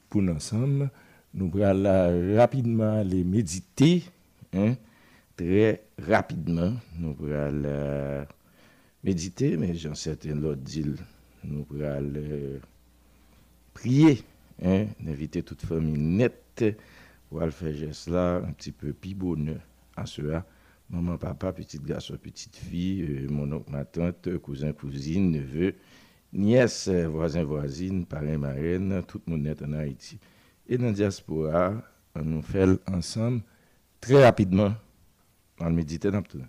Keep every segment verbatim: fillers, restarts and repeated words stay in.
pour nous ensemble. Nous allons rapidement les méditer, hein, très rapidement. Nous allons méditer, mais j'en certain l'autre dit, nous allons prier, hein, d'inviter toute famille nette pour aller faire geste là, un petit peu plus bonheur à cela. Maman, papa, petit garçon, petite fille, euh, mon oncle, ma tante, cousin, cousine, neveu, nièce, voisin, voisine, parrain, marraine, tout le monde net en Haïti. Et dans la diaspora, on nous fait ensemble, très rapidement, on le médite dans tout.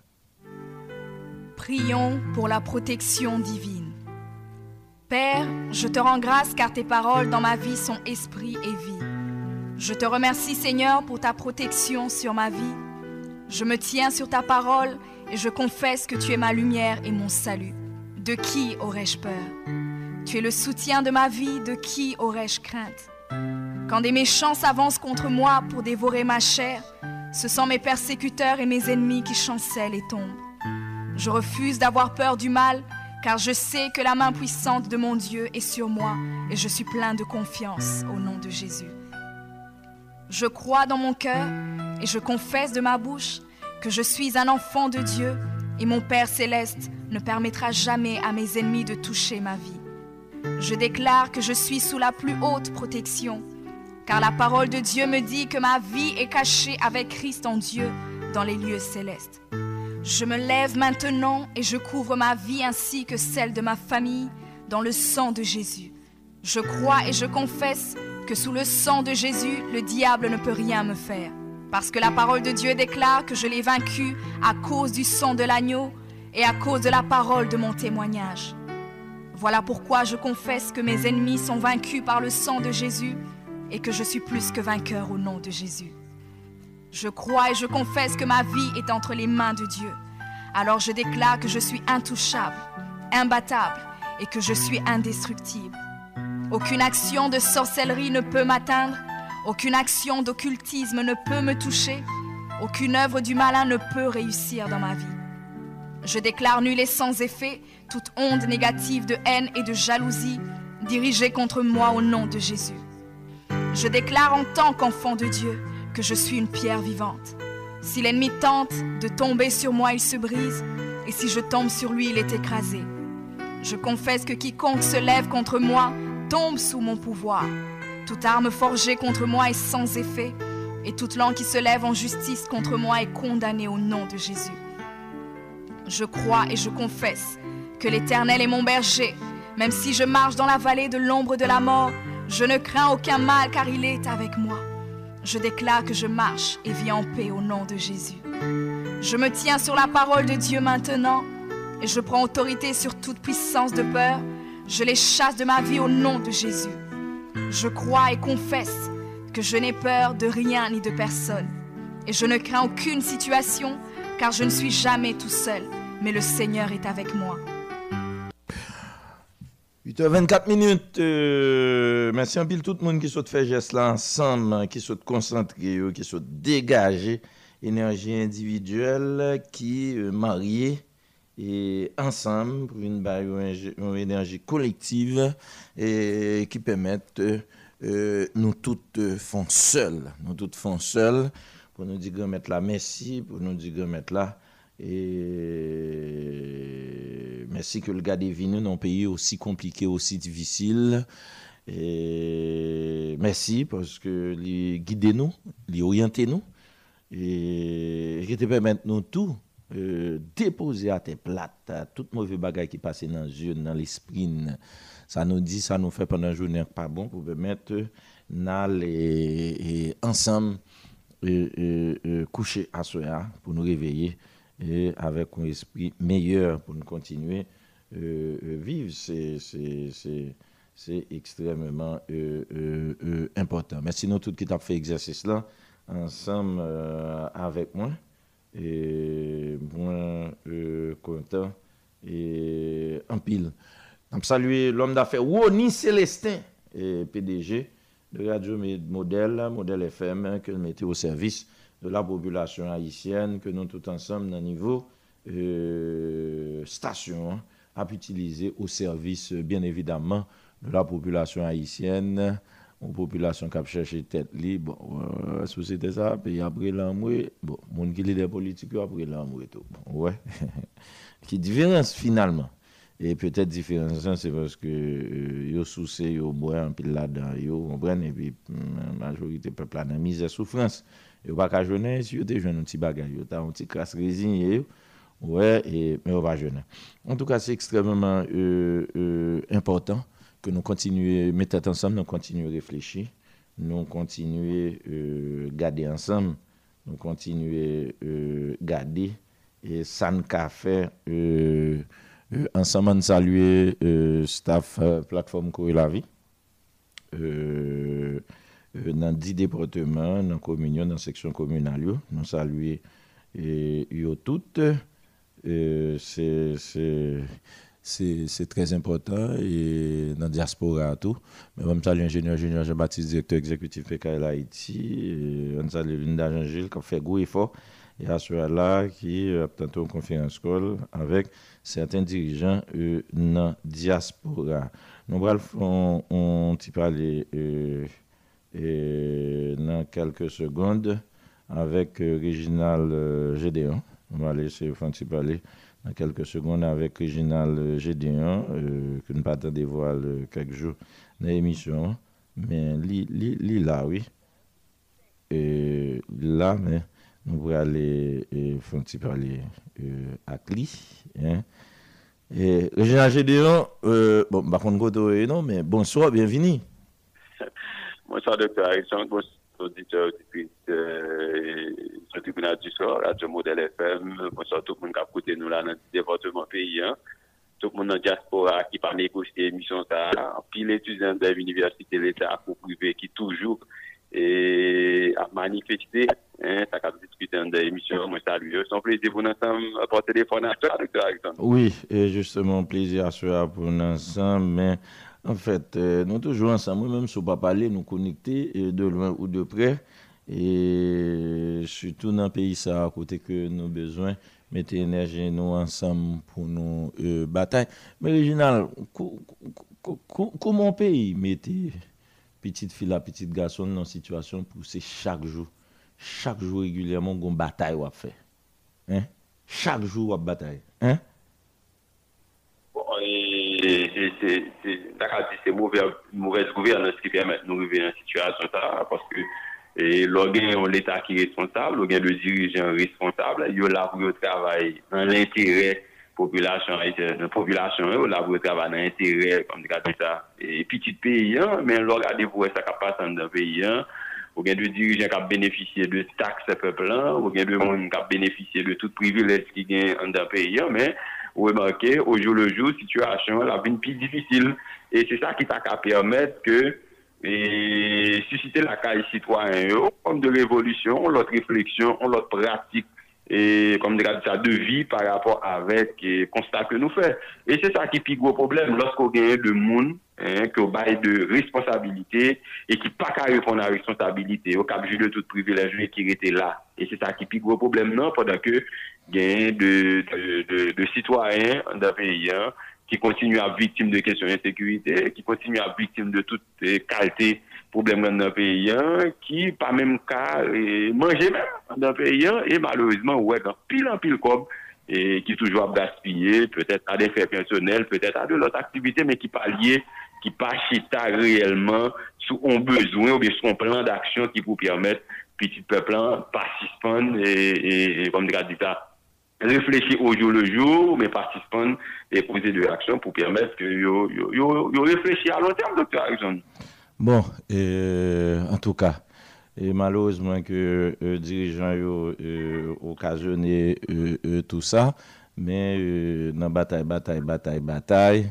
Prions pour la protection divine. Père, je te rends grâce car tes paroles dans ma vie sont esprit et vie. Je te remercie Seigneur pour ta protection sur ma vie. Je me tiens sur ta parole et je confesse que tu es ma lumière et mon salut. De qui aurais-je peur? Tu es le soutien de ma vie, de qui aurais-je crainte? Quand des méchants s'avancent contre moi pour dévorer ma chair, ce sont mes persécuteurs et mes ennemis qui chancellent et tombent. Je refuse d'avoir peur du mal, car je sais que la main puissante de mon Dieu est sur moi et je suis plein de confiance au nom de Jésus. Je crois dans mon cœur et je confesse de ma bouche que je suis un enfant de Dieu et mon Père céleste ne permettra jamais à mes ennemis de toucher ma vie. Je déclare que je suis sous la plus haute protection, car la parole de Dieu me dit que ma vie est cachée avec Christ en Dieu dans les lieux célestes. Je me lève maintenant et je couvre ma vie ainsi que celle de ma famille dans le sang de Jésus. Je crois et je confesse que sous le sang de Jésus, le diable ne peut rien me faire. Parce que la parole de Dieu déclare que je l'ai vaincu à cause du sang de l'agneau et à cause de la parole de mon témoignage. Voilà pourquoi je confesse que mes ennemis sont vaincus par le sang de Jésus et que je suis plus que vainqueur au nom de Jésus. Je crois et je confesse que ma vie est entre les mains de Dieu. Alors je déclare que je suis intouchable, imbattable et que je suis indestructible. Aucune action de sorcellerie ne peut m'atteindre, aucune action d'occultisme ne peut me toucher, aucune œuvre du malin ne peut réussir dans ma vie. Je déclare nul et sans effet toute onde négative de haine et de jalousie dirigée contre moi au nom de Jésus. Je déclare en tant qu'enfant de Dieu que je suis une pierre vivante. Si l'ennemi tente de tomber sur moi, il se brise, et si je tombe sur lui, il est écrasé. Je confesse que quiconque se lève contre moi tombe sous mon pouvoir. Toute arme forgée contre moi est sans effet, et toute langue qui se lève en justice contre moi est condamnée au nom de Jésus. Je crois et je confesse que l'Éternel est mon berger. Même si je marche dans la vallée de l'ombre de la mort, je ne crains aucun mal car il est avec moi. Je déclare que je marche et vis en paix au nom de Jésus. Je me tiens sur la parole de Dieu maintenant et je prends autorité sur toute puissance de peur. Je les chasse de ma vie au nom de Jésus. Je crois et confesse que je n'ai peur de rien ni de personne. Et je ne crains aucune situation car je ne suis jamais tout seul, mais le Seigneur est avec moi. huit heures vingt-quatre minutes. Euh, merci un peu tout le monde qui soit fait geste là ensemble, qui soit concentré, qui soit dégagé, énergie individuelle, qui euh, marié et ensemble pour une, une, une énergie collective et qui permettent euh, nous toutes euh, font seuls, nous toutes font seuls pour nous dire mettre la merci, pour nous dire mettre là. Et merci que le gars des vignes dans un pays aussi compliqué, aussi difficile. Et merci parce que les guidez nous, les orientez nous et qui te permettent nous tout euh, déposer à tes plates toute mauvaise bagaille qui passe dans les yeux, dans l'esprit. Ça nous dit, ça nous fait pendant la journée pas bon pour permettre d'aller ensemble et, et, et, coucher à soi pour nous réveiller. Et avec un esprit meilleur pour nous continuer euh, euh, vivre, c'est, c'est, c'est, c'est extrêmement euh, euh, euh, important. Merci nous tous qui t'ont fait exercice là ensemble euh, avec moi et moi euh, content et en pile. Je salue l'homme d'affaires Woni Célestin, et P D G de Radio Modèle, Modèle F M, que nous mettons au service de la population haïtienne, que nous tous ensemble, dans niveau euh, station, à utiliser au service, bien évidemment, de la population haïtienne une population qui a cherché tête libre, bon, la société ça, puis après l'amour, bon, monde qui est des politiques après l'amour et tout. Bon, ouais. Qui différence finalement. Et peut-être différence, c'est parce que euh, yo souci, yo boit un pile là-dedans, yo comprennent, et puis la majorité peuple là dans misère souffrance. Yo pas qu'à jeunesse, yo te jeune un petit bagage, yo ta un petit crasse résigné, ouais, et mais on va jeune. En tout cas, c'est extrêmement euh, euh, important que nous continuions mettre tête ensemble, nous continuions réfléchir, nous continuions euh, garder ensemble, nous continuions euh, garder et ça nous a fait euh, euh, ensemble nous saluer euh, staff euh, plateforme Courir la vie euh, euh, dans dix départements, dans communion, dans section communale, nous saluer et yo toutes euh, c'est c'est c'est c'est très important et dans la diaspora tout. Mais on salue l'ingénieur ingénieur Jean-Baptiste, directeur exécutif P K L Haïti, on salue Linda Jean-Gilles qui a fait gros effort et à ceux-là qui a tantôt une conférence call avec certains dirigeants euh, dans la diaspora. Nous allons on t'y parler euh, euh, dans quelques secondes avec euh, Réginald euh, Gédéon. On va laisser on t'y parler dans quelques secondes avec Réginald Gédéon euh, que nous partons de voir euh, quelques jours dans l'émission. Mais li, li, li là, oui. Et là, mais nous pourrons aller et faire un petit parler euh, à Cli. Hein. Et Réginald Gédéon, euh, bon, par contre, non, mais bonsoir, bienvenue. Bonsoir, docteur Harrison, bonsoir, auditeurs du tribunal du soir, Radio Modèle F M, bonsoir tout le monde qui a écouté nous là dans le département pays, hein. Tout le monde dans la diaspora qui parle négocier l'émission, puis les étudiants de l'université de l'État pour privé qui toujours et à manifester, hein, ça a discuté dans l'émission, moi salue, c'est un plaisir pour nous ensemble pour téléphone à toi, docteur Harrison. Oui, et justement, plaisir à soi pour nous ensemble, mais en fait, euh, nous toujours ensemble, même si on ne peut pas parler, nous connecter euh, de loin ou de près, et surtout dans le pays, ça à côté que nous avons besoin, mettre l'énergie nous ensemble pour nous euh, bataille. Mais Réginald, comment on pays mettre petite fille à petite garçon dans une situation pour c'est chaque jour, chaque jour régulièrement, on bataille à faire. Hein? Chaque jour, on bataille. Hein? C'est mauvaise gouvernance qui permet de nous arriver dans cette situation parce que et l'organe l'État qui est responsable, l'organe de dirigeant responsable, il y a là pour le travail dans l'intérêt population, la population, il y a là pour le travail dans l'intérêt, comme dit ça, et petit pays, mais regardez pour ça qui passe dans le pays, ou bien de dirigeants qui ont bénéficié de taxes peuple, ou bien de monde qui a bénéficié de tout privilège qui gagne dans le pays, mais vous remarquez, au jour le jour, situation la vie plus difficile. Et c'est ça qui t'a qu'à permettre que et susciter la caille citoyen comme de révolution, l'autre réflexion, l'autre pratique et comme ça de vie par rapport avec le constat que nous faisons. Et c'est ça qui est le gros problème lorsqu'on gagne de monde hein, qui bail de responsabilité et qui pas qu'à répondre à la responsabilité, au cap de tout privilège qui était là. Et c'est ça qui est le gros problème non pendant que gagne de, de, de, de citoyens d'un pays hein, qui continuent à être victimes de questions d'insécurité, qui continuent à être victimes de toutes les qualités, problèmes dans le pays, hein, qui, pas même cas, manger même dans le pays, hein, et malheureusement, ouais, dans pile en pile comme, et qui toujours à gaspiller, peut-être à des faits personnels, peut-être à de l'autre activité, mais qui pas lié, qui pas chita réellement sous un besoin ou bien sous un plan d'action qui vous permettre, petit peuple, participant et, et, et comme dit ça, réfléchir au jour le jour, mais participants et poser des actions pour permettre que yo yo yo, yo réfléchissent à long terme, docteur Harrison. Bon, euh, en tout cas, et malheureusement que les euh, dirigeants ont euh, occasionné euh, euh, tout ça, mais euh, dans bataille, bataille, bataille, bataille,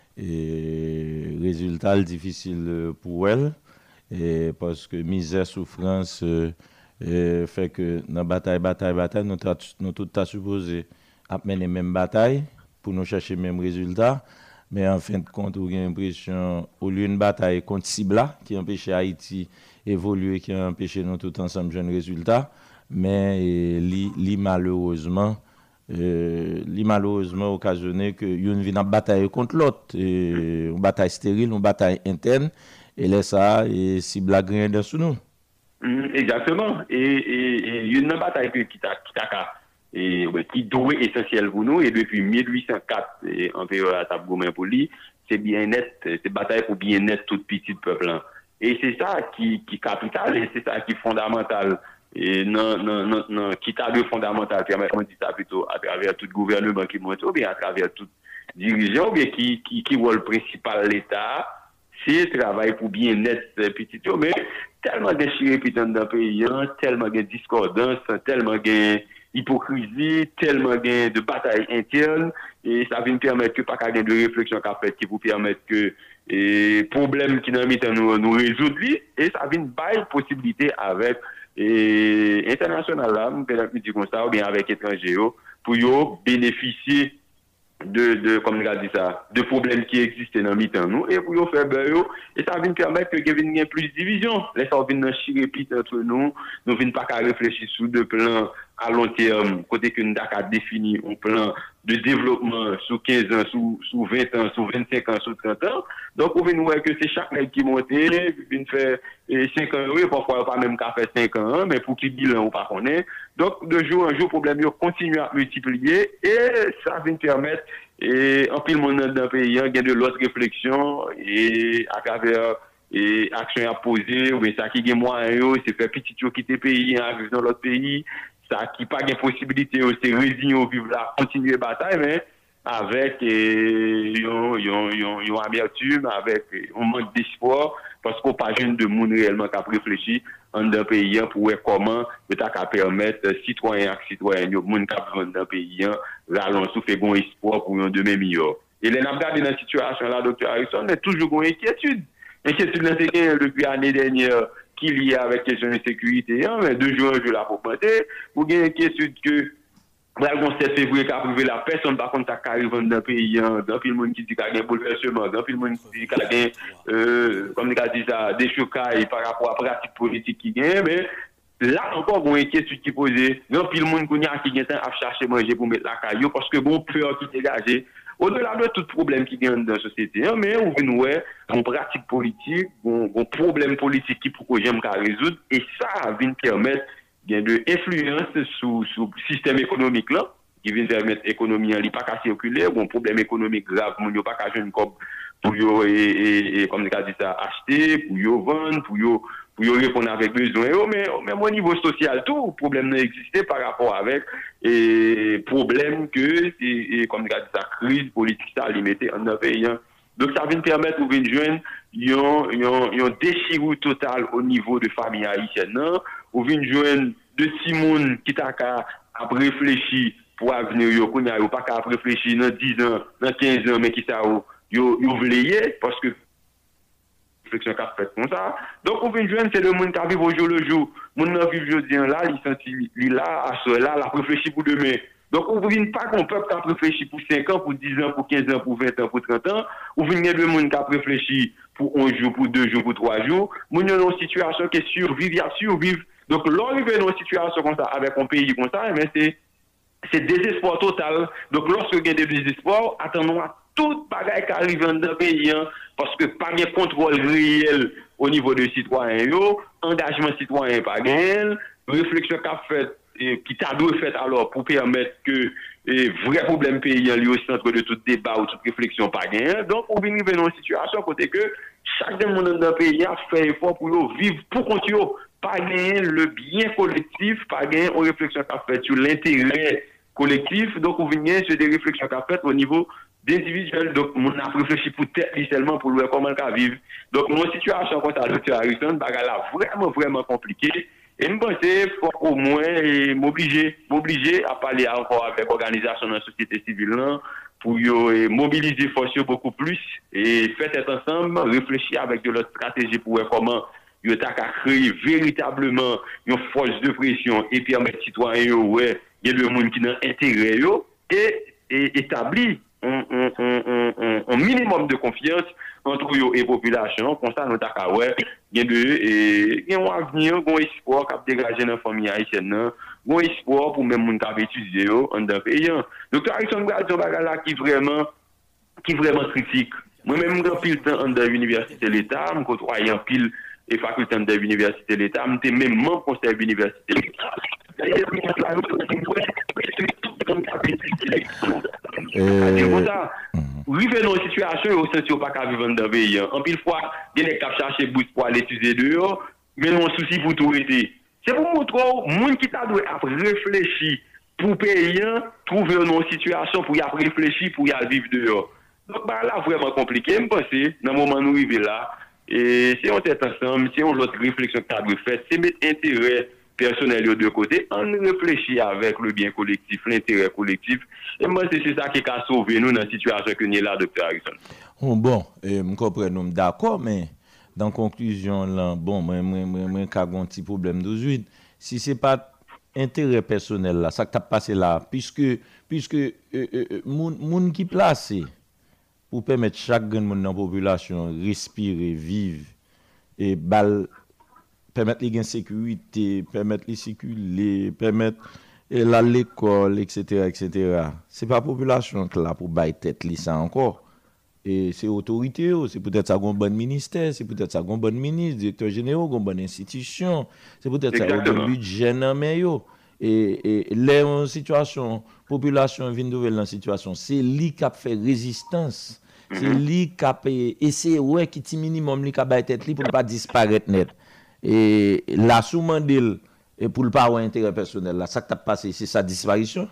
et résultat difficile pour elle, et parce que misère, souffrance. Euh, Et fait que dans la bataille, bataille, bataille, nous nous tout à supposé mener même bataille pour nous chercher le même résultat. Mais en fin de compte, on a l'impression, au lieu d'une bataille contre Sibla, qui empêche Haïti d'évoluer, qui a empêché nous tout ensemble de résultat, mais li, li malheureusement, euh, li malheureusement occasionné que une vienne en bataille contre l'autre, une bataille stérile, une bataille interne. et laisse ça, et si blague rien dans nous. Mm, exactement. Et, et, et il y a une bataille qui t'a et qui doit essentiel pour nous, et depuis mille huit cent quatre, et en période à table gourmand pour lui, c'est bien-être, c'est bataille pour bien-être tout petit peuple. Et c'est ça qui, qui capital, et c'est ça qui est fondamental. Et non, non, non, non, qui t'a de fondamental, permettez-moi de dire ça plutôt à travers tout gouvernement qui monte, ou bien à travers tout dirigeant, ou bien qui, qui, qui voit le principal l'État, c'est travail pour bien-être petit, mais tellement de chirépitants dans le pays, tellement de discordance, tellement de hypocrisie, tellement de batailles internes, et ça vient permettre que pas qu'il y ait de réflexion qu'a fait qui vous permettre que les problèmes qui nous mettent nous, nous résoudre, et ça vient bailler possibilité avec et international là, peut-être dire comme ça, ou bien avec étrangers, pour yo bénéficier de, de, comme on a dit ça, de problèmes qui existent dans le nous, et pour yo faire ben yo, et ça vient permettre que il y ait plus de division. Là, ça vient chirépiter entre nous, nous ne venons pas qu'à réfléchir sur deux plans à long terme, côté que nous avons défini un plan de développement sur quinze ans, sur, sur vingt ans, sur vingt-cinq ans, sur trente ans. Donc, on vient voir que c'est chaque mec qui monte, vient faire cinq ans, oui, parfois pas même qu'à faire cinq ans, mais pour qui bilan ou pas connaît. Donc, de jour en jour, le problème continue à multiplier et ça vient permettre, et en pile monde dans le pays, il y a de l'autre réflexion et à travers et action à poser, ou bien ça qui est moyen, c'est faire petit qui quitter le pays, arriver dans l'autre pays. Ça qui pas de possibilité, c'est résigner au vivre là, continuer la bataille, mais avec une amertume, avec un manque d'espoir, parce qu'on pas jeune de monde réellement qui a réfléchi en un pays pour voir comment peut permettre citoyens et citoyens, les gens qui ont dans le pays, rallonger, faire bon espoir pour un demain meilleur. Et les n'a regardé dans cette situation là, docteur Harrison, on a toujours une inquiétude. Inquiétude depuis l'année dernière, qui est lié avec la question de sécurité, hein, mais deux jours, je l'ai augmenté. Vous avez une inquiétude que, le sept février, qui a privé la personne, par contre, qui arrive dans le pays, dans le monde qui dit qu'il y a un bouleversement, dans le monde qui dit qu'il y a, euh, comme on a dit ça, des chocailles par rapport à la pratique politique qui gagne, mais là encore, il y a une inquiétude qui est posée. Dans le monde qui vient à chercher manger pour mettre la caillou, parce que bon, peur qui est dégagée. Au-delà de tout problème qui gagne dans la société, mais on veut une pratique politique, un problème politique qui pour que j'aime qu'à résoudre, et ça vient permettre de influence sur le système économique là, qui vient permettre l'économie en pas qu'à circuler, un problème économique grave, on n'a pas qu'à jouer une cop pour yo et, et, et comme on a dit ça, acheter, pour yo vendre, pour yo pour y répondre avec besoin, mais même au niveau social, tout problème n'a existé par rapport avec et problème que, et, et comme on a dit ça, crise politique, ça a limité en un pays. Donc ça vient permettre de joindre un déchirure total au niveau de famille haïtienne, ou vient joindre de Simone qui t'a à réfléchir pour avenir, yo qu'on a pas qu'à réfléchir dans dix ans, dans quinze ans, mais qui ça yo yo vleyer parce que réflexion qu'a fait comme ça. Donc, on vient joindre, c'est le monde qui vit au jour le jour. Mon qui vit aujourd'hui là, il senti, il là, à ce là, la réfléchit pour demain. Donc, on ne vient pas qu'on peuple qui a réfléchi pour cinq ans, pour dix ans, pour quinze ans, pour vingt ans, pour trente ans. On vient le monde qui a réfléchi pour un jour, pour deux jours, pour trois jours. Mon dans une situation qui est survivre, il y a survivre. Donc, lorsqu'on dans une situation comme ça, avec un pays comme ça, c'est, c'est désespoir total. Donc, lorsque il y a des désespoir, attendons à tout bagaille qui arrive dans le pays, hein, parce que pas de contrôle réel au niveau des citoyens, yo, engagement citoyen pas réel, réflexion qu'a fait, et, qui t'a dû fait alors pour permettre que les vrais problèmes paysan liés au centre de tout débat ou toute réflexion pas gain. Donc on vient arriver dans une situation côté que chaque monde dans le pays a fait effort pour vivre pour continuer, pas gagner le bien collectif, pas gagner une réflexion qu'a fait sur l'intérêt collectif. Donc on vient sur des réflexions qu'a fait au niveau d'individuels, donc on a réfléchi pour tête seulement pour voir comment on vivre. Donc mon situation comme ça, docteur Harrison, bagarre vraiment vraiment compliqué. Et je pense qu'il faut au moins m'obliger, m'obliger à parler encore avec l'organisation de la société civile là, pour yo, mobiliser force beaucoup plus et faire être ensemble, réfléchir avec de l'autre stratégie pour voir comment yo ta créer véritablement une force de pression et permettre aux citoyens ouais, il y a le monde qui a intérêt yo et, et établir un, un, un, un, un minimum de confiance entre eux et la population. Comme ça, nous avons il y a un avenir, un espoir qui a dégagé dans la famille haïtienne, un espoir pour même les gens qui étudié dans le pays. Donc, Harrison Bradson là qui vraiment qui vraiment critique Moi-même, je pile temps dans l'université de l'État, je côtoie en pile et faculté de l'université de l'État, je suis même membre du conseil de l'université de l'État. C'est pour ça, arriver dans une situation où on ne peut pas vivre dans le pays. En pile fois, il y a des gens qui cherchent boost pour aller étudier dehors, mais non souci pour tout été. C'est pour montrer aux gens qui t'a dû réfléchir pour payer, trouver une situation pour y réfléchir, pour y vivre dehors. Donc bah, là, vraiment compliqué, je pense, dans le moment où nous arrivons là, et si on est ensemble, si on a l'autre réflexion que tu as fait, c'est mettre intérêt personnel de deux côtés, on réfléchit avec le bien collectif, l'intérêt collectif. Et moi, c'est ça qui a sauvé nous dans la situation que nous sommes là, docteur Harrison. Oh, bon, je comprends, nous d'accord, mais dans la conclusion, là, bon, moi, j'ai un petit problème d'aujourd'hui. Si ce n'est pas intérêt personnel, là, ça qui a passé là, puisque, puisque, euh, euh, moun, moun qui placé pour permettre chaque monde dans la population respirer, vivre, et bal, permettre les gains sécurité, permettre les circuler, permettre la l'école, et cetera, et cetera. C'est pas la population qui là pour bailler tête li ça encore. Et c'est l'autorité, c'est peut-être ça un bon ministère, c'est peut-être ça un bon ministre, directeur général, une bonne institution, c'est peut-être ça un bon budget dans mais yo. Et, et les en situation, population vient de dans situation, c'est lui qui a fait résistance, mm-hmm. c'est lui qui a et c'est ouais qui ti minimum lui qui a bailler tête li pour ne pas disparaître net. Et la sous-mandel et pour le pas avoir intérêt personnel là, ça qui t'a passé, c'est sa disparition.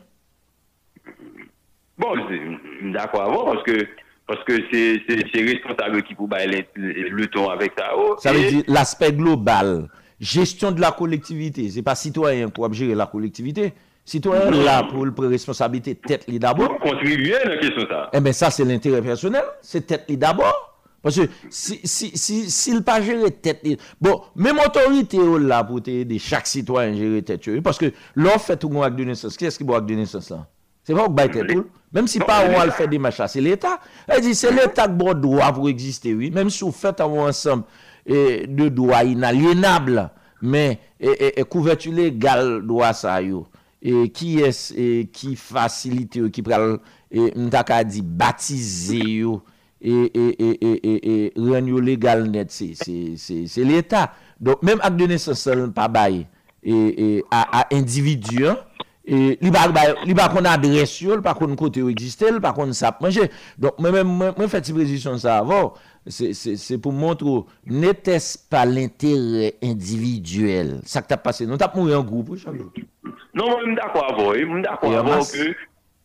Bon, d'accord, parce que parce que c'est c'est responsable qui pour bailler le temps avec ça. Oh, ça veut dire l'aspect global, gestion de la collectivité, c'est pas citoyen pour gérer la collectivité. Citoyen non. Là pour le responsabilité tête li d'abord. Contribuer dans la question ça. Eh ben ça c'est l'intérêt personnel, c'est tête li d'abord. Parce que si si si s'il pas gérer tête bon même autorité là pour aider chaque citoyen gérer tête parce que l'on fait tout acte de naissance qui est-ce qui boit acte de naissance là c'est pas que tête tout même si pas on va le faire des machins c'est l'état elle dit c'est l'état qui bon droit pour exister oui même si vous faites ensemble et de droits inaliénables mais et, et, et couverture légale droit ça yo et qui est et qui facilite qui pral et m'ta dit baptiser yo et et et et et rendre légal net c'est c'est c'est l'état donc même acte de naissance pas bail et et à, à individu et li ba li ba qu'on adresse yo pas qu'on côté exister pas qu'on ça manger donc moi même moi fait cette précision ça avant c'est c'est c'est pour montrer n'était-ce pas l'intérêt individuel ça que t'a passé non t'a mourir en groupe chaque jour non moi d'accord avec moi d'accord avec que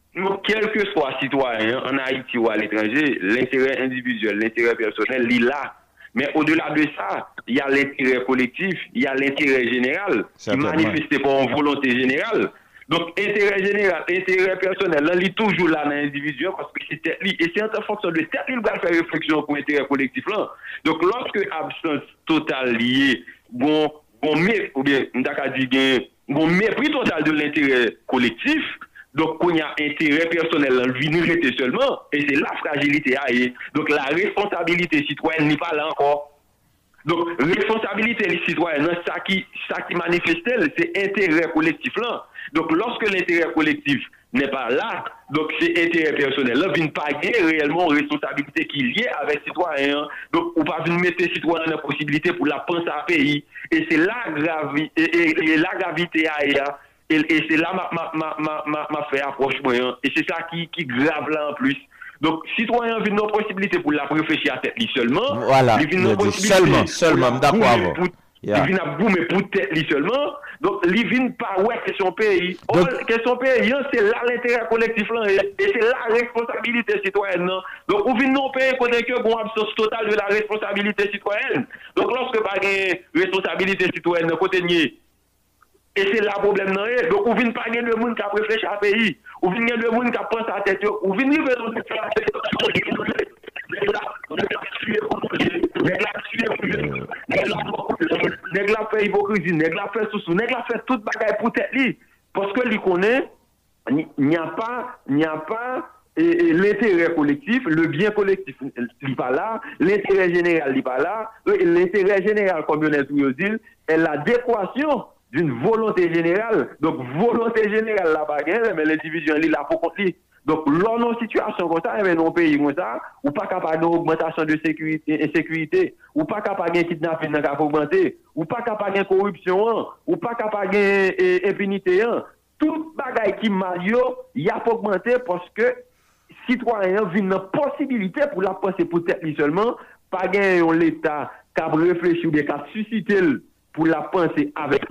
quel que soit citoyen en Haïti ou à l'étranger, l'intérêt individuel, l'intérêt personnel, il est là. Mais au-delà de ça, il y a l'intérêt collectif, il y a l'intérêt général, qui manifeste par une volonté générale. Donc, intérêt général, intérêt personnel, là, il est toujours là dans l'individu, parce que c'est tête, et c'est en fonction de tête, il va faire réflexion pour l'intérêt collectif là. Donc, lorsque absence totale liée, bon, bon, mais, ou bien, on a dit, bon, mépris total de l'intérêt collectif, donc, il y a intérêt personnel dans le vinérité seulement, et c'est la fragilité. Donc, la responsabilité citoyenne n'est pas là encore. Donc, responsabilité citoyenne, ça qui, ça qui manifeste, c'est intérêt collectif là. Donc, lorsque l'intérêt collectif n'est pas là, donc c'est intérêt personnel. Là, il n'y a pas réellement responsabilité qui est liée avec les citoyens. Donc, on ne peut pas mettre les citoyens dans la possibilité pour la penser à pays. Et c'est la gravité, et, et, et la gravité à Et, et c'est là ma ma ma ma ma, ma fait approche moyen et c'est ça qui qui grave là en plus. Donc citoyen vient nos possibilités pour la réfléchir à tête lui seulement. Voilà. Il vient seulement seulement d'accord avant. Il vient à boumer pour tête lui seulement. Donc il vient pas ouais que son pays. Donc que son pays c'est là l'intérêt collectif là et c'est la responsabilité citoyenne. Donc on vient non pays côté que bon absence totale de la responsabilité citoyenne. Donc lorsque pas de responsabilité citoyenne côté nier. Et c'est là le problème. Donc, on ne vient pas gagner le monde qui a réfléchi à pays. On vient gagner le monde qui a pensé à tête. On vient gagner le monde qui a pensé à tête. Nèg la fait hypocrisie, nèg la fait sous-sous, nèg la fait toute bagaille pour tête li. Parce que lui connaît, il n'y a pas, il n'y a pas l'intérêt collectif, le bien collectif n'est pas là, l'intérêt général n'est pas là, l'intérêt général, comme on dit, est l'adéquation d'une volonté générale. Donc, volonté générale, la bagarre, mais l'individu, il est là pour contre lui. Donc, lors de nos situations comme ça, dans nos pays comme ça, ou pas capable d'augmentation de sécurité, insécurité, ou pas capable de kidnapping qui a augmenté, ou pas capable de corruption, ou pas capable d'impunité. Tout bagaille qui mal, il y a augmenté parce que citoyens viennent une possibilité pour la penser pour tête seulement, pas gagner l'État qui a réfléchi ou bien qui a suscité pour la penser avec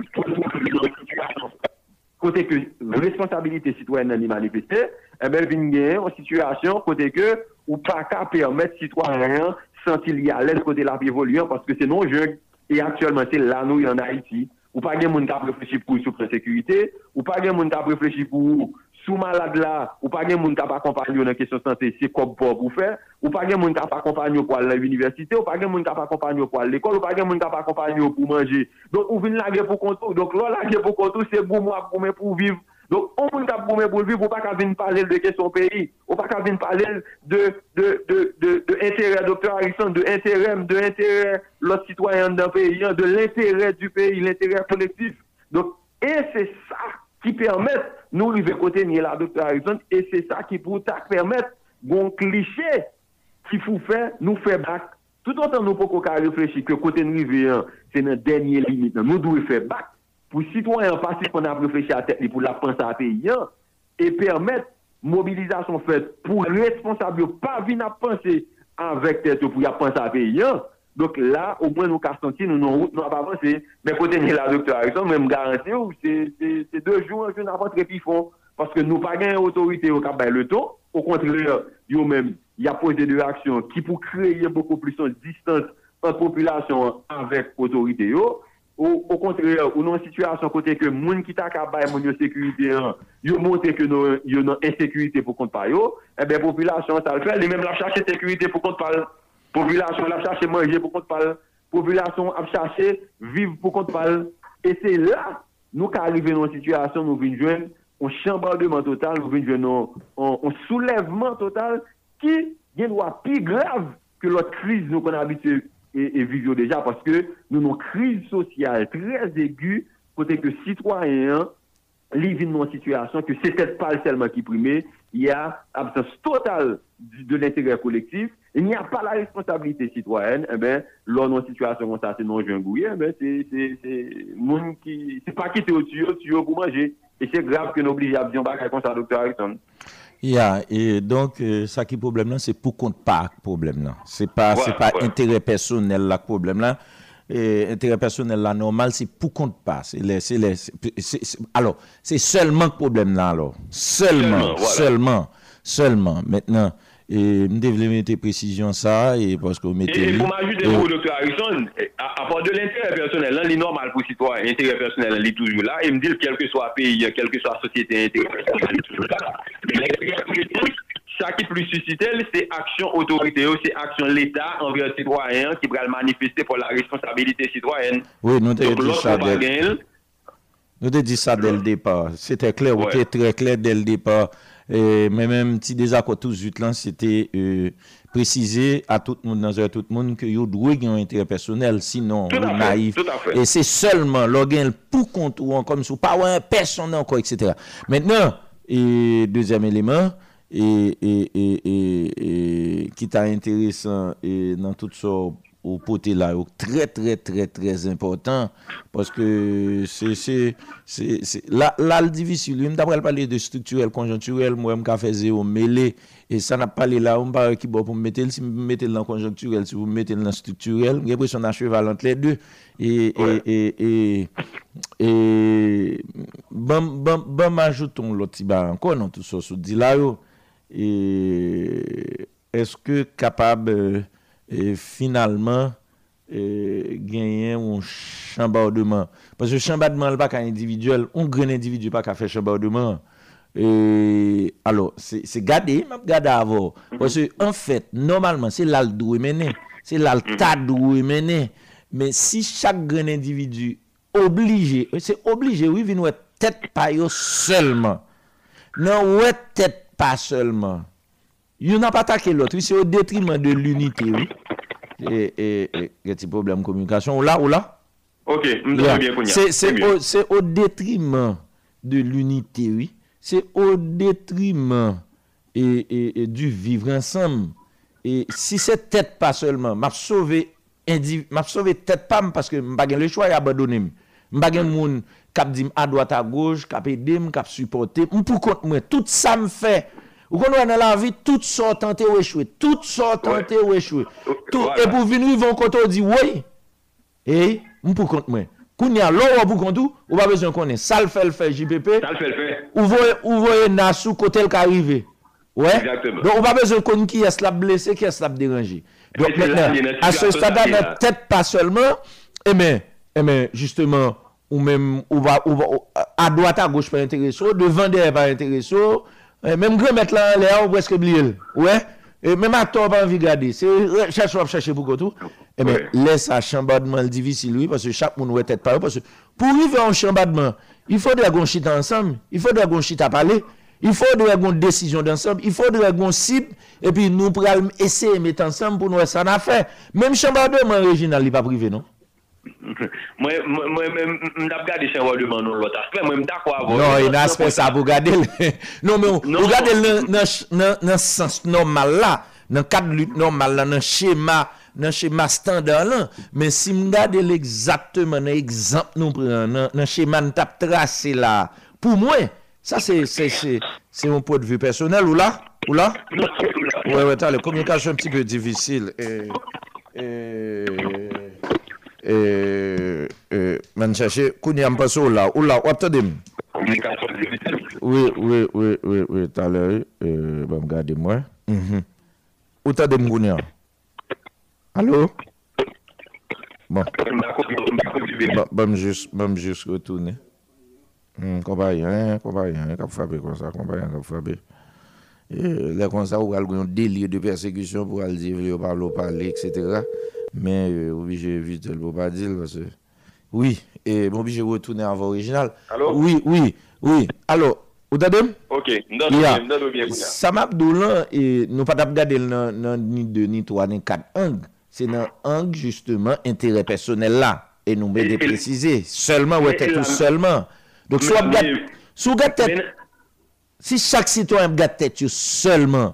côté que responsabilité citoyenne n'est manifestée, eh bien, vient gagner une situation côté que ou pas qu'à permettre citoyens sentir y à l'aise côté la vie évoluant parce que c'est non jeune et actuellement c'est là nous en Haïti. Ou pas gen moun qui réfléchi pour sous sécurité, ou pas gen moun qui réfléchi pour sous malade là, ou pas gen moun qui accompagner dans question santé, c'est comme pour faire, ou pas gen moun qui accompagner pour aller à l'université, ou pas gen moun qui accompagner pour aller à l'école, ou pas gen moun qui accompagner pour manger. Donc ou vinn la pour contour. Donc là la pour contour c'est pour moi pour pour vivre. Donc on moun qui pour pour vivre, ou pas venir parler de question pays, ou pas venir parler de de de de, de intérêt docteur Harrison, de intérêt de intérêt l'autre citoyen d'un pays, de l'intérêt du pays, l'intérêt collectif. Donc et c'est ça qui permet nous arriver côté ni la docteur Harrison et c'est ça qui pour permettre bon cliché qu'il faut faire nous faire back tout autant nous pour qu'on réfléchir que côté nous arriver c'est notre dernière limite nous devons faire back pour citoyens passer qu'on a réfléchi à tête pour la penser à pays et permettre mobilisation faite pour responsable pas venir à penser avec tête pour y penser à pays. Donc là, au moins, nous avons senti, nous n'avons pas avancé. Mais côté de la docteur Harrison, même garantie, c'est deux jours, un jour avant très fond. Parce que nous n'avons pas d'autorité au cap le temps. Au contraire, même, il y a posé des actions qui pour créer beaucoup plus de distance entre population avec autorité. Au, au contraire, ou dans une situation côté que les gens qui t'a capable de sécurité, ils ont montré que nous avons une insécurité pour compte pas yo, eh bien, la population, ça le fait, les mêmes la chercher sécurité pour compte pas. Population a cherché manger pour compte parle, population a cherché vivre pour compte parle. Et c'est là nous qu'arrivons dans une situation nous venons joindre un chambardement total, nous venons joindre un, un soulèvement total qui est plus grave que l'autre crise nous qu'on a habitué et, et vivre déjà parce que nous avons une crise sociale très aiguë côté que citoyens vivent dans une situation que c'est peut-être pas seulement qui primait, il y a absence totale de l'intérêt collectif. Il n'y a pas la responsabilité citoyenne, eh ben, lors d'une situation comme ça, c'est non jungouillé, eh ben, c'est, c'est, c'est, moun qui, c'est pas quitter au tuyau, tuyau pour manger. Et c'est grave que nous oblige à dire, bah, comme ça, docteur Harrison. Yeah, et donc, euh, ça qui est problème là, c'est pour compte pas problème là. C'est pas, ouais, c'est pas ouais. intérêt personnel là, problème là. Et intérêt personnel là, normal, c'est pour compte pas. C'est les, c'est les, c'est, c'est, c'est, alors, c'est seulement problème là, alors. Seulement, seulement, voilà. seulement, seulement. Maintenant, et nous devons mettre précision ça et parce que vous mettez et, et pour m'ajouter pour le docteur Harrison à, à part de l'intérêt personnel là, c'est normal pour citoyen, l'intérêt personnel il est toujours là et me dire quel que soit pays, quelle que soit société, l'intérêt personnel est toujours là. Mais l'intérêt politique, ça qui plus suscité, c'est action autorité, c'est action l'État envers les citoyens qui va manifester pour la responsabilité citoyenne. Oui, nous devons dire ça. Nous devons dire ça dès le départ. C'était clair, ouais. C'était très clair dès le départ. Et, mais même petit désaccord tout de suite là, c'était euh, préciser à tout le monde, dans tout le monde que vous doit avoir un intérêt personnel, sinon vous naïf. Et c'est seulement l'organe pour compte ou comme ça, pas un personne encore, et cetera. Maintenant, et deuxième élément, et, et, et, et, et qui est intéressant et dans tout ça au côté là, très très très très important parce que c'est c'est c'est c'est là là le difficile. Même d'après parler de structurel conjoncturel, moi me fait zéro mêlé et ça n'a pas parlé là on pas qui bon pour mettre si vous mettez dans conjoncturel, si vous mettez dans structurel, j'ai l'impression à cheval entre les deux et ouais. et et et et bon bon bon m'ajoutons l'autre petit bar encore dans tout ça dit là et est-ce que capable et finalement et gagner un chambardement parce que chambardement pas qu'un individuel un grand individu pas qu'à faire chambardement et alors c'est c'est garder même garder avant parce que en fait normalement c'est là le doit mener c'est là le tas doit mener mais si chaque grand individu obligé c'est obligé oui venir tête pas yo seulement non ouais tête pas seulement il n'a pas attaqué l'autre, c'est au détriment de l'unité, oui. Et et et il y a des problèmes de communication ou là ou là. OK, nous devons bien connaître. C'est c'est au, c'est au détriment de l'unité, oui. c'est au détriment et, et, et du vivre ensemble. Et si c'est tête pas seulement, m'a sauvé m'a sauvé tête pas parce que m'a pas le choix d'abandonner. M'a pas moun k'ap di à droite à gauche, k'ap aider, k'ap supporter. Pour compte moi, tout ça me fait. Vous connaissez dans la vie, tout sont tenté ou échoué, tout sont tenté ou échoué. Tout voilà. Et pour venir ils vont quand on dit oui. Et pour compte moi. Kounya l'on pour compte ou pas besoin connaître. Ça le fait le fait J P P. Ça le fait le fait. Ou voyez ou voyez Nassou côté le arrivé. Ouais. Exactement. Donc on pas besoin connaître qui est la blessé, qui est la dérangé. Donc maintenant à ce stade là peut-être pas seulement et mais et mais justement ou même ou va à droite à gauche pas intéressé, devant derrière pas intéressé. Même grand mettre là en l'air ou presque oublier. Ouais. Et même à toi pas envie garder. C'est chercher chercher pour tout. Et mais laisse à chambardement difficile oui parce que chaque monde ouais tête pas parce que pour arriver en chambardement, il faut des gonchit ensemble, il faut des gonchit à parler, il faut des gon décision d'ensemble, il faut des gon cible et puis nous pour essayer mettre ensemble pour nous ça n'a fait. Même chambardement original il pas privé non. Moi, moi, même, m'd'a regardé chambardement non l'autre aspect, moi d'accord. Non, il a aspect ça pour regarder. Non, mais regardez dans dans sens normal là, dans cadre lutte normal là, dans schéma, dans schéma standard là, mais si m'regarde exactement dans exemple nous prend dans schéma nous t'a tracé là, pour moi, ça c'est c'est c'est c'est mon point de vue personnel ou là, ou là. Ouais ouais, t'as la communication un petit peu difficile et et et euh man chercher kounya m'passo là ou là ou attendez oui oui oui oui oui tout à l'heure euh bon regardez moi mhm ou attendez kounya allô bon bon juste bon juste retourner hum compagnon compagnon cap frapper comme ça compagnon cap frapper et les comme ça ou un délire de persécution pour aller dire parler parler etc. Mais euh, obligé vite le pas dire parce que oui et bon obligé retourner à original. Allô? Oui oui oui. Alors, vous t'entendez? OK, non bien, non bien. Ça m'a doulan et nous pas regarder dans ni deux ni trois ni quatre angles. C'est dans angle justement intérêt personnel là et nous me préciser seulement ouais tête tout seulement. Donc soit regarde sous tête si chaque citoyen regarde tête seulement.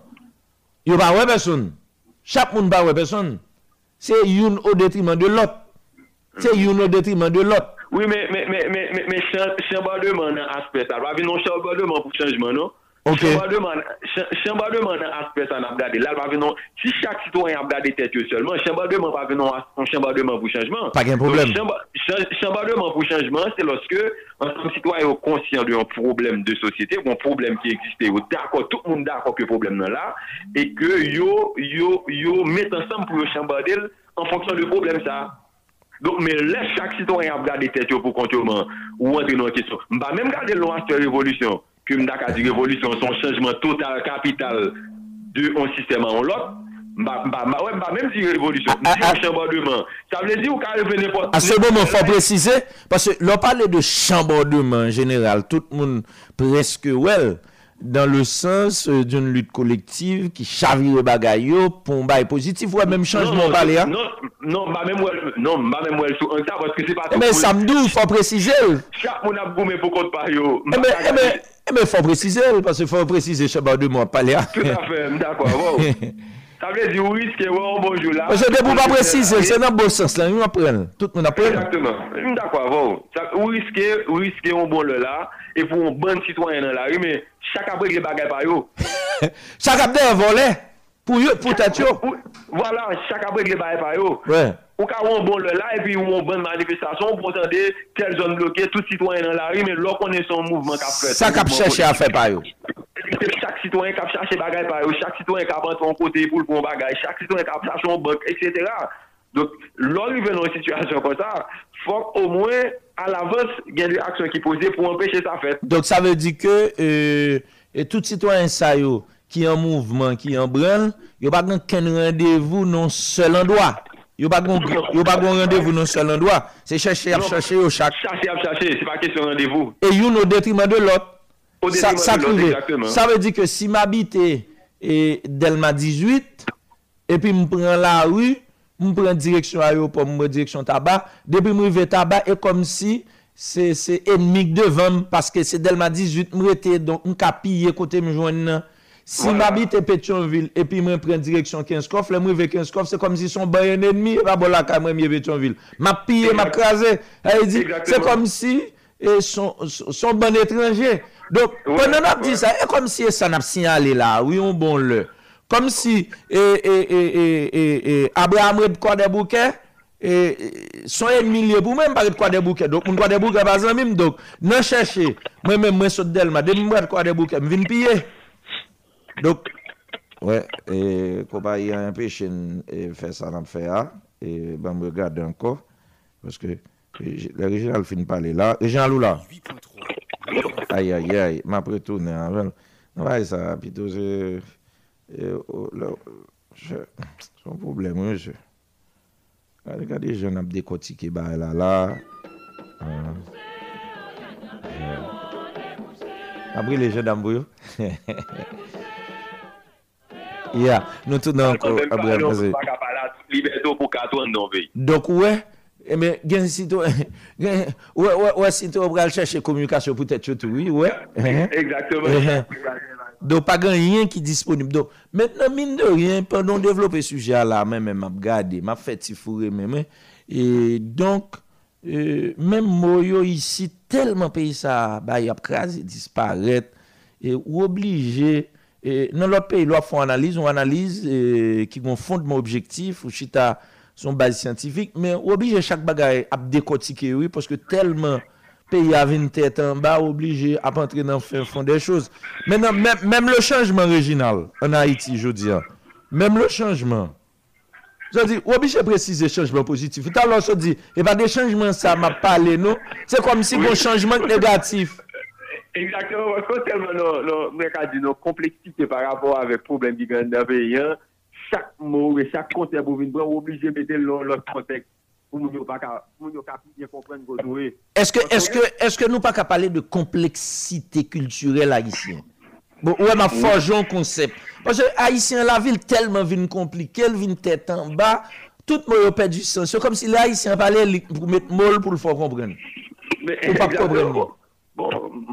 Il pas ouais personne. Chaque monde pas ouais personne. C'est une au détriment de l'autre. C'est une au détriment de l'autre. Oui, mais mais mais mais mais, mais chambardement dans aspect ça. Va venir non chambardement pour changement non. OK. Chambardement chambardement dans aspect ça n'a regarder. Là va venir si chaque citoyen a regardé tête seulement, chambardement va venir un chambardement pour changement. Pas de problème. Chambardement pour changement, c'est lorsque un citoyen est conscient d'un problème de société, un problème qui existait, d'accord, tout le monde d'accord que le problème est là et que yo yo yo met ensemble pour chambarder en fonction du problème ça. Donc, mais laisse chaque citoyen regarder tête pour contournement ou entrer dans la question. Bah, même regarder l'aspect révolution, que m'daka dit révolution, son changement total, capital de un système en l'autre. Bah, bah, bah, ouais, bah, même si révolution, ah, ah, chambardement, ça veut dire qu'à revenir pas. À ce moment, il faut préciser, parce que l'on parle de chambardement en général, tout le monde presque, well, dans le sens euh, d'une lutte collective qui chavire bagayo pour un bail positif ou même changement parler hein? Non non bah même non bah même elle sous un cas parce que c'est pas mais samedi il faut préciser chaque monde a goumé pour compte pas yo mais mais mais faut préciser parce qu'il faut préciser chambardement parler tout à fait d'accord bon ça veut dire oui que bon bonjour là parce que de pour pas préciser c'est dans le bon sens là on apprend tout le monde apprend exactement d'accord bon oui risque oui risque on bon là et pour un bon citoyen dans la rue mais chaque après les bagages par yo chaque après volé pour yo pour tête yo voilà chaque après les bagages par yo ouais ou ka on bon là et puis on bonne manifestation pour entendre telle zone bloquée tout citoyen dans la rue mais là on est son mouvement qu'a fait ça qu'a cherché à faire par yo chaque citoyen qui a cherché bagages par yo chaque citoyen qui a prendre son côté pour le bagage chaque citoyen qui a cherché son banque etc. Donc lorsqu'il vient dans une situation comme ça faut au moins à l'avance il y a des actions qui posées pour empêcher ça fait. Donc ça veut dire que euh, et tout citoyen ça yo qui en mouvement qui en branle il pas qu'un rendez-vous non seul endroit il pas il pas rendez-vous non seul endroit c'est chercher à chercher au chaque chercher à chercher c'est pas question rendez-vous et une au détriment de l'autre ça ça, exactement. Ça veut dire que si m'habite et Delma dix-huit et puis me prend la rue me prend direction aéroport me direction tabac depuis me rive tabac et comme si c'est c'est ennemi devant parce que c'est Delma dix-huit m'rete donc on ka piller côté me joindre. Si voilà. M'habite Pétionville et puis me prend direction quinze coffre, le m'rive quinze coffre, c'est comme si son bail un ennemi pas bon la caméra mi Pétionville. M'a pillé, m'a crasé. Elle dit c'est comme si et son son bon étranger. Donc ouais, pendant on a dit ça, et comme si ça n'a signalé là, oui on bon le. Comme si et et et et et Abraham Red quoi des bouquets et son ennemi lié pour même pas de quoi des bouquets. Donc on quoi des bouquets pas même donc non chercher. Moi même moi saute Delma, de moi quoi des bouquets, me vinn piller. Donc ouais et compagnie a empêché et faire ça n'a fait là et ben me regarder encore parce que le régional fin parler là, régional ou là. Aïe aïe aïe, m'a retourné avec ouais ça plutôt je son problème je regardez les jeunes ont décortiqué bah là là après les jeunes d'Ambouyo yeah nous tournons encore après donc ouais mais gen sito ouais ouais ouais sito on va chercher communication peut-être tout oui ouais exactement. Donc pas rien qui disponible. Donc maintenant mine de rien pendant développer sujet là même m'a regarder, m'a fait ti fourrer même et donc euh, même moyo ici tellement pays ça bah y a crasé disparaître et ou obligé et dans l'autre pays là font analyse, on analyse et, qui gon fondement objectif ou chita son base scientifique mais obligé chaque bagaille à décortiquer oui parce que tellement pays a une tête en bas obligé à entrer dans le fond des choses. Maintenant même, même le changement régional en Haïti je dis même le changement je dis obligé préciser changement positif. Tout à l'heure je dis et pas des changements ça m'a parlé non, c'est comme si oui. Un changement négatif. Exactement, parce que tellement non non mais qu'a dit nos complexités par rapport avec problème qui gagne dans le pays, chaque mot et chaque concept pour venir obligé mettre le contexte. Est-ce que est-ce que est-ce que nous pas qu'à parler de complexité culturelle haïtienne? Bon, ouais, ma forgeon concept. Parce que haïtien la ville tellement vient compliquée, elle vient tête en bas, tout le monde perd du sens. C'est comme si les haïtiens parlaient pour mettre molle pour le faire comprendre. Mais pas comprendre. Bon,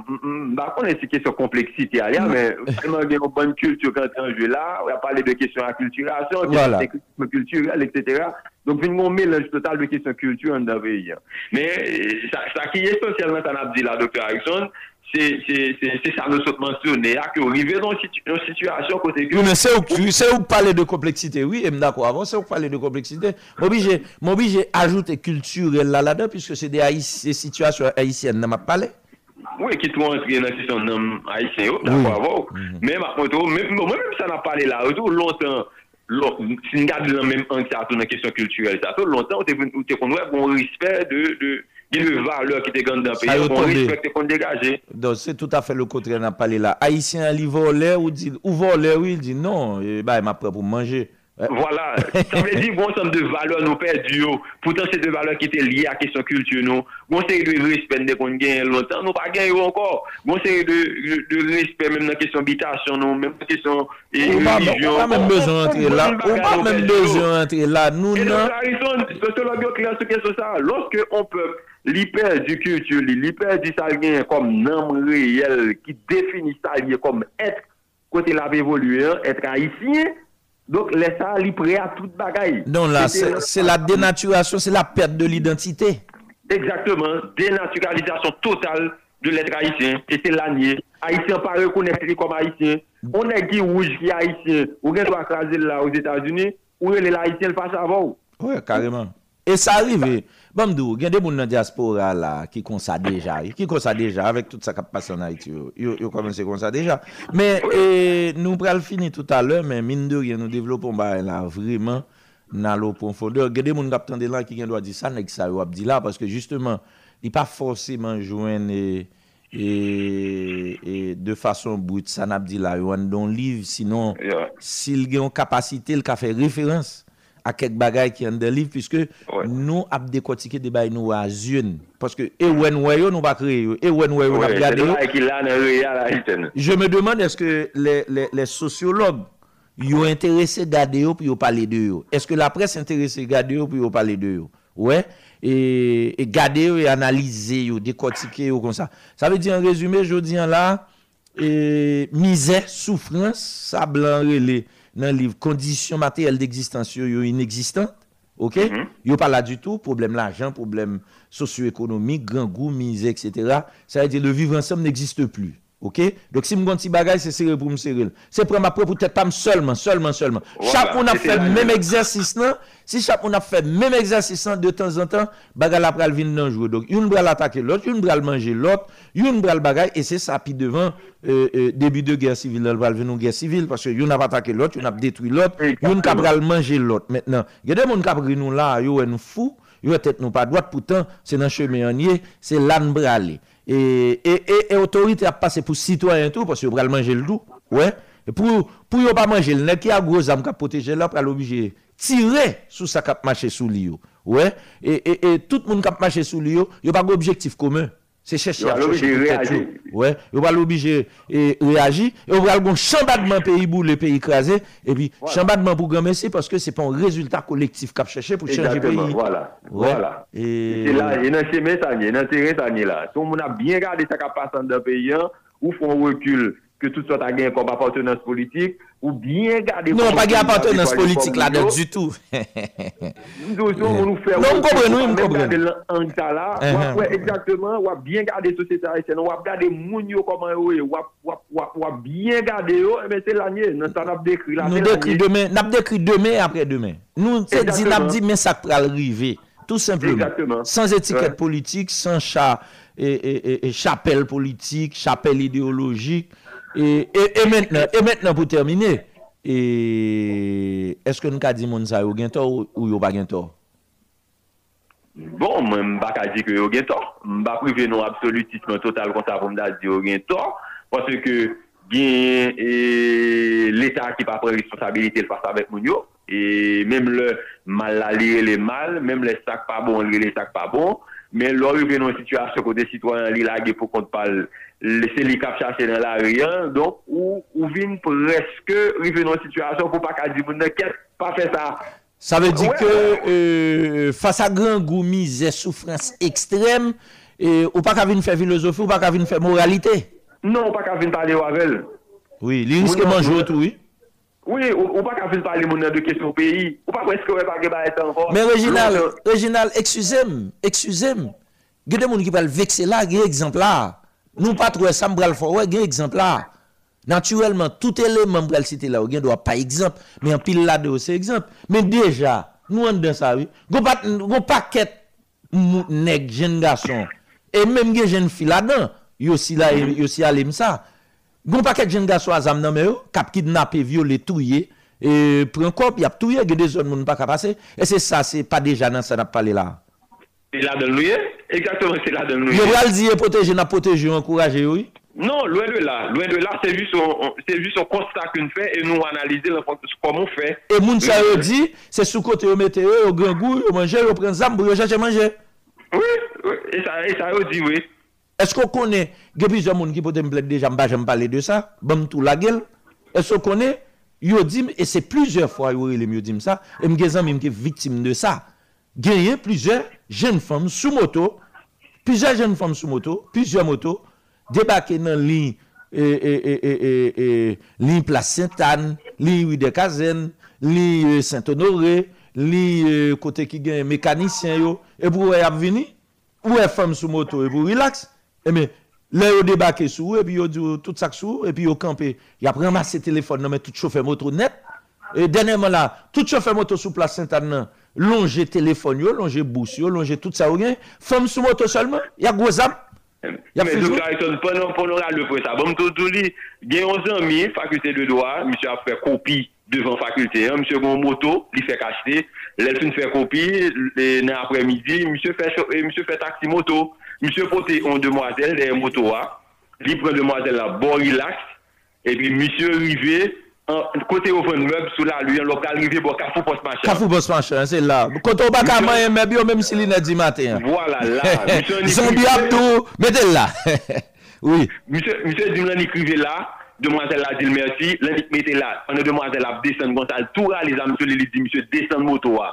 bah on est sur question complexité ailleurs, mais vraiment il y a une bonne culture quand on joue là, on a parlé de questions acculturation, voilà. Questions culturelles, et cetera. Donc il y a un mélange total de questions culturelles dans le pays. Mais ça, ça qui est essentiellement ça n'a dit là, docteur Harrison, c'est c'est c'est ça nous sommes mentionné à que arriver dans une situation côté que. Oui, mais c'est où c'est où parler de complexité, oui, et d'accord. Avant c'est où parler de complexité. M'oblige, m'oblige ajouter culturel là là-dedans puisque c'est des haïtiens, situations haïtiennes n'a pas parlé. Oui, qui sont entrés dans la question haïtienne, d'accord. Mais moi-même, ça n'a pas parlé là. Longtemps, si on regarde le même angle dans la question culturelle, ça fait longtemps, on a un respect de de valeurs qui étaient dans le pays, on respecte qu'on dégage. Donc, c'est tout à fait le contraire, on n'a pas parlé là. Haïtien, il vole, ou dit, ou vole, oui, il dit non, il m'a pris pour manger. Voilà, ça veut dire bon ensemble de valeurs nous perdus. Pourtant c'est des valeurs qui étaient liées à la question culture nous. Bon c'est de respect de qu'on gagne longtemps, nous pas gagner encore. Bon c'est de de respect même dans la question habitation nous, même la question religion. On pas même besoin d'entrer là, on pas même besoin d'entrer là nous non. Sociologue clair sur question ça. Lorsque on peut l'hyper du culture, l'hyper du ça comme nom réel qui définit ça comme être côté la évolué, être haïtien. Donc, laisse ça, il prêt à toute bagaille. Non, là, c'est la dénaturation, c'est la perte de l'identité. Exactement. Dénaturalisation totale de l'être haïtien. Et c'est l'année. Haïtien pas reconnaître comme haïtien. On est qui rouge qui est haïtien. Ou bien doit craser là aux États-Unis. Ou est haïtien face avant. Oui, carrément. Et ça arrive. Bon, il y a des gens dans la diaspora là qui font ça déjà. Qui font ça déjà avec tout ça qui passe en Haïti. Ils commencent comme ça déjà. Mais et, nous allons finir tout à l'heure, mais mine de rien, nous développons là vraiment dans l'eau profondeur. Il y a des gens qui attendent là qui doivent dire ça, n'est que ça, dit là, parce que justement, il n'est pas forcément joindre et, et, et de façon brute, ça n'a pas dit là, dans le livre, sinon, yeah. S'il y a une capacité, il a fait référence à quelques bagailles qui sont dans le livre, puisque ouais. Nous avons décortiqué des bagailles nous à Zune. Parce que, et when nous nous pas créé, et when nous avons regardé. Je me demande, est-ce que les, les, les sociologues ils ont intéressé à garder pour parler de eux? Est-ce que la presse est intéressée à garder pour parler de eux? ouais, et, et garder et analyser, yo, décortiquer yo, comme ça. Ça veut dire en résumé, je dis là, et misère, souffrance, ça blanc relé dans le livre conditions matérielles d'existence yo inexistantes. OK? Mm-hmm. Yo pas là du tout, problème l'argent, problème socio-économique, grand goût, misère, et cetera. Ça veut dire le vivre ensemble n'existe plus. OK? Donc si mon petit bagage c'est serré pour me serrer. C'est pour ma propre tête pas seulement, seulement, seulement. Voilà, chaque monde a fait le même exercice là. Si chaque monde a fait le même exercice de temps en temps, bagage la pral vinn nan jour. Donc une bral attaquer l'autre, une bral manger l'autre, une bral bagage et c'est ça puis devant euh, euh, début de guerre civile, elle va venir une guerre civile parce que une a attaqué l'autre, une a détruit l'autre, une a pral manger l'autre. Maintenant, il y a des monde qui a pris nous là, yo en fou, yo tête nous pas droite pourtant, c'est dans chemin enier, c'est l'âne bralé. Et, et, et, et autorité a passé pour citoyen tout parce que vous allez manger le tout. Ouais. Et pour pour ne pas manger le nez qui a gros âme qui a protégé là pour l'obligé tirer sous ça qui a marché sous lui. Ouais. Et, et, et tout le monde qui a marché sous lui, il n'y a pas d'objectif commun. C'est chercher à réagir. Ouais, on va l'obliger et réagir et on va le chambardement pays boule le pays écrasé et puis voilà. Chambardement pour grand merci parce que c'est pas un résultat collectif qu'a chercher pour changer le pays. Voilà. Ouais. Voilà. Et c'est là, il y a un chemin ça, il y a un intérêt ça là. Si on a bien regardé ça qui passe dans le pays ou font un recul que tout soit à gagner comme appartenance politique ou bien garder non pas gain appartenance politique là-dedans du tout. Nous nous faire non comprendre nous comprendre là ouais exactement ou bien garder société haïtienne ou garder moun yo comment yo ou ou bien garder yo mais c'est l'année nous ça n'a décrit là nous décrit demain n'a décrit demain après demain nous c'est dit n'a dit mais ça va arriver tout simplement exactement. Sans étiquette ouais. Politique sans chat et, et, et, et chapelle politique chapelle idéologique. Et, et, et, maintenant, et maintenant, pour terminer, est-ce que nous avons dit que nous avons tort ou nous n'avons pas tort? Bon, moi, je ne vais pas dire que nous avons tort. Je ne vais pas priver non absolutisme total comme ça pour me dire que nous avons tort. Parce que l'État qui n'a pas pris responsabilité face avec nous. Et même le mal allié, les mal, même les sacs pas bons, les sacs pas bons. Mais là, il y a une situation où des citoyens li laguent pour qu'on parle, laisser les cap chercher dans la rien, donc, ou, ou vient presque, il y a une situation pour pas qu'à dire, n'inquiète, pas faire ça. Ça veut dire ouais, que, euh, face à grand goût, misère, souffrance extrême, et, ou pas qu'à venir faire philosophie, ou pas qu'à venir faire moralité. Non, ou pas qu'à venir parler avec elle. Oui, il risque de manger tout, oui. Oui, ou, ou pas qu'à venir parler de questions au pays, ou pas presque, ou pas qu'à être encore. Mais Réginal, Réginal, excusez-moi, excusez-moi. Il y a des gens qui veulent vexer là, il y a un exemple là. Nous pas trop ça, il y a un exemple là. Naturellement, tout élément que citer là, il doit pas exemple, mais en pile là de c'est exemple. Mais déjà, nous on dans ça oui. Go pas go paquet nèg jeune garçon et même des jeunes filles là-dedans, yo aussi là yo aussi allem ça. Go paquet jeune garçon azam nan mais yo, cap kidnapper, violer, tuer et prend corps, y a tuer, il y a des zones moun pas ka passer et c'est ça, c'est pas déjà dans ça n'a parlé là. C'est là dans nous exactement, c'est là dans nous. Yo va le dire protéger, n'a protéger, encourager oui. Non, loin de là. Loin de là, c'est juste un, juste un constat qu'on fait et nous analyser comment on fait. Et moun ça yo dit, c'est sous côté au météo, au grand goût, au manger, au prendre zam, pour chercher manger. Oui, oui, et ça, et ça yo dit oui. Est-ce qu'on connaît, il y a plusieurs gens qui peuvent me plaire déjà, je vais parler de ça, bon tout la gueule. Est-ce qu'on connaît, yo dit, et c'est plusieurs fois yo les mieux dit ça, et m'gè zami m'ki victime de ça. Gagner plusieurs jeunes femmes sous moto, plusieurs jeunes femmes sous moto, plusieurs motos, débarquer dans ligne et et et et et ligne place Sainte-Anne, ligne rue des Casernes, ligne Saint-Honoré, ligne côté qui gagne mécanicien yo et pour y venir ou est femme sous moto et pour relax et mais là yo débarquer sous et puis yo dit tout ça sous et puis yo camper, y a ramassé téléphone mais tout chauffeur moto net et dernièrement là, tout chauffeur moto sous place Sainte-Anne longer téléphone yo, longer bourse yo, longer tout ça ou rien, femme sous moto seulement, y a gros âme. Mais donc, pendant pendant le pour ça, bon tout tout li, gen onze amis faculté de droit, monsieur a fait copie devant faculté, hein, monsieur gon moto, il fait cacheter, il fin fait copie dans après-midi, monsieur fait monsieur fait taxi moto, monsieur porter une demoiselle des moto a, il prend demoiselle là, bon relax et puis monsieur rivé côté au fond meuble sous la lui, on va arriver pour Carrefour Post Machin. Carrefour Post Machin, c'est là. Quand on va pas manger meuble même si il est dit matin. Voilà là. Zombie Abdou, mettez là. Oui. Monsieur monsieur dit l'on écrivait là, demoiselle a dit merci, l'on mettez là. On demoiselle a descendre comme ça, tout là les amis monsieur lui dit monsieur descend moto là.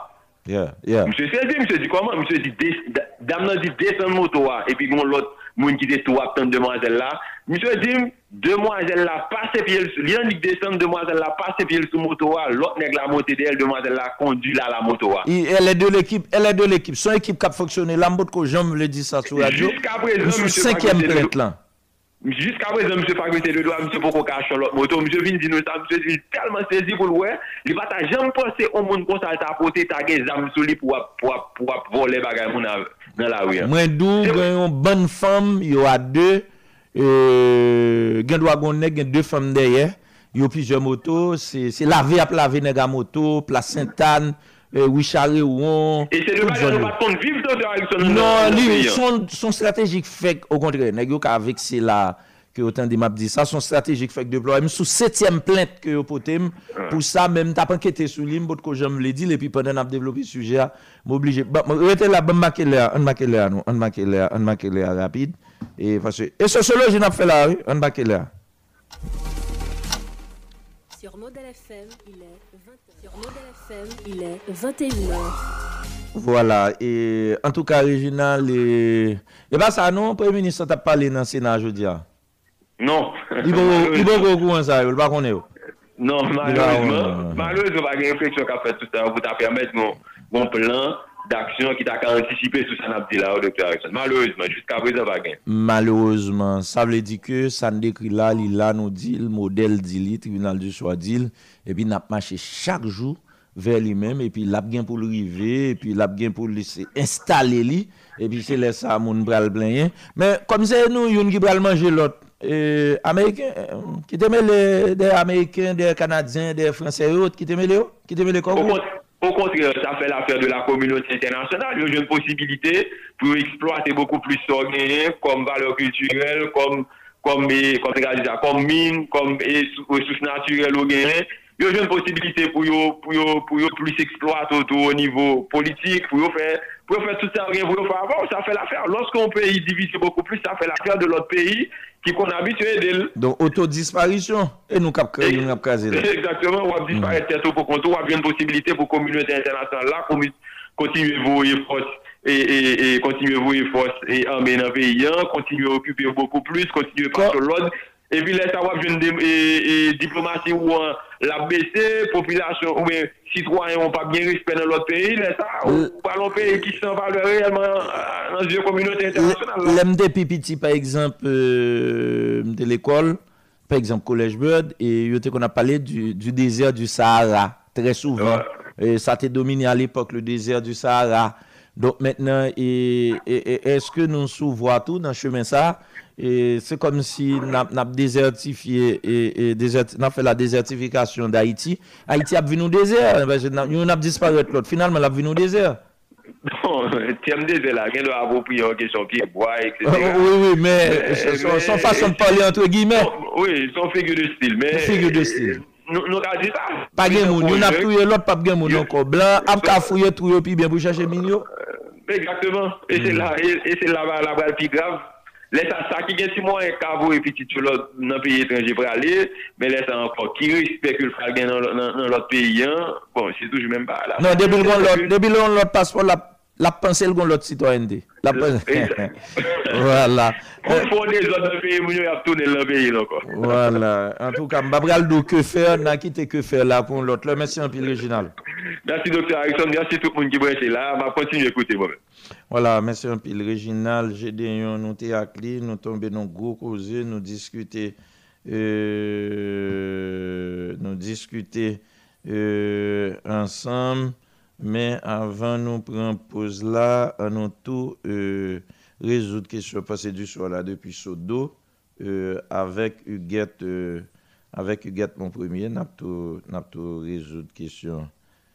Yeah, yeah. Monsieur saisi, monsieur dit comment? Monsieur dit, dame nan dit descend moto et puis gon l'autre moun qui était tout attendre demoiselle là. Monsieur dit, demoiselle là passe pied, l'ien dit descend demoiselle là passe pied sur moto, l'autre nèg la montée d'elle demoiselle là conduit là la moto. Elle est de l'équipe, elle est de l'équipe. Son équipe qui a fonctionné là, m'bot ko j'aime le dire ça sur radio. Jusqu'à présent, monsieur cinquième plainte là. Jusqu'à présent, monsieur Fabrice de droit, monsieur Poko Cachon, l'autre moto, monsieur vient dire nous ça, monsieur dit tellement saisi pour le ouais, il va ta jamais penser au monde comme ça, t'as porté ta zam sous lui pour pour pour voler bagay moun dans la rue. Moi dou une bonne femme, il y a deux euh gen doit gon nèg gen deux femmes derrière, il y a plusieurs motos, c'est c'est laver à laver nèg à moto, place Sainte-Anne, Wichare Ouon. Et c'est de bagay pas compte vivre dans Alexandre. Non, lui son son stratégique fait au contraire, nèg yo ka avec c'est là que autant de m'a dit ça son stratégique fait déployer même sous septième plainte que yo potem pour ça même t'a pas enquêté sur lui m'bot ko j'aime le dire et puis pendant n'a développer sujet m'obligé rester là bon marquer là on marquer là on marquer là on marquer là rapide et parce que et sociologie n'a fait là on marquer là sur Modèle F M il est vingt sur Modèle F M il est vingt et une heures. Voilà, et en tout cas, Réginal, et, et bah ça, non, le Premier ministre t'a parlé dans le Sénat aujourd'hui. Non. Il va au courant ça, il va connaître. Non, malheureusement, malheureusement, il y a une réflexion qu'a fait tout ça pour te permettre mon plan d'action qui t'a anticipé sur ça, dit là, docteur Alexandre. Malheureusement, jusqu'à présent, pas gain. Malheureusement, ça veut dire que ça ne décrit là, il là, nous dit, le modèle dit, le tribunal du choix dit, et puis n'a marché chaque jour vers lui-même et puis l'a bien pour le river et puis l'a bien pour laisser installer lui et puis c'est là ça mon bral plein mais comme c'est nous yon qui bral manger l'autre euh, américain qui te mêle des américains des canadiens des français et autres qui te mêle qui te mêle comme au contraire, ça fait l'affaire de la communauté internationale. Il y a une possibilité pour exploiter beaucoup plus ce comme valeur culturelle, comme comme comme comme mine, comme ressources naturelles au Guinée. Il y a une possibilité pour yo pour yo pour yo plus exploiter au niveau politique, pour yo faire pour faire tout ça rien pour yo faire avant, ça fait l'affaire. Lorsqu'on pays divise beaucoup plus, ça fait l'affaire de l'autre pays qui qu'on habitué d'elle. Donc autodisparition et nous cap créer nous cap caser là. Exactement, on va disparaître tête pour compte, on a bien une possibilité pour communauté internationale là continuer vos efforts et et et continuer vos efforts et en dans pays, continuer à occuper beaucoup plus, continuer par l'autre. Et puis là, ça va une et, et, diplomatie où hein, la B C, population ou bien citoyens n'ont pas bien respect dans l'autre pays, là, ça, ou pas l'autre pays qui s'en va réellement dans une communauté internationale. L'M D P P T, par exemple, euh, de l'école, par exemple, Collège Bird, et on a parlé du, du désert du Sahara, très souvent. Ouais. Et ça a été dominé à l'époque, le désert du Sahara. Donc maintenant, et, et, et, est-ce que nous s'ouvrons tout dans le chemin ça? Et c'est comme si nous avons désertifié et, et désert, nous fait la désertification d'Haïti. Haïti a vu au désert, nous avons disparu l'autre. Finalement, nous avons vu au désert. Non, thème désert là, il doit avoir pris en question pied bois, et cetera. Oh, oui, oui, mais, mais son, mais son façon de parler entre guillemets. Oui, son figure de style. Mais figure de style. Nous nous avons dit ça. Pas de monde, nous avons trouvé l'autre, pas de monde encore blanc, a fouillé tout puis bien pour chercher mignon. Exactement. Et c'est là, et c'est là la balle plus grave. Laisse ça qui gagne si moi un cavo et puis tu l'autre dans le pays étranger pour aller, mais laisse encore qui respecte le frère dans dans l'autre pays. Bon, c'est toujours même pas là. Non, depuis l'autre, depuis l'autre passeport la la pensée le l'autre citoyenneté. La voilà. On faut des autres pays, nous y a tourné le pays encore. Voilà. En tout cas, m'abral do que faire, n'a quitté que faire là pour l'autre. Merci un peu Réginal. Merci docteur Alexandre, merci tout le monde qui branche là, m'a continuer à écouter moi. Voilà, merci un peu Réginal, j'ai des nous t'ai acli, nous tomber dans gros causer, nous discuter euh, nous discuter euh, ensemble. Mais avant nous prendre pause là, nous tout euh, résoudre question passée du soir là depuis Sodo euh, avec Huguette euh, avec Huguette mon premier n'a tout n'a tout résoudre question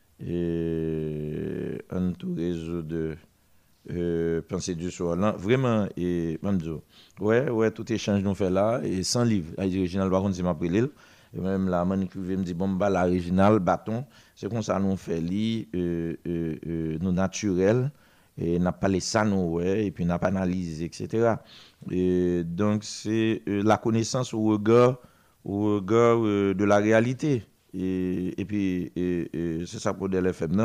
et on tout résoudre euh, pensée du soir là vraiment et Mamzo ouais ouais tout échange nous fait là et sans livre original par contre c'est m'a pris et même la man écrivait me dit bon bah la original bâton c'est comme ça nous fait li euh, euh, euh, nous naturel et n'a pas les ça nous ouais et puis n'a pas analysé etc. Et donc c'est euh, la connaissance au regard au regard euh, de la réalité et, et puis et, et, c'est ça pour L F M non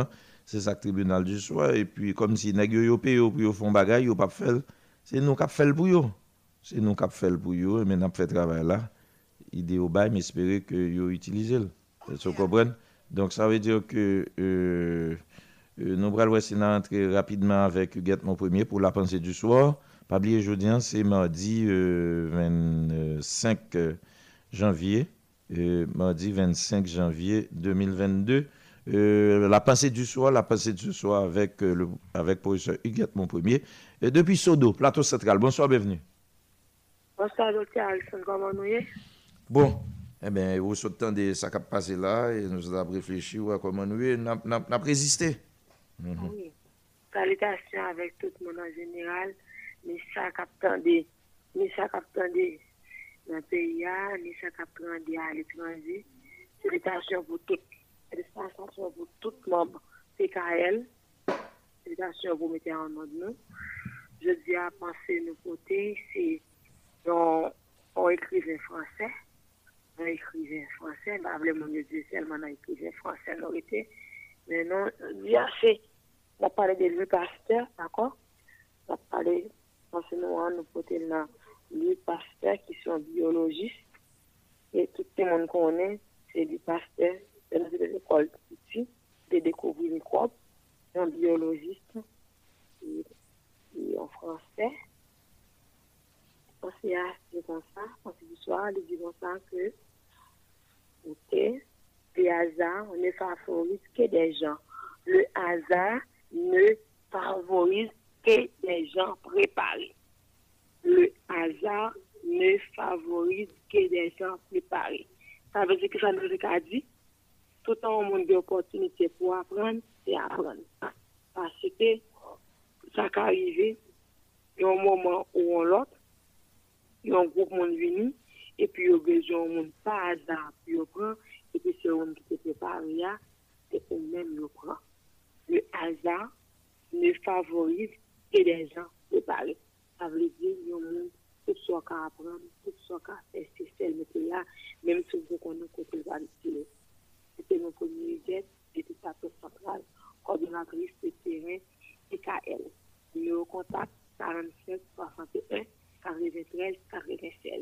c'est ça le tribunal du soir et puis comme si nèg yo yo paye pour yo font bagaille yo pas faire c'est nous qui fait pour yo c'est nous qui fait pour yo mais n'a fait travail là idée au bail mais espérer que yo utiliser vous comprenez donc ça veut dire que euh, euh, nous allons essayer d'entrer rapidement avec Huguette mon premier pour la pensée du soir pas oublier aujourd'hui c'est mardi euh, vingt-cinq janvier euh, mardi vingt-cinq janvier deux mille vingt-deux. Euh, la pensée du soir, la pensée du soir avec euh, le avec professeur Huguette mon premier et depuis Sodo, plateau central. Bonsoir, bienvenue. Bonsoir docteur Alexandre, comment nous y Bon, eh bien, vous attendez ça qui a passé là et nous avons réfléchi à comment nous y n'a n'a résisté. Mm-hmm. Oui. Salutations avec tout le monde en général, mais ça qui mais ça qui dans le pays, mais ça qui à l'étranger. Salutations pour toutes. Salutations pour tout le monde. P K L. Salutations pour mettre en ordre nous. Je dis à penser nos côtés, c'est on, on écrivait français. On écrivait français. Bah, vraiment, je dis seulement on écrivait français, non, mais non, je dis assez. On a parlé de Louis Pasteur, d'accord? On a parlé, parce que nous, nous côté là, Louis Pasteur qui sont biologistes. Et tout le monde connaît, c'est Louis Pasteur. C'est dans l'école ici, de découvrir les microbes, un biologiste, et, et en français. C'est assez comme ça, parce que du soir, il dit comme ça que, ok, le hasard ne favorise que des gens. Le hasard ne favorise que des gens préparés. Le hasard ne favorise que des gens préparés. Ça veut dire que ça nous a dit. Tout le temps, on a des opportunités pour apprendre, c'est apprendre. Parce que ça peut arriver, il y a un moment où on l'autre, il y a un groupe monde venu, et puis il y a besoin de monde pas hasard, puis on prend, et puis c'est on qui se prépare, c'est eux-mêmes qui prend. Le hasard ne favorise que des gens préparés. Ça veut dire qu'il y a un monde, tout ce qu'on peut apprendre, tout ce qu'on peut faire, c'est celle qui là, même si vous connaissez côté de l'utile. C'était mon premier jet, j'étais plateau central, coordonnatrice de terrain P K L. Numéro contact quarante-sept soixante et un quatre-vingt-treize quatre-vingt-seize.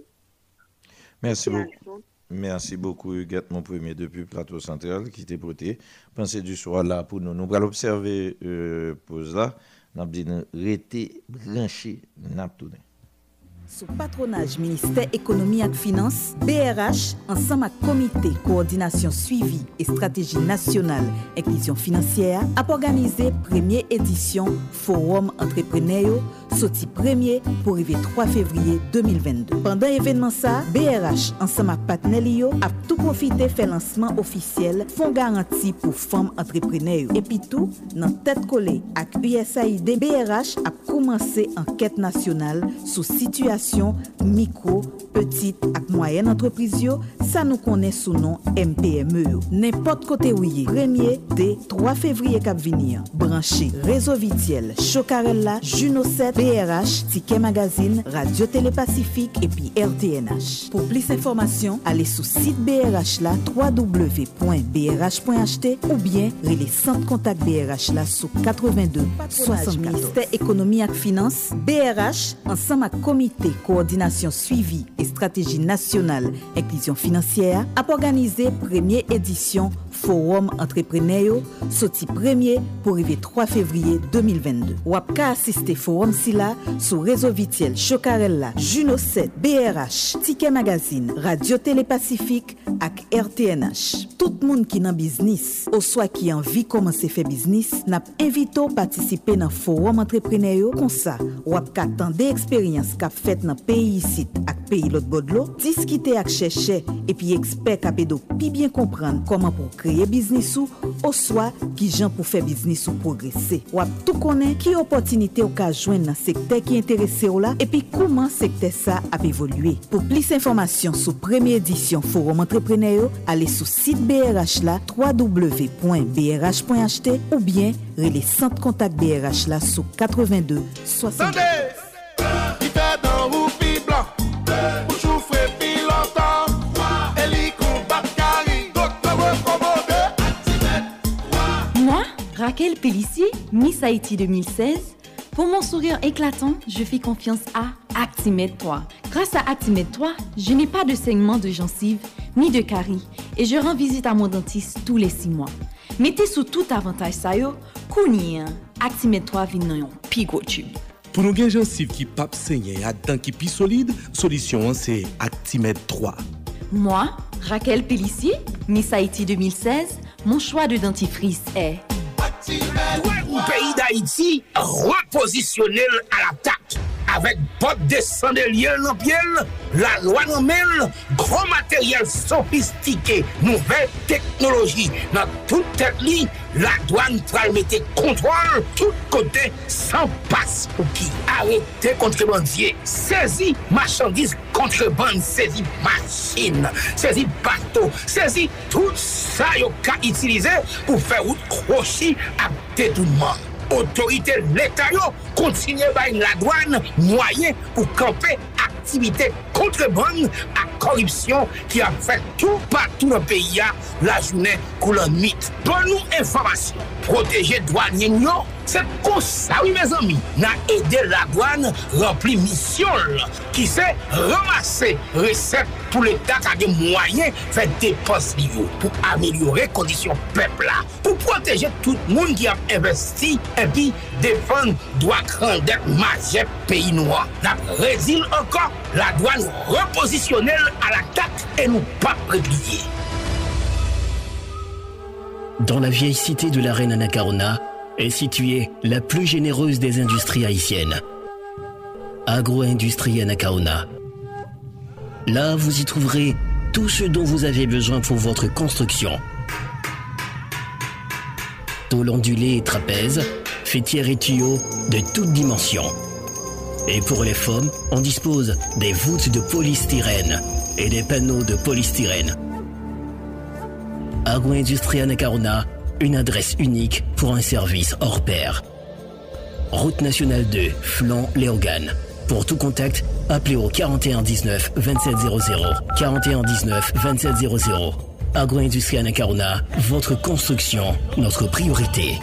Merci beaucoup. Merci beaucoup, Huguette, mon premier, depuis plateau central, qui était prêté. Pensez du soir là pour nous. Nous allons observer euh, pause là. Nous allons dire, rester branché, nous allons tourner. Sous patronage ministère économie et finances, B R H, ensemble avec comité coordination suivi et stratégie nationale inclusion financière, a organisé première édition Forum entrepreneur sorti premier pour arriver trois février deux mille vingt-deux. Pendant l'événement ça, B R H ensemble avec partenaires a tout profité faire lancement officiel fonds garanti pour femmes entrepreneurs. Et puis tout, dans tête collée avec U S A I D, B R H a commencé enquête nationale sur situation micro, petite et moyenne entreprise, ça nous connaît sous nom M P M E. N'importe côté où y est, premier dès trois février cap venir. Branché Réseau Vitiel, Chocarella, Juno sept, B R H, Ticket Magazine, Radio Télé Pacifique et puis R T N H. Pour plus d'informations, allez sur site B R H là w w w point b r h point h t ou bien les centres contact B R H là sur quatre-vingt-deux soixante-quatorze. Ministère économie et finances, B R H ensemble avec comité coordination suivi et stratégie nationale inclusion financière a organisé première édition Forum entrepreneur sorti premier pour arriver trois février deux mille vingt-deux. Ou ap ka assister forum si la sur Réseau Vitiel, Chocarella, Juno sept, B R H, Ticket Magazine, Radio Télé Pacifique ak R T N H. Tout le monde qui nan business ou soit qui envie commencer faire business n'a invité à participer dans forum entrepreneur comme ça ou ap ka tande expérience qu'a fait dans pays ici ak pays l'autre bodlo, discuter ak chercher et puis expert capédo pi bien comprendre comment pour créer business ou ou soit qui gens pour faire business ou progresser. Ou ap tout connaît qui opportunité ou ka joindre dans secteur qui intéressé ou là et puis comment secteur ça a évolué. Pour plus d'informations sur première édition forum entrepreneur, allez sur site B R H là w w w point b r h point h t ou bien relais centre contact B R H là sur quatre-vingt-deux soixante. Raquel Raquel Pellissier, Miss Haïti deux mille seize. Pour mon sourire éclatant, je fais confiance à Actimède trois. Grâce à Actimède trois, je n'ai pas de saignement de gencives ni de caries et je rends visite à mon dentiste tous les six mois. Mettez sous tout avantage ça yo, kouni Actimède trois vient dans un pigot tube. Pour nos gen gencives qui pap saigner à dents qui pi solide, solution c'est Actimède trois. Moi, Raquel Pellissier, Miss Haïti deux mille seize, mon choix de dentifrice est Au pays d'Haïti, repositionnel à l'attaque. Avec bottes de chandelier en pied, la loi en mêle, gros matériel sophistiqué, nouvelle technologie. Dans toute tête li, la douane pral mettre contrôle, tout côté, sans passe pour qui. Arrêtez contrebandier, saisi marchandises contrebande, saisi machine, saisi bateau, saisi tout ça yo ka utiliser pour faire route crochet à détournement. Autorité l'État yo continue par la douane moyen pour camper activité contrebande à corruption qui a fait tout partout dans le pays la journée couleur mythe. Bonne nous information, protéger douanier yo, c'est comme ça oui mes amis, n'a aidé la douane remplir mission qui c'est ramasser recettes pour l'État qui a des moyens faire dépenses pour améliorer conditions peuple là, pour protéger tout le monde qui a investi et puis défendre droit grandeur majeur pays noir. La résile encore la douane repositionnelle à l'attaque et nous pas préplier. Dans la vieille cité de la Reine Anacaona est située la plus généreuse des industries haïtiennes. Agro-industrie Anacaona. Là, vous y trouverez tout ce dont vous avez besoin pour votre construction. Tôle ondulée et trapèze, fêtières et tuyaux de toutes dimensions. Et pour les femmes, on dispose des voûtes de polystyrène et des panneaux de polystyrène. Agro-industrie Anacaona, une adresse unique pour un service hors pair. Route nationale deux, flanc Léogane. Pour tout contact, appelez au quarante et un dix-neuf vingt-sept zéro zéro. quarante et un dix-neuf vingt-sept zéro zéro. Agro-industrie Anacaona, votre construction, notre priorité.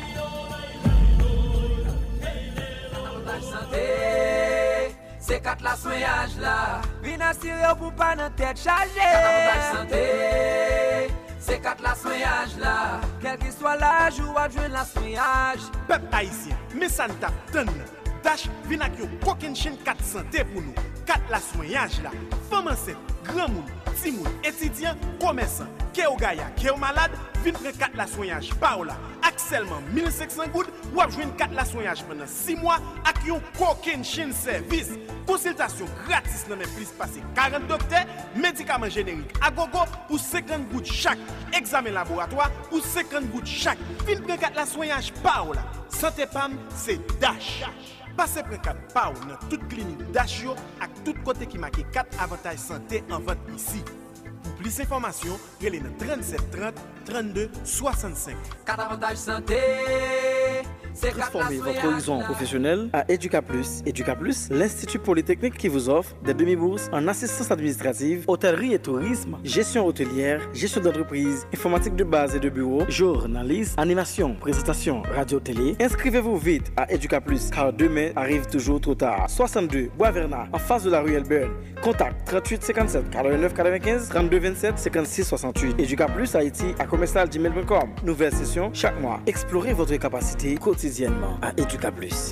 C'est quatre la soignage là. Vin assurer pour pas notre tête chargée. C'est quatre la soignage là. Quel que soit l'âge ou à jouer la soignage. Peuple haïtien, mais ça ne tape donne. Dash, vin ak yo koken chen quatre santé pour nous. quatre la soignage là. Femme enceinte, grand moun, petit moun, étudiant, commerçant, keo gaya, keo malade, vin prendre quatre la soignage par là. Ak seulement mille cinq cents gouttes, ou ap joindre quatre la soignage pendant six mois ak yon koken chen service. Consultation gratis dans même plus passé quarante docteurs, médicaments génériques à gogo pour cinquante gouttes chaque, examen laboratoire pour cinquante gouttes chaque. Vin prendre quatre la soignage par là. Santé P A M, c'est Dash. Passez prendre quatre par dans toute clinique Dash yo ak tout côté qui marque quatre avantages santé en vente ici. Pour plus d'informations, relez dans trente-sept trente trente-deux soixante-cinq. quatre avantages santé. Transformez votre horizon professionnel à EducaPlus. EducaPlus, l'Institut Polytechnique qui vous offre des demi-bourses en assistance administrative, hôtellerie et tourisme, gestion hôtelière, gestion d'entreprise, informatique de base et de bureau, journalisme, animation, présentation, radio-télé. Inscrivez-vous vite à EducaPlus car demain arrive toujours trop tard. soixante-deux Bois Vernat, en face de la rue Elburn. Contact trente-huit cinquante-sept quatre-vingt-neuf quatre-vingt-quinze trente-deux vingt-sept cinquante-six soixante-huit. EducaPlus Haïti à commercial gmail point com. Nouvelle session chaque mois. Explorez votre capacité quotidiennement à EducaPlus.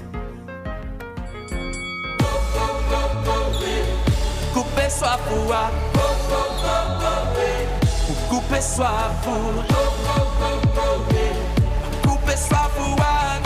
Coupez soif pour Coupez soif pour Coupez soif pour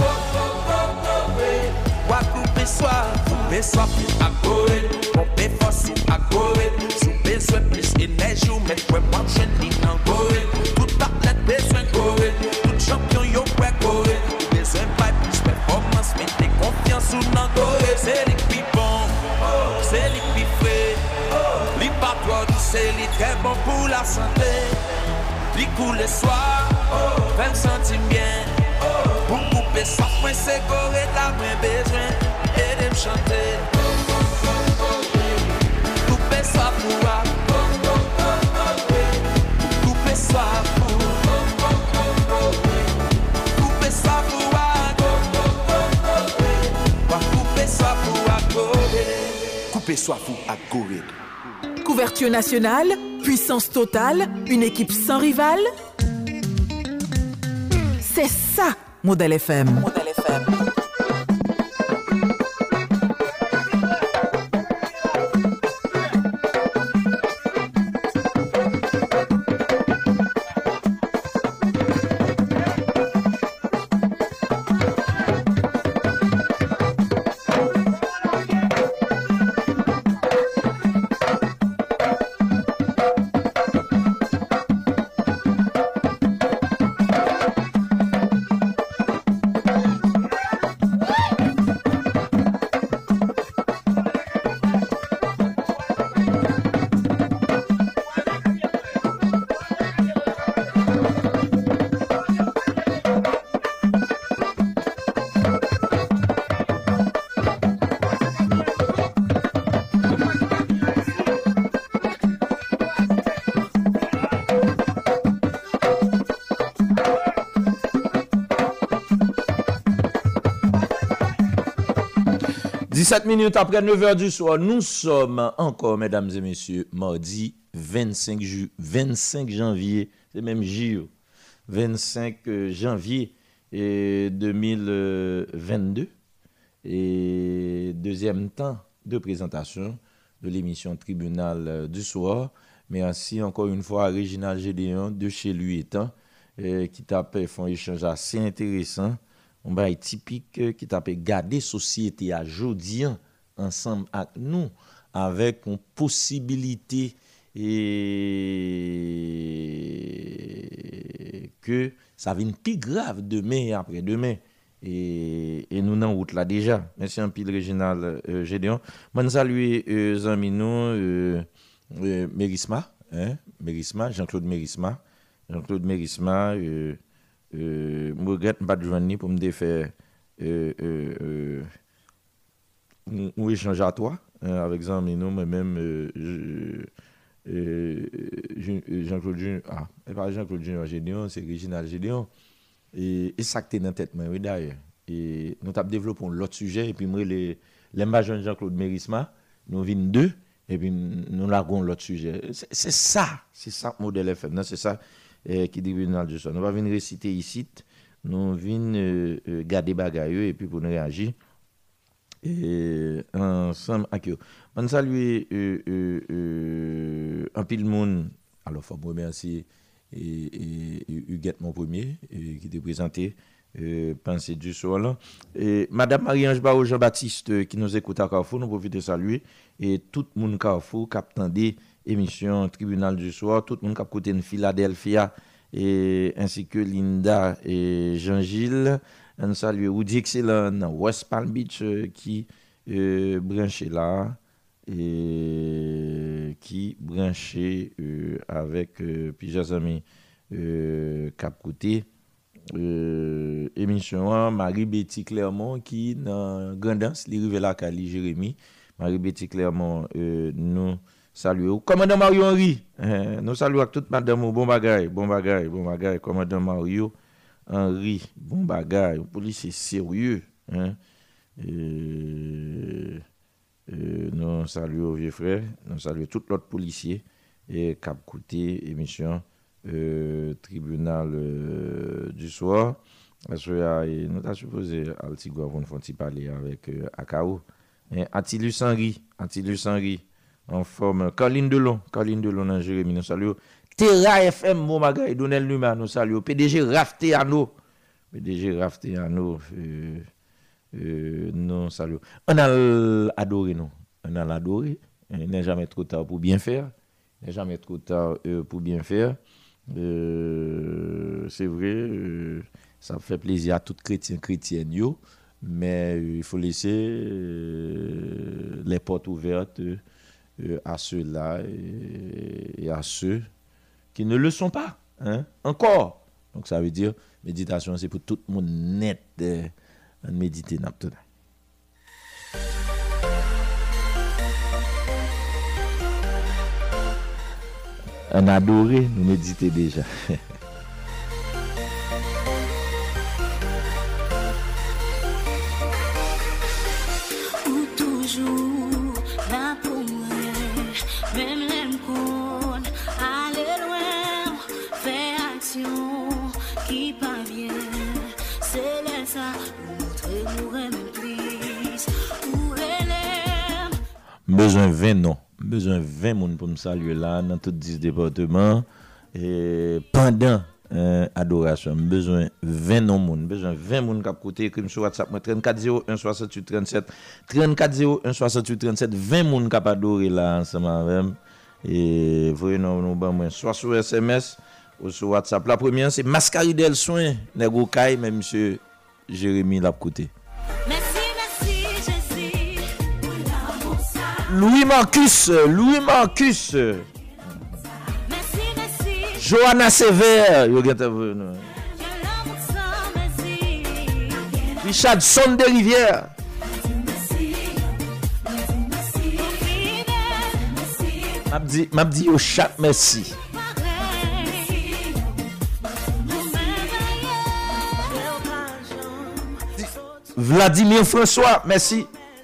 Coupez soif Coupez soif à courir Coupez force à courir Sous besoin plus énergie ou mettre quoi moi je dis en courir Tout athlète besoin courir Tout champion yo ouais courir Besoin pas plus performance mettez confiance ou non courir C'est lui qui bon C'est lui qui fait Lui pas trop douce c'est lui très bon pour la santé Lui coule le soir vingt centimes bien Pour couper sans point c'est courir t'as moins besoin Et de me chanter Couper ça pour Couper ça pour Couper ça Pessoafou à Gorée. Couverture nationale, puissance totale, une équipe sans rival. C'est ça, Modèle F M. Modèle F M. dix-sept minutes après neuf heures du soir, nous sommes encore, mesdames et messieurs, mardi vingt-cinq, ju- vingt-cinq janvier, c'est même J O, vingt-cinq janvier et deux mille vingt-deux, et deuxième temps de présentation de l'émission Tribunal du soir. Merci encore une fois à Réginald Gédéon de chez lui étant, euh, qui t'a fait un échange assez intéressant. On va être typique qui t'a garder société à jodi ensemble avec nous avec une possibilité et que ça vienne plus grave demain et après-demain et, et nous en route là déjà. Merci un pile régional euh, Gédéon. Moi saluer euh, amis nous euh, euh, Mérisma, hein, Mérisma, Jean-Claude Mérisma, Jean-Claude Mérisma euh, Euh, je regrette pas de joindre pour me faire euh, euh, euh, un échange à toi hein, avec Zami nous moi-même euh, euh, Jean-Claude Junior ah et pas Jean-Claude Junior Gédéon c'est Réginald Gédéon et, et ça que t'es dans tête moi oui d'ailleurs et nous t'avons développé l'autre sujet et puis moi les les majeurs Jean-Claude Mérisma nous vînes deux et puis nous larguons l'autre sujet c'est, c'est ça c'est ça Modèle F M non c'est ça Eh, qui dit tribunal du soir. Nous va venir réciter ici, nous venir euh, euh, garder bagaille et puis pour nous réagir et ensemble avec eux. On salue euh, euh, euh, un pile monde. Alors faut remercier et et Huguette mon premier et, qui t'a présenté euh, pensée du soir là et madame Marie-Ange Bao Jean-Baptiste qui nous écoute à Carrefour, nous profitons de saluer et tout le monde Carrefour qui attendait émission Tribunal du soir, tout le monde qui a côté de Philadelphia et ainsi que Linda et Jean-Gilles, on salue Woody Excellent West Palm Beach euh, qui euh, branché là et qui branché euh, avec euh, plusieurs amis euh, cap côté euh, émission Marie Betty Clermont qui dans Grandance li rive la Cali Jérémy Marie Betty Clermont euh, nous salut commandant Mario Henry euh, nous saluons toute madame bon bagaille bon bagaille bon bagaille commandant Mario Henry bon bagaille policier sérieux hein et, et nous saluons vieux frère nous saluons tout l'autre policier et cap côté émission euh, tribunal euh, du soir parce que nous t'a supposé Altigua vont font parler avec euh, Akao et Attilus Henry Attilus Henry en forme Caroline Delon, Caroline Delon dans Jérémy, nous saluons Terra F M, mon bagay, Donel Numa, nous saluons P D G Rafteano, P D G Rafteano, euh, euh, nous saluons. On a adoré, nous, on a adoré, il n'est jamais trop tard pour bien faire, il n'est jamais trop tard euh, pour bien faire, euh, c'est vrai, euh, ça fait plaisir à tout chrétien, chrétienne, yo, mais euh, il faut laisser euh, les portes ouvertes euh, à ceux-là et, et à ceux qui ne le sont pas, hein, encore. Donc ça veut dire, méditation, c'est pour tout le monde net de méditer. Un adoré, nous méditer déjà. là pour moi, même les m'con, aller loin, faire action qui pas bien, c'est là ça, montrer nous remettre plus, ou relève. Besoin vingt non, besoin vingt moun pour me saluer là dans tous dix départements et pendant Euh, adoration, besoin vingt non moun, besoin vingt moun k'ap côté écrit sur WhatsApp moi trente-quatre zéro un soixante-huit trente-sept trente-quatre zéro un soixante-huit trente-sept vingt moun k'ap adorer là ensemble avec et voyez nous nous ba moi soit sur S M S ou sur WhatsApp. La première c'est Mascaridel soin nego kay mais monsieur Jérémy l'a côté. Merci merci Jésus. Louis Marcus, Louis Marcus Johanna Sévère, yo gete venu. Richard Son de Rivière. M'abdi, m'abdi yo chat merci. Vladimir François, merci.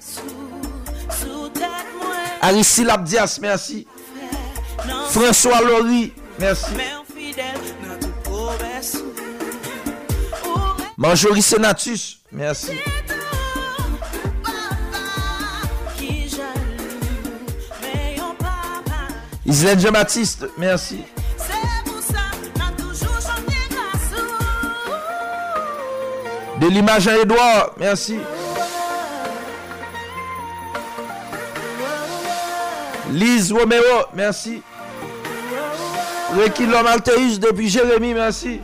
Aristide Abdias, merci. François Lori, merci. Marjorie Senatus, merci. Israël Jean-Baptiste, merci. De l'image Jean-Edouard, merci. Lise Romero, merci. Requis l'homme Altéus depuis Jérémy, merci.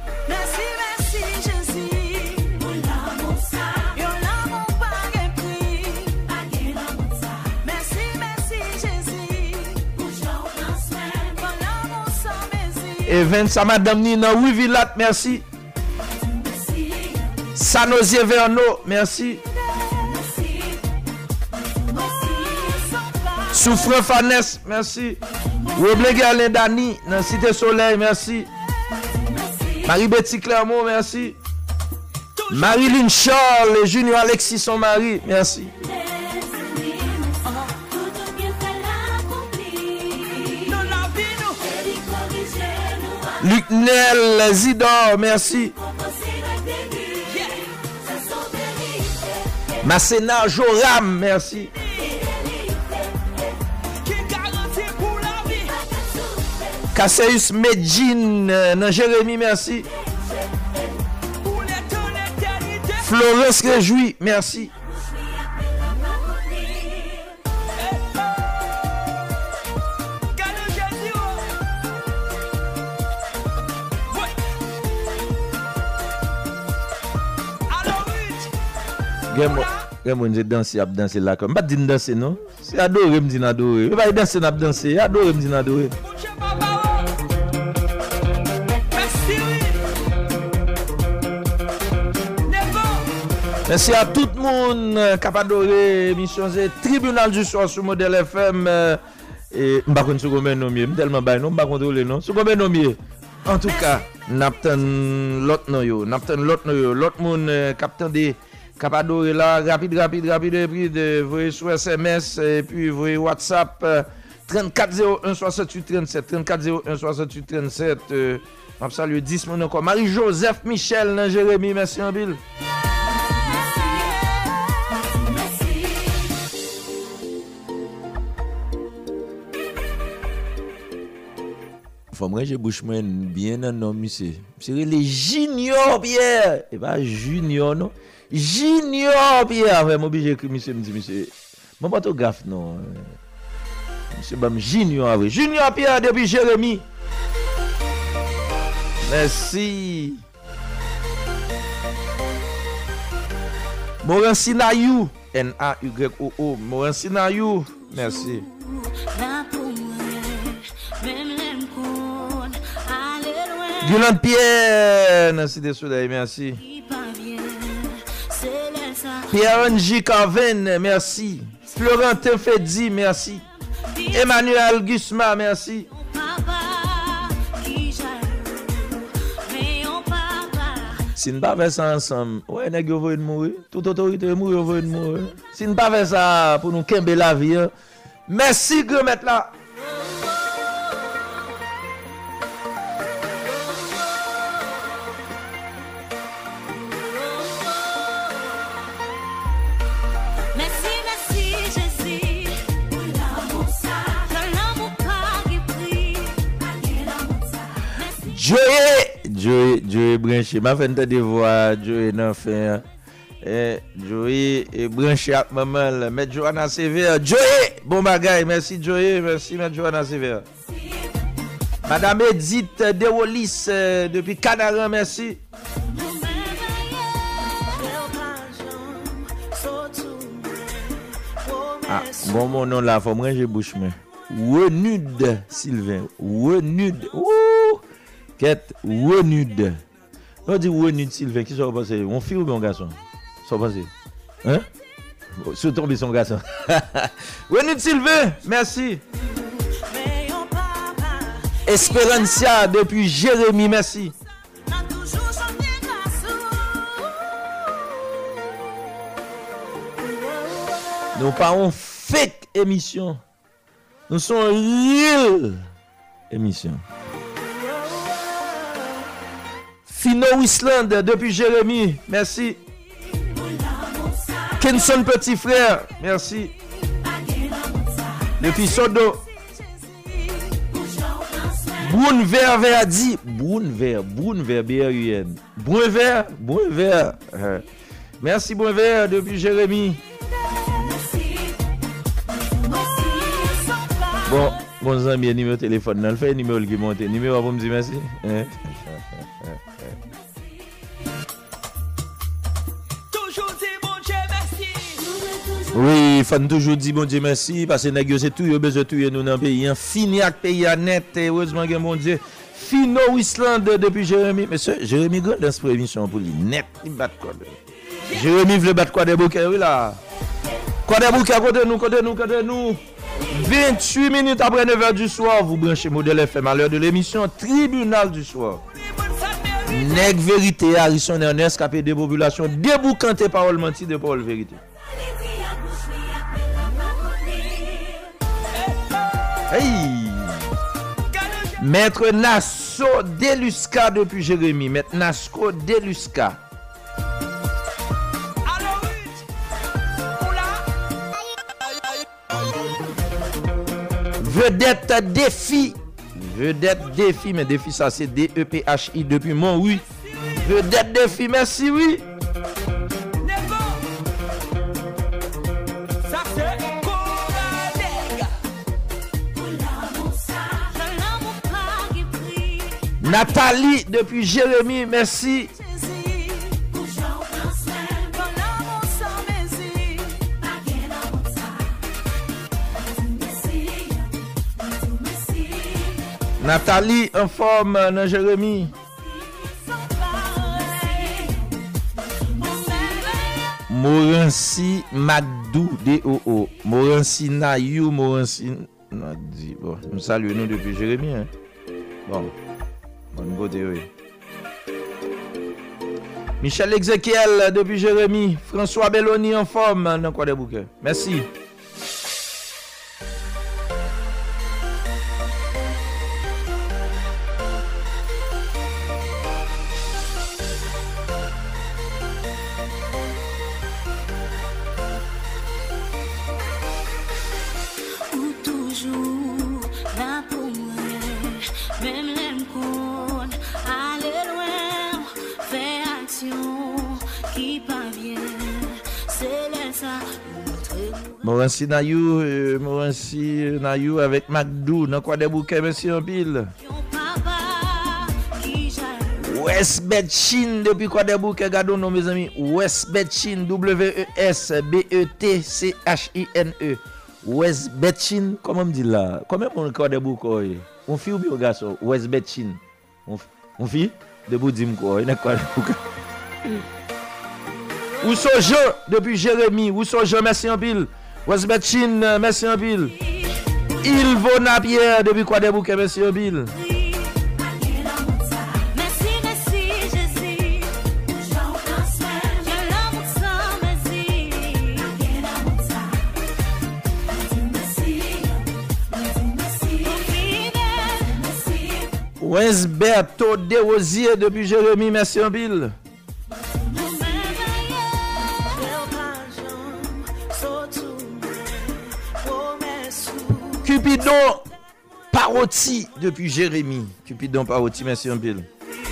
Et Vincent Madame Nina Wivilat, merci. Sanozier Verno, merci. Souffrant Fanès, merci. Roblegue Alain Dani, dans Cité Soleil, merci. Marie-Betty Clermont, merci. Marilyn Charles et Junior Alexis, son mari, merci. Luc Nel Zidor, merci. Masséna Joram, merci. Casseus Medjin, nan Jérémy, merci. Florence Réjoui, merci. Gen moun je danser ap danser là comme pas dire danser non, c'est adorer me dire adorer, pas danser n'a danser, adorer me dire adorer. Merci à tout le monde qui a adoré l'émission Tribunal du soir sur Modèle F M et m'pa konn sou combien nomier, tellement bay non, m'pa contrôler non, sou combien nomier. En tout cas, n'apten l'autre non yo, n'apten l'autre non yo, l'autre monde qui attendait Capadore là, rapide, rapide, rapide, et puis de voyer sur S M S, et puis voyer WhatsApp, euh, trente-quatre zéro un soixante-huit trente-sept, trente-quatre zéro un soixante-huit trente-sept, euh, je salue dix mon encore. Marie-Joseph Michel, nan Jérémy, merci en ville. Faut moi j'ai bouche moi bien un nom monsieur. C'est les Junior Pierre, et pas Junior non. Junior Pierre, moi obligé que monsieur me dit monsieur. Mon pas trop gaffe non. Monsieur bam Junior vrai. Junior Pierre depuis Jérémy. Merci. Morancina-you, N A Y O O, Morancina-you. Merci. Gulan Pierre, merci de soleil, merci. Pierre-Angie Carven, merci. Florentin Fedi, merci. Emmanuel Gusma, merci. Si nous ne pas faire ça ensemble, ouais, nèg yo voye mourir. Toute autorité mourir, voye mourir. Si nous ne pas faire ça pour nous kembe la vie, Merci, grand maître là. Joey, Joey, Joey branché. Ma fait de voix, Joey n'en fait. Eh, Joey est branché à maman. Maître Johanna Sévère. Joey, bon bagaille. Merci Joey, merci Maître Johanna Sévère. Madame Edith Dewolis euh, depuis Canaran, merci. Ah, bon mon nom là, faut manger bouche main. Renude Sylvain. Renude. Ouh! Quête Renude. On dit Renude Sylvain, qui sont passé? On fille ou bien un garçon? Sont passé? Hein? Se tomber son garçon. Renude Sylvain, merci. Espérancia depuis Jérémy, merci. Nous parlons fake émission. Nous sommes real émission. Fino Wisland depuis Jérémy, merci. Kenson Petit Frère, merci. Depuis Sodo. Brun Vert Verdi, Brun Vert, Brun Vert B R U N. Brun Vert, Brun Vert. Merci Brun Vert depuis Jérémy. Bon, bon amis, numéro de téléphone, dans le fait numéro qui monte, numéro pour me dire merci. Hein? Oui, il faut toujours dire bon Dieu merci parce que nèg c'est tout yo besoin tout nous dans pays fini avec pays net heureusement que mon Dieu Fino Wisland depuis Jérémy monsieur Jérémy grand dans cette émission pour lui net il bat quoi Jérémy veut battre quoi des bouquets oui là quoi des bouquets côté nous côté nous côté nous vingt-huit minutes après neuf heures du soir vous branchez Modèle F M à l'heure de l'émission Tribunal du soir. Nèg vérité Harrison Ernest capé des populations debout canter parole menti de parole vérité. Hey! Maître Nasso Deluska depuis Jérémy. Maître Nasco Deluska. Vedette défi. Vedette défi, mais défi ça c'est D E P H I depuis Montrouge. Vedette défi, merci oui. Nathalie depuis Jérémy, merci. Nathalie en forme dans Jérémy. Moranci Magdou D O O. Moranci Nayou, Moranci Nadi. Bon, nous saluons nous depuis Jérémy. Hein? Bon. Bonne côté, oui. Michel Ezekiel depuis Jérémy. François Belloni en forme dans quoi des bouquets. Merci. Moranci Nayou, euh, Moranci Nayou avec Magdou, dans quoi des bouquets, merci en pile. West Betchin, depuis quoi des bouquets, gardons nos mes amis. West Betchin, W E S B E T C H I N E. West Betchin, comment me dit là? Combien on quoi des bouquets? On fille ou bien garçon? West Betchin. On fille? Debout dim quoi, il y a quoi des bouquets? Où sont Jean depuis Jérémy? Où sont Jean, merci en pile. West Betchin, merci en pile. Il vaut Napier depuis quoi des bouquets, merci en pile. Wensberto Desrosiers depuis Jérémy, merci en pile. Cupidon Parotti depuis Jérémy. Cupidon Parotti, merci en pile.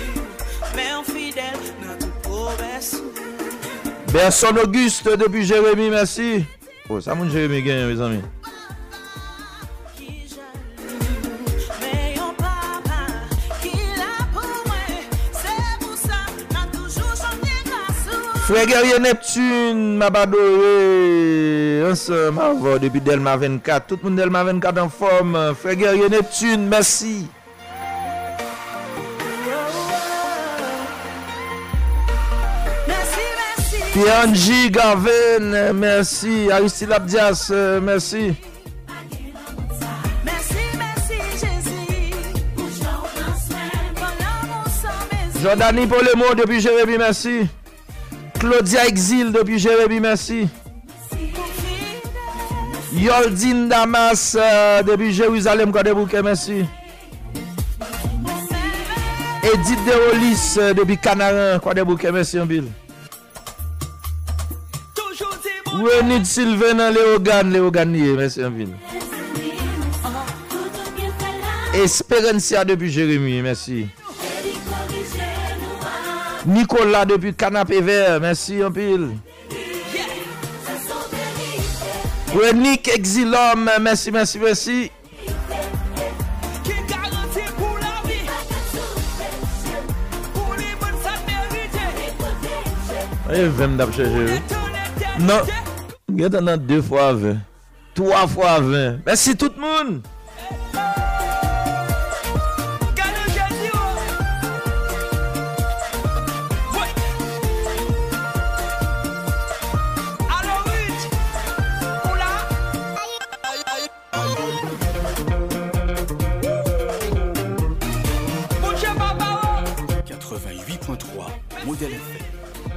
Berson Auguste depuis Jérémy, merci. Oh, ça mon Jérémy gagne, mes amis. Frère Guerrier Neptune, m'a adoré. Ensemble, depuis Delma vingt-quatre. Tout le monde Delma vingt-quatre en forme. Frère Guerrier Neptune, merci. Pierre-Angie Garvin, merci. Aristide Abdias, merci. Jordanie Polémon depuis Jérémy, merci. Claudia Exil depuis Jérémy, merci. Yoldine Damas euh, depuis Jérusalem, Guadeloupe, merci. Edith Derolis euh, depuis Canaran, Guadeloupe, merci en ville. Renid Sylvain Léogan, Léogan, merci en ville. Espérancia depuis Jérémy, merci. Nicolas depuis Canapé Vert, merci en pile. Renick Exilom, merci, merci, merci. Eh, vingt d'abchercher. Non, il y a deux fois vingt, trois fois vingt. Merci tout le monde. Modèle F M.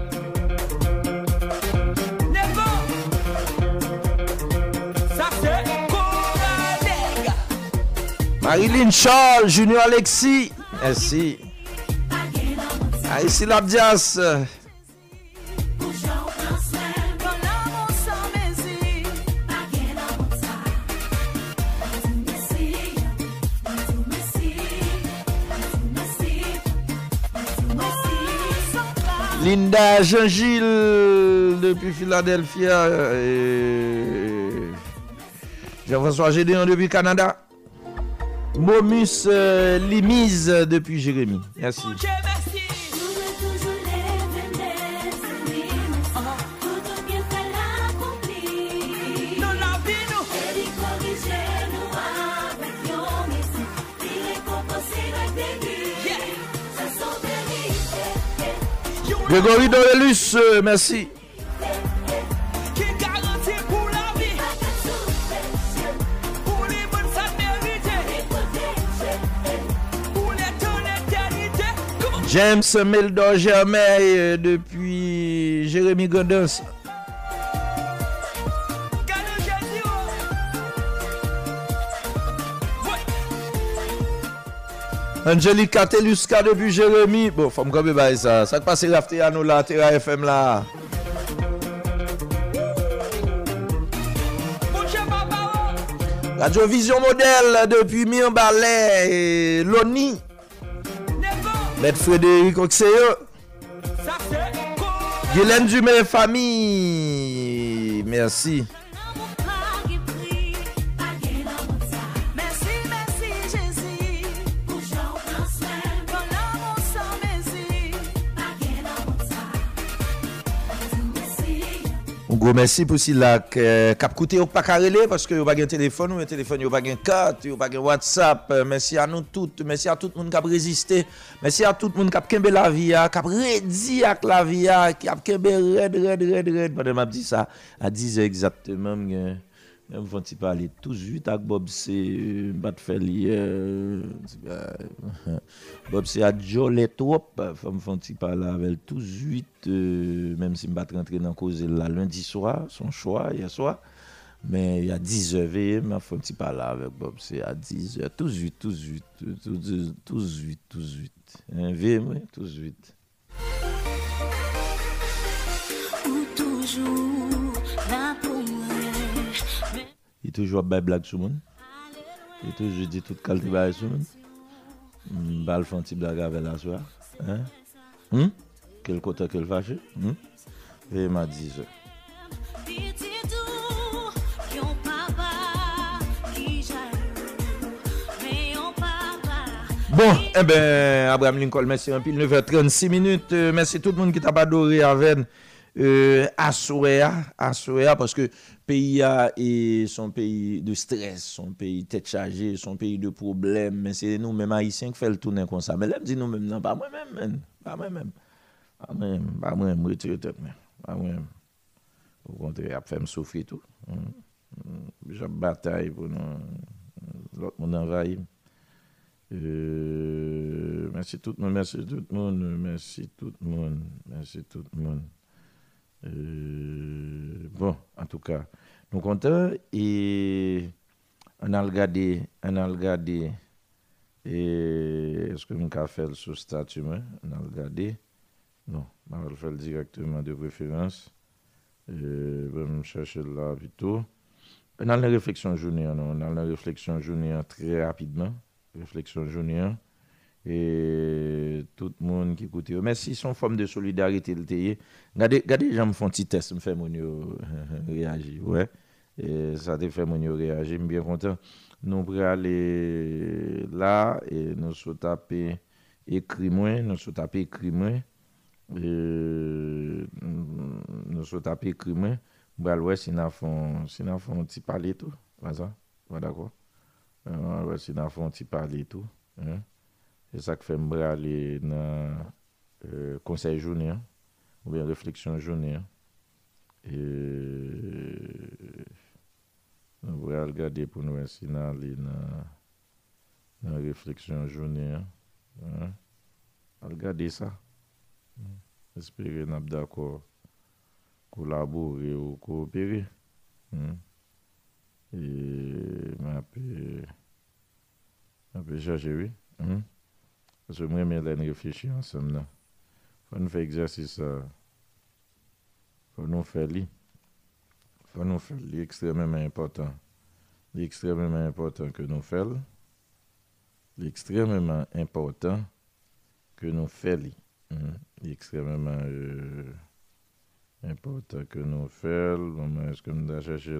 Marilyn Charles, Junior Alexis, merci. Ici l'Abdias. Linda Jean-Gilles depuis Philadelphia. Et Jean-François Gédéon depuis Canada. Momus euh, Limise depuis Jérémy. Merci. Grégory Dorelus, euh, merci. James Meldor Germain euh, depuis Jérémy Gondos. Angélique Teluska depuis Jérémy. Bon, faut me gober bah ça. Ça passe rafté à nous là, Terra F M là. Radio Vision Modèle depuis Mirbalais et Loni. Maître Frédéric Oxeyo. Guylaine Dumais famille. Merci. Gros merci pour si la cap coûté ou pas carrelé parce que vous pas un téléphone ou un téléphone vous pas un carte vous pas un WhatsApp. Merci à nous toutes, merci à tout le monde qui a résisté, merci à tout le monde qui a kembe la vie, qui a rédi avec la vie, qui a kembe red red red red. Pendant m'a dit ça à dix heures exactement. Même quand tu parles tout de suite avec Bob C pas de faire hier Bob C a jolé trop femme font tu parler avec tout de suite même si me pas rentrer dans cause là lundi soir son choix hier soir Mais il y a dix heures, veillez, mais faut un petit pas là avec Bob, c'est à dix heures, tous huit, tous huit, tous huit, tous huit. Veillez, oui, tous huit. Il toujours bail blague sur monde. Il toujours dit toute qualité bail sur monde. Bal font type blague avec la soirée. Hein? Hum? Quel côté qu'elle fâche? Hum? Et m'a dix heures. Bon, eh ben, Abraham Lincoln, merci un peu. neuf heures trente-six minutes. Euh, merci tout le monde qui t'a adoré avec euh, Assoéa, Assoéa, parce que pays a et son pays de stress, son pays tête chargée, son pays de problèmes. Mais c'est nous-mêmes haïtiens qui fait le tourner comme ça. Mais là, dit nous-mêmes, non, pas moi-même, pas moi-même, pas moi-même, pas moi-même, retire tête, pas moi-même. Au contraire, après me souffrir tout. J'ai bataille pour nous, l'autre monde envahit. Euh, merci tout le monde, merci tout le monde, merci tout le monde, merci tout le monde. Euh, bon, en tout cas, nous comptons et on a regardé, on a regardé, et est-ce que nous avons fait le sous-statut, on a regardé, non, on va le faire directement de préférence. Euh, on va chercher là plutôt. On a la réflexion journée, on a la réflexion journée très rapidement. Réflexion journée et tout le monde qui écoute. Merci, son forme de solidarité. Regardez, regardez, les gens me font un petit test, me fait mon réagir. Ouais. Et ça te fait mon réagir. Je suis bien content. Nous pourrons aller là et nous sommes tapés écrit moins, nous sommes tapés écrit moins. Nous sommes tapés écrit moins. Ouais, si nous avons un petit parler tout. Voilà, d'accord. Euh, ouais, c'est dans un petit parler tout. Hein? C'est ça qui fait me aller dans le conseil journée, hein? Ou bien réflexion journée. Hein? Et on va regarder pour nous si nous aller dans la réflexion journée. Hein? Hein? Regardez ça. Espérer nous d'accord collaborer ou coopérer. Hein? Et m'a peu m'a peu chercher oui hein? Parce que moi mais réfléchir ensemble là faut nous faire exercice ça faut nous faire li faut nous faire li extrêmement important extrêmement important que nous faire extrêmement important que nous faire li hein? Extrêmement euh, important que nous faire est-ce que nous doit chercher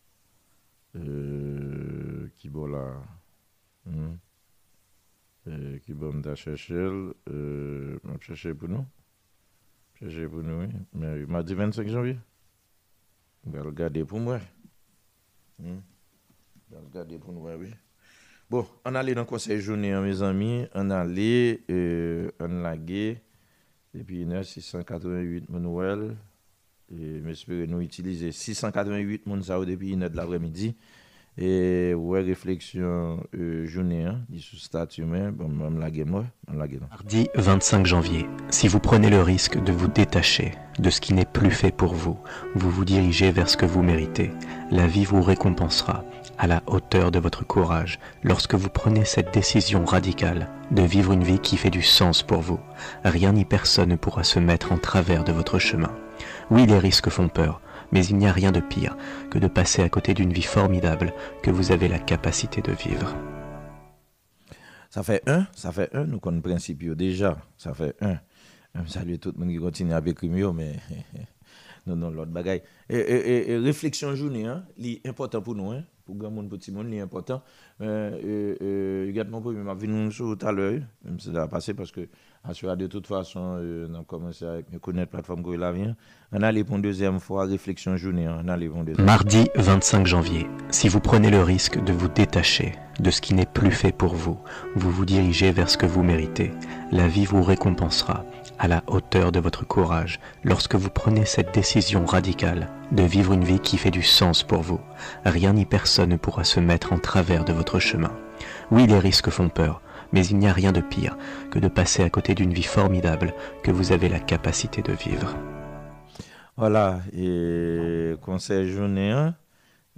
Euh, qui bon là hmm? euh, qui bon me chercher euh, m'a chercher pour nous chercher pour nous oui mais il m'a dit vingt-cinq janvier on va regarder pour moi hmm? on va regarder pour nous oui bon on allait dans le conseil journée mes amis on allait euh, on lagué depuis une heure six cent quatre-vingt-huit Noël. Et j'espère nous utiliser six cent quatre-vingt-huit moun ça depuis une heure de l'après-midi et ouais réflexion euh, journée hein, du statut mais bon même la game moi la game. Mardi vingt-cinq janvier. Si vous prenez le risque de vous détacher de ce qui n'est plus fait pour vous, vous vous dirigez vers ce que vous méritez. La vie vous récompensera à la hauteur de votre courage lorsque vous prenez cette décision radicale de vivre une vie qui fait du sens pour vous. Rien ni personne ne pourra se mettre en travers de votre chemin. Oui, les risques font peur, mais il n'y a rien de pire que de passer à côté d'une vie formidable que vous avez la capacité de vivre. Ça fait un, ça fait un, nous connaissons le principe déjà, ça fait un. Salut tout le monde qui continue à écrire, mais non, non, l'autre bagaille. Et, et, et réflexion journée, hein, c'est important pour nous, hein, pour grand monde, petit monde, c'est important. Euh, euh, également, pour m'a vu nous tout à l'heure, même si ça a passé parce que de toute façon, euh, on a commencé à connaître la plateforme Gorilla Vient. On allait pour une deuxième fois réflexion journée. On allait pour deuxième Mardi vingt-cinq janvier. Si vous prenez le risque de vous détacher de ce qui n'est plus fait pour vous, vous vous dirigez vers ce que vous méritez. La vie vous récompensera à la hauteur de votre courage lorsque vous prenez cette décision radicale de vivre une vie qui fait du sens pour vous. Rien ni personne ne pourra se mettre en travers de votre chemin. Oui, les risques font peur, mais il n'y a rien de pire que de passer à côté d'une vie formidable que vous avez la capacité de vivre. Voilà, et conseil journée, hein,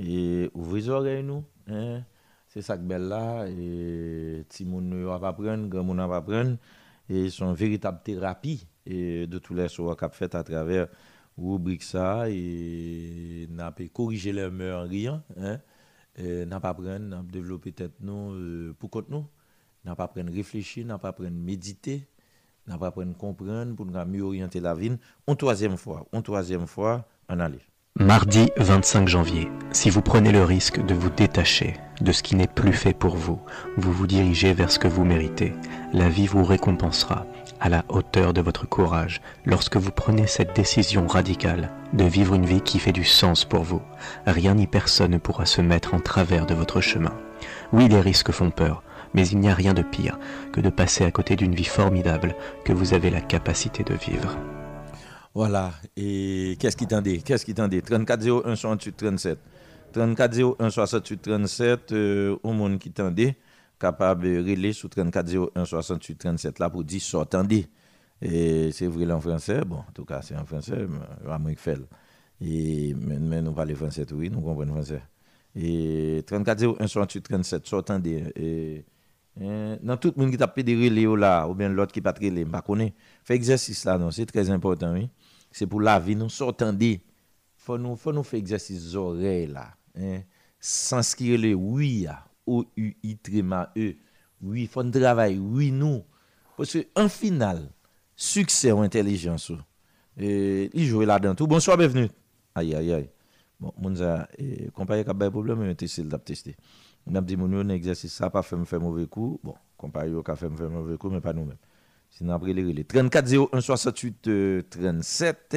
et ouvrez les oreilles nous, hein. C'est ça que belle là et petit monde va pas prendre, grand monde va pas prendre et son véritable thérapie et de tous les soirs qu'a fait à travers rubrique ça et n'a pas corriger les mœurs en riant, hein. N'a pas prendre, n'a développer tête nous euh, pour contre nous, n'a pas prendre réfléchir, n'a pas prendre méditer, n'a pas prendre comprendre pour nous mieux orienter la vie. Une troisième fois, une troisième fois, en aller. Mardi vingt-cinq janvier, si vous prenez le risque de vous détacher de ce qui n'est plus fait pour vous, vous vous dirigez vers ce que vous méritez. La vie vous récompensera à la hauteur de votre courage lorsque vous prenez cette décision radicale de vivre une vie qui fait du sens pour vous. Rien ni personne ne pourra se mettre en travers de votre chemin. Oui, les risques font peur, mais il n'y a rien de pire que de passer à côté d'une vie formidable que vous avez la capacité de vivre. Voilà, et qu'est-ce qui t'en dit? Qu'est-ce qui t'en dit? trente-quatre zéro un soixante-huit trente-sept. trente-quatre zéro un soixante-huit trente-sept, euh, au monde qui t'en dit, capable de relayer sur trente-quatre zéro un soixante-huit trente-sept là pour dire ça t'en dit. Et c'est vrai en français, bon, en tout cas c'est en français, vraiment fait. Et mais nous parlons français, oui, nous comprenons français. Et trente-quatre zéro un soixante-huit trente-sept, ça t'en dit. Et Euh, dans tout le monde qui t'a fait des relais là, ou bien l'autre qui pas relais, pas connaît. Fait exercice là, non, c'est très important, oui. C'est pour la vie, nous sortons des. Faut nous, faut nous faire exercice oreilles là, hein. Sans ce qui est le oui, O U I tréma E. Oui, faut nous travailler, oui nous. Parce que en final, succès ou intelligence, et il joue là-dedans tout. Bonsoir, bienvenue. Aïe aïe aïe. Bon, mon ça, comparé à problème, mais tester, l'a tester. On a dit mon un exercice ça pas fait me faire mauvais coup. Bon, comparé au fait me faire mauvais coup mais pas nous-mêmes. Sinon après les relais trente-quatre zéro un soixante-huit trente-sept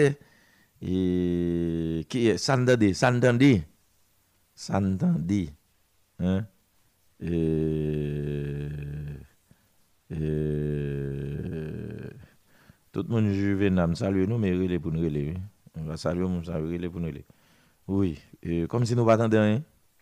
et qui est Sandandé, Sandandé. Sandandé. Hein? Et et tout le monde juvénal salut nous mais relais pour nous relais. On va saluer mon saluer relais pour nous relais. Oui, et comme si nous pas attendre rien.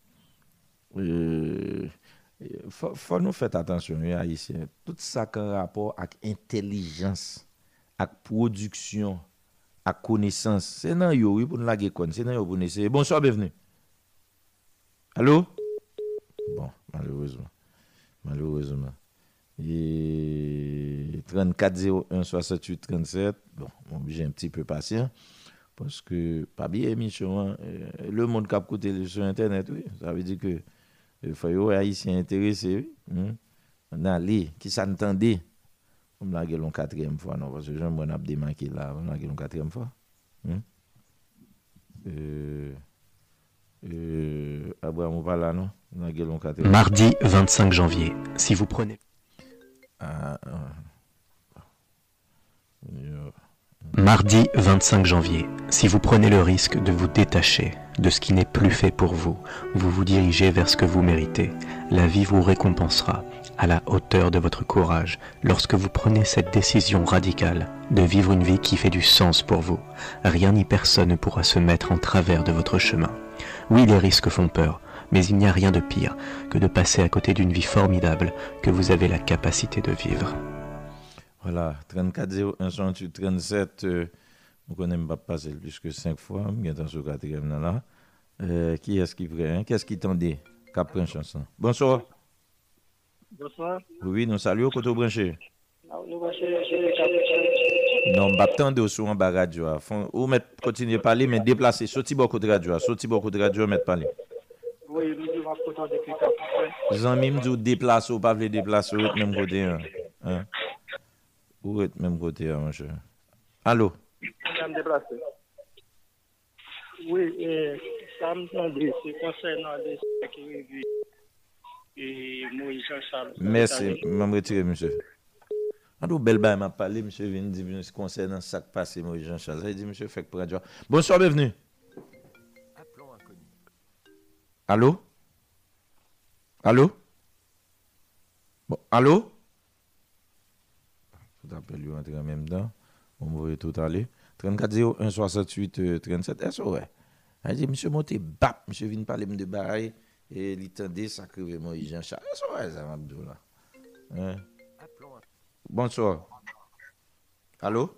Il euh, faut, faut nous faire attention, les Haïtiens. Tout ça qui a rapport avec intelligence, avec production, avec connaissance. C'est dans yo, oui, pour nous la guécon. C'est dans yo pour nous essayer. Bonsoir, bienvenue. Allô? Bon, malheureusement. Malheureusement. Et trente-quatre zéro un soixante-huit trente-sept. Bon, j'ai un petit peu patient. Parce que, pas bien émission, hein, le monde qui a écouté sur Internet, oui, ça veut dire que il faut que les Haïtiens intéressés, oui. On a allé, qui s'entendait. On l'a gueule une quatrième fois, non, parce que j'aime bien démarquer là, on l'a gueule une quatrième fois. Hum? Euh, euh, Abraham, on pas là, non? On l'a gueule une quatrième fois. Mardi vingt-cinq janvier, si vous prenez. Ah, ah. Yeah. Mardi vingt-cinq janvier, si vous prenez le risque de vous détacher de ce qui n'est plus fait pour vous, vous vous dirigez vers ce que vous méritez. La vie vous récompensera à la hauteur de votre courage lorsque vous prenez cette décision radicale de vivre une vie qui fait du sens pour vous. Rien ni personne ne pourra se mettre en travers de votre chemin. Oui, les risques font peur, mais il n'y a rien de pire que de passer à côté d'une vie formidable que vous avez la capacité de vivre. Voilà, trente-quatre zéro un soixante-huit trente-sept, euh, nous connaissons pas passer plus que cinq fois, nous sommes sur quatrième là. Euh, qui est-ce qui prend, hein? Qu'est-ce qui tendait? Cap prend chanson. Bonsoir. Bonsoir. Oui, nous saluons côté branché. Non, on va attendre sur un bas radio. Ou mettre continuer à parler, mais déplacer. Sorti beaucoup de radio, sorti beaucoup de radio, mettre parler. Oui, nous devons pourtant depuis quatre. Les amis me disent déplacer ou pas les déplacer, ou même côté. Hein? Ou être même côté, hein, mon cher. Allô? Même déplacé. Oui, et ça me semble, c'est concernant les sécurités et Moïse Jean-Charles. Merci, je vais me retirer, monsieur. Quand bel bain m'a parlé, monsieur vient dire concernant ça qui passe, Moïse Jean-Charles. Il dit, monsieur, fait que pour radio. Bonsoir, bienvenue. Allô? Allô? Bon, allô? Tout appel lui entrer en même temps. On va tout aller. trente-quatre zéro un soixante-huit trente-sept. Est-ce ouais? Il dit, monsieur, montez, bap, monsieur vient parler de baraille et il tendait sacré Moïse Jean-Charles. Est-ce ouais, ça m'a dit là? Hein? Bonsoir. Allô?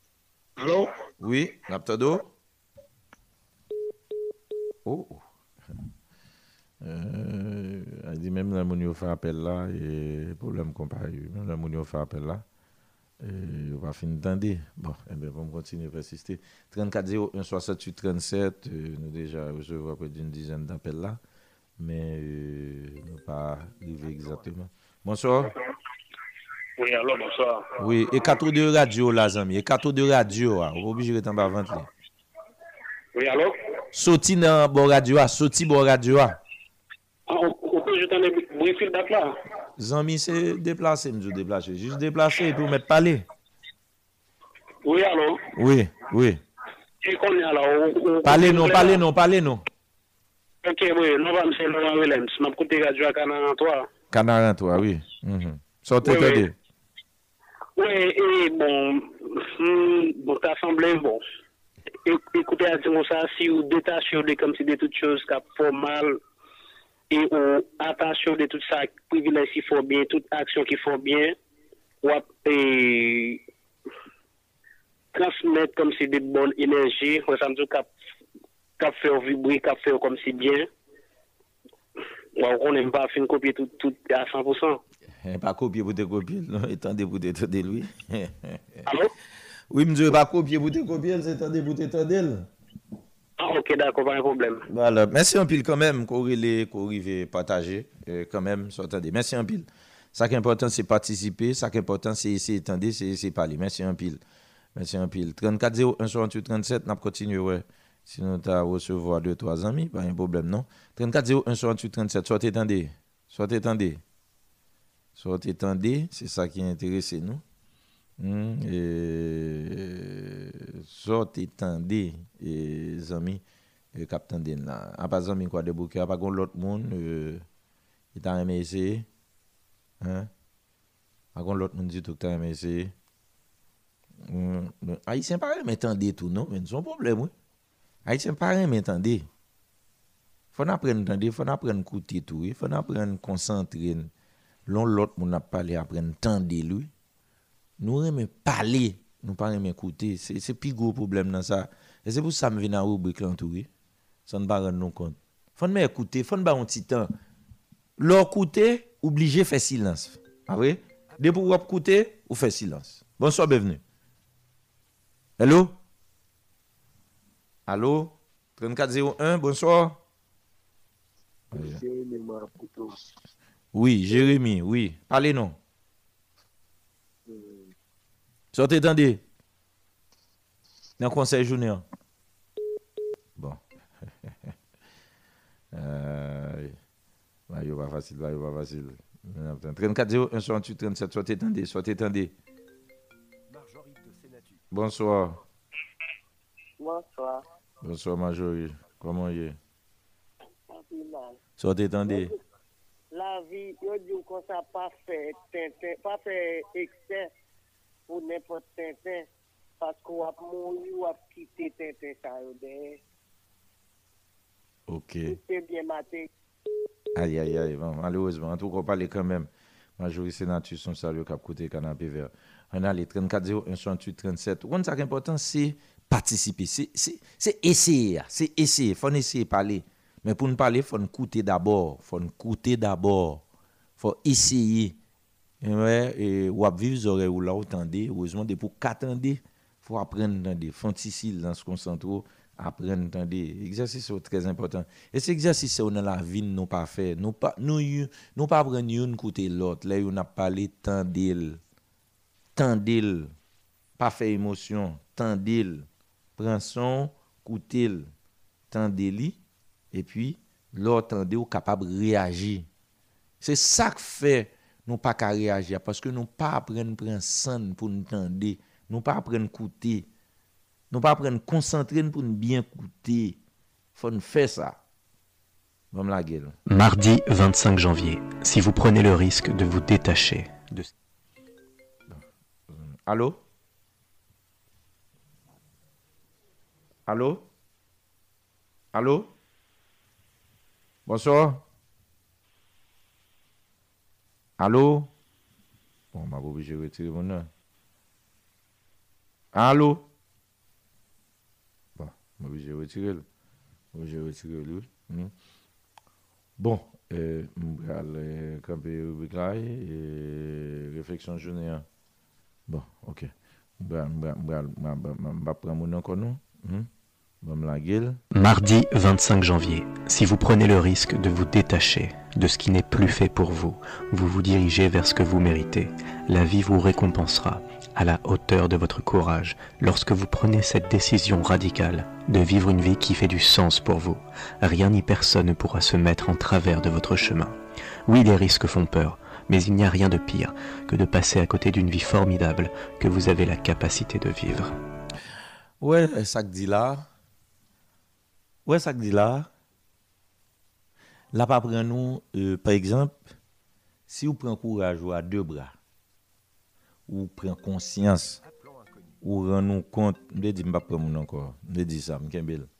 Allô? Oui, Laptado? Oh, Euh, elle dit même la mounio fait appel là et problème comparé même la mounio fait appel là et on va finir d'entendre. Bon, eh bien, on va continuer à persister. trente-quatre zéro un soixante-huit trente-sept, euh, nous déjà recevons près d'une dizaine d'appels là, mais euh, nous pas arrivé exactement. Bonsoir. Oui, alors bonsoir. Oui, et quatre de radio là, amis, et quatre de radio, on est obligé de tomber avant là. Oui, alors? Sorti dans bon radio, sorti bon radio. Ah, on peut je t'en ai briefé le là. Zami, c'est déplacé, nous déplacer. Juste déplacer pour mettre parler. Oui, alors? Oui, oui. Et qu'on est alors? Parlez non, parlez non, parlez non. Ok, oui, nous allons faire Laurent Willems. Nous avons écouté radio à Canarantois. Canarantois, oui. Mm-hmm. Sortez, oui, attendez. Oui, et bon, bon, t'as semblé bon. Écoutez, à dire ça, si vous détachez de comme si de toutes choses qui font mal, et on attention de tout ça, privilèges qui font bien, toute action qui font bien, ou et transmettre comme si de bonnes énergies, on dit qu'a fait vibrer, qu'a fait comme si bien. On n'aime pas faire copier tout, tout à cent pour cent. Pas copier pour te copier, non, attendez pour te tendre lui. Allô? Oui, monsieur, pas copier pour te copier, c'est attendez pour te tendre. Ah, ok, d'accord, pas de problème. Voilà, merci en pile quand même, qu'on relève, qu'on arrive partager, euh, quand même, s'entendez. Merci en pile. Ça qui est important, c'est participer, ça qui est important, c'est essayer d'entendre, c'est essayer de parler. Merci en pile. Merci en pile. trente-quatre zéro un soixante-huit trente-sept, n'a pas continué, ouais. Sinon, tu as recevoir deux, trois amis, pas un problème, non. trente-quatre zéro un soixante-huit trente-sept, soit attendez, soit attendez. Soit attendez, c'est ça qui intéresse nous. Hum, et soit attendez, les amis, et capitaine Den là. À pas amis quoi de bouquet, à pas l'autre monde, euh, il t'a aimé essayer. Hein? À l'autre monde dit tout que t'as aimé essayer. Hum, Haïtien pas aimé attendre tout, non? Mais c'est un problème, oui. Haïtien pas aimé attendre. Faut apprendre à attendre, faut apprendre à écouter tout, il faut apprendre à concentrer. L'on l'autre monde a parlé apprendre à attendre lui. Nous aimons parler, nous pas aimons écouter, c'est c'est plus gros problème dans ça. Et c'est pour ça que je viens dans la rubrique là tout, ça ne va pas rendre compte. Faut nous écouter, faut nous avoir un petit temps. L'or écouter, obligé faire silence. Ah oui? Dès pour vous écouter, ou faire silence. Bonsoir, bienvenue. Hello? Allô? trente-quatre zéro un, bonsoir. Oui, Jérémy, oui. Parlez non. Sortez, attendez. Dans le conseil journée. Bon. euh, bah, il va pas facile, bah, il va pas facile. trente-quatre zéro un soixante-huit trente-sept, sortez, attendez, sortez, attendez. Bonsoir. Bonsoir. Bonsoir, Marjorie. Comment il est? Sortez, attendez. La vie, je dis qu'on ça pas fait pas fait excès pour n'importe Tintin, parce qu'on a mourir ou a quitté Tintin ça ok. C'est bien maté. Aïe, aïe, aïe, bon, malheureusement, en tout cas, on parle quand même. Majorité sénateur, son salut, cap côté canapé vert. On a les trente-quatre zéro un soixante-huit trente-sept. Ce qui est important, c'est participer, c'est essayer, c'est essayer, il faut essayer de parler. Mais pour nous parler, il faut nous écouter d'abord, il faut nous écouter d'abord, il faut essayer. Ouais, et ou vivre les oreilles ou là, attendez, heureusement, pour qu'attendre, il faut apprendre à entendre, il faut se concentrer, apprendre à entendre. L'exercice est très important. Et cet exercice, dans la vie, nous pas fait. Nous pas nous nous pas prendre une côté l'autre. Là, on a parlé tendil. Tendil. Pas fait émotion, tendil. Prends son, coutez-le. Tendez-li et puis l'autre tendez ou capable de réagir. C'est ça que fait nous pas qu'à réagir parce que nous pas apprendre prendre son pour nous tendre, nous pas apprendre écouter. Nous pas apprendre concentrer pour nous bien écouter. Faut nous faire ça. Vamos la gueule. Mardi vingt-cinq janvier, si vous prenez le risque de vous détacher de... Allô? Allô? Allô? Bonsoir. Allô? Bon, ma obligé de retirer mon nom. Allô? Bon, je vais obligé de retirer. Je vais retirer lui. Hmm. Bon, euh, je camper rubrique là et réflexion journée. Bon, OK. Je vais prendre mon encore non. Mardi vingt-cinq janvier, si vous prenez le risque de vous détacher de ce qui n'est plus fait pour vous, vous vous dirigez vers ce que vous méritez. La vie vous récompensera à la hauteur de votre courage lorsque vous prenez cette décision radicale de vivre une vie qui fait du sens pour vous. Rien ni personne ne pourra se mettre en travers de votre chemin. Oui, les risques font peur, mais il n'y a rien de pire que de passer à côté d'une vie formidable que vous avez la capacité de vivre. Ouais, ça que dit là. Ouais, ça que dit là. Là, pas prendre nous, euh, par exemple, si vous prenez courage ou à deux bras, ou prenez conscience, ou rendez-nous compte, je ne dis pas prendre encore, je dis ça, je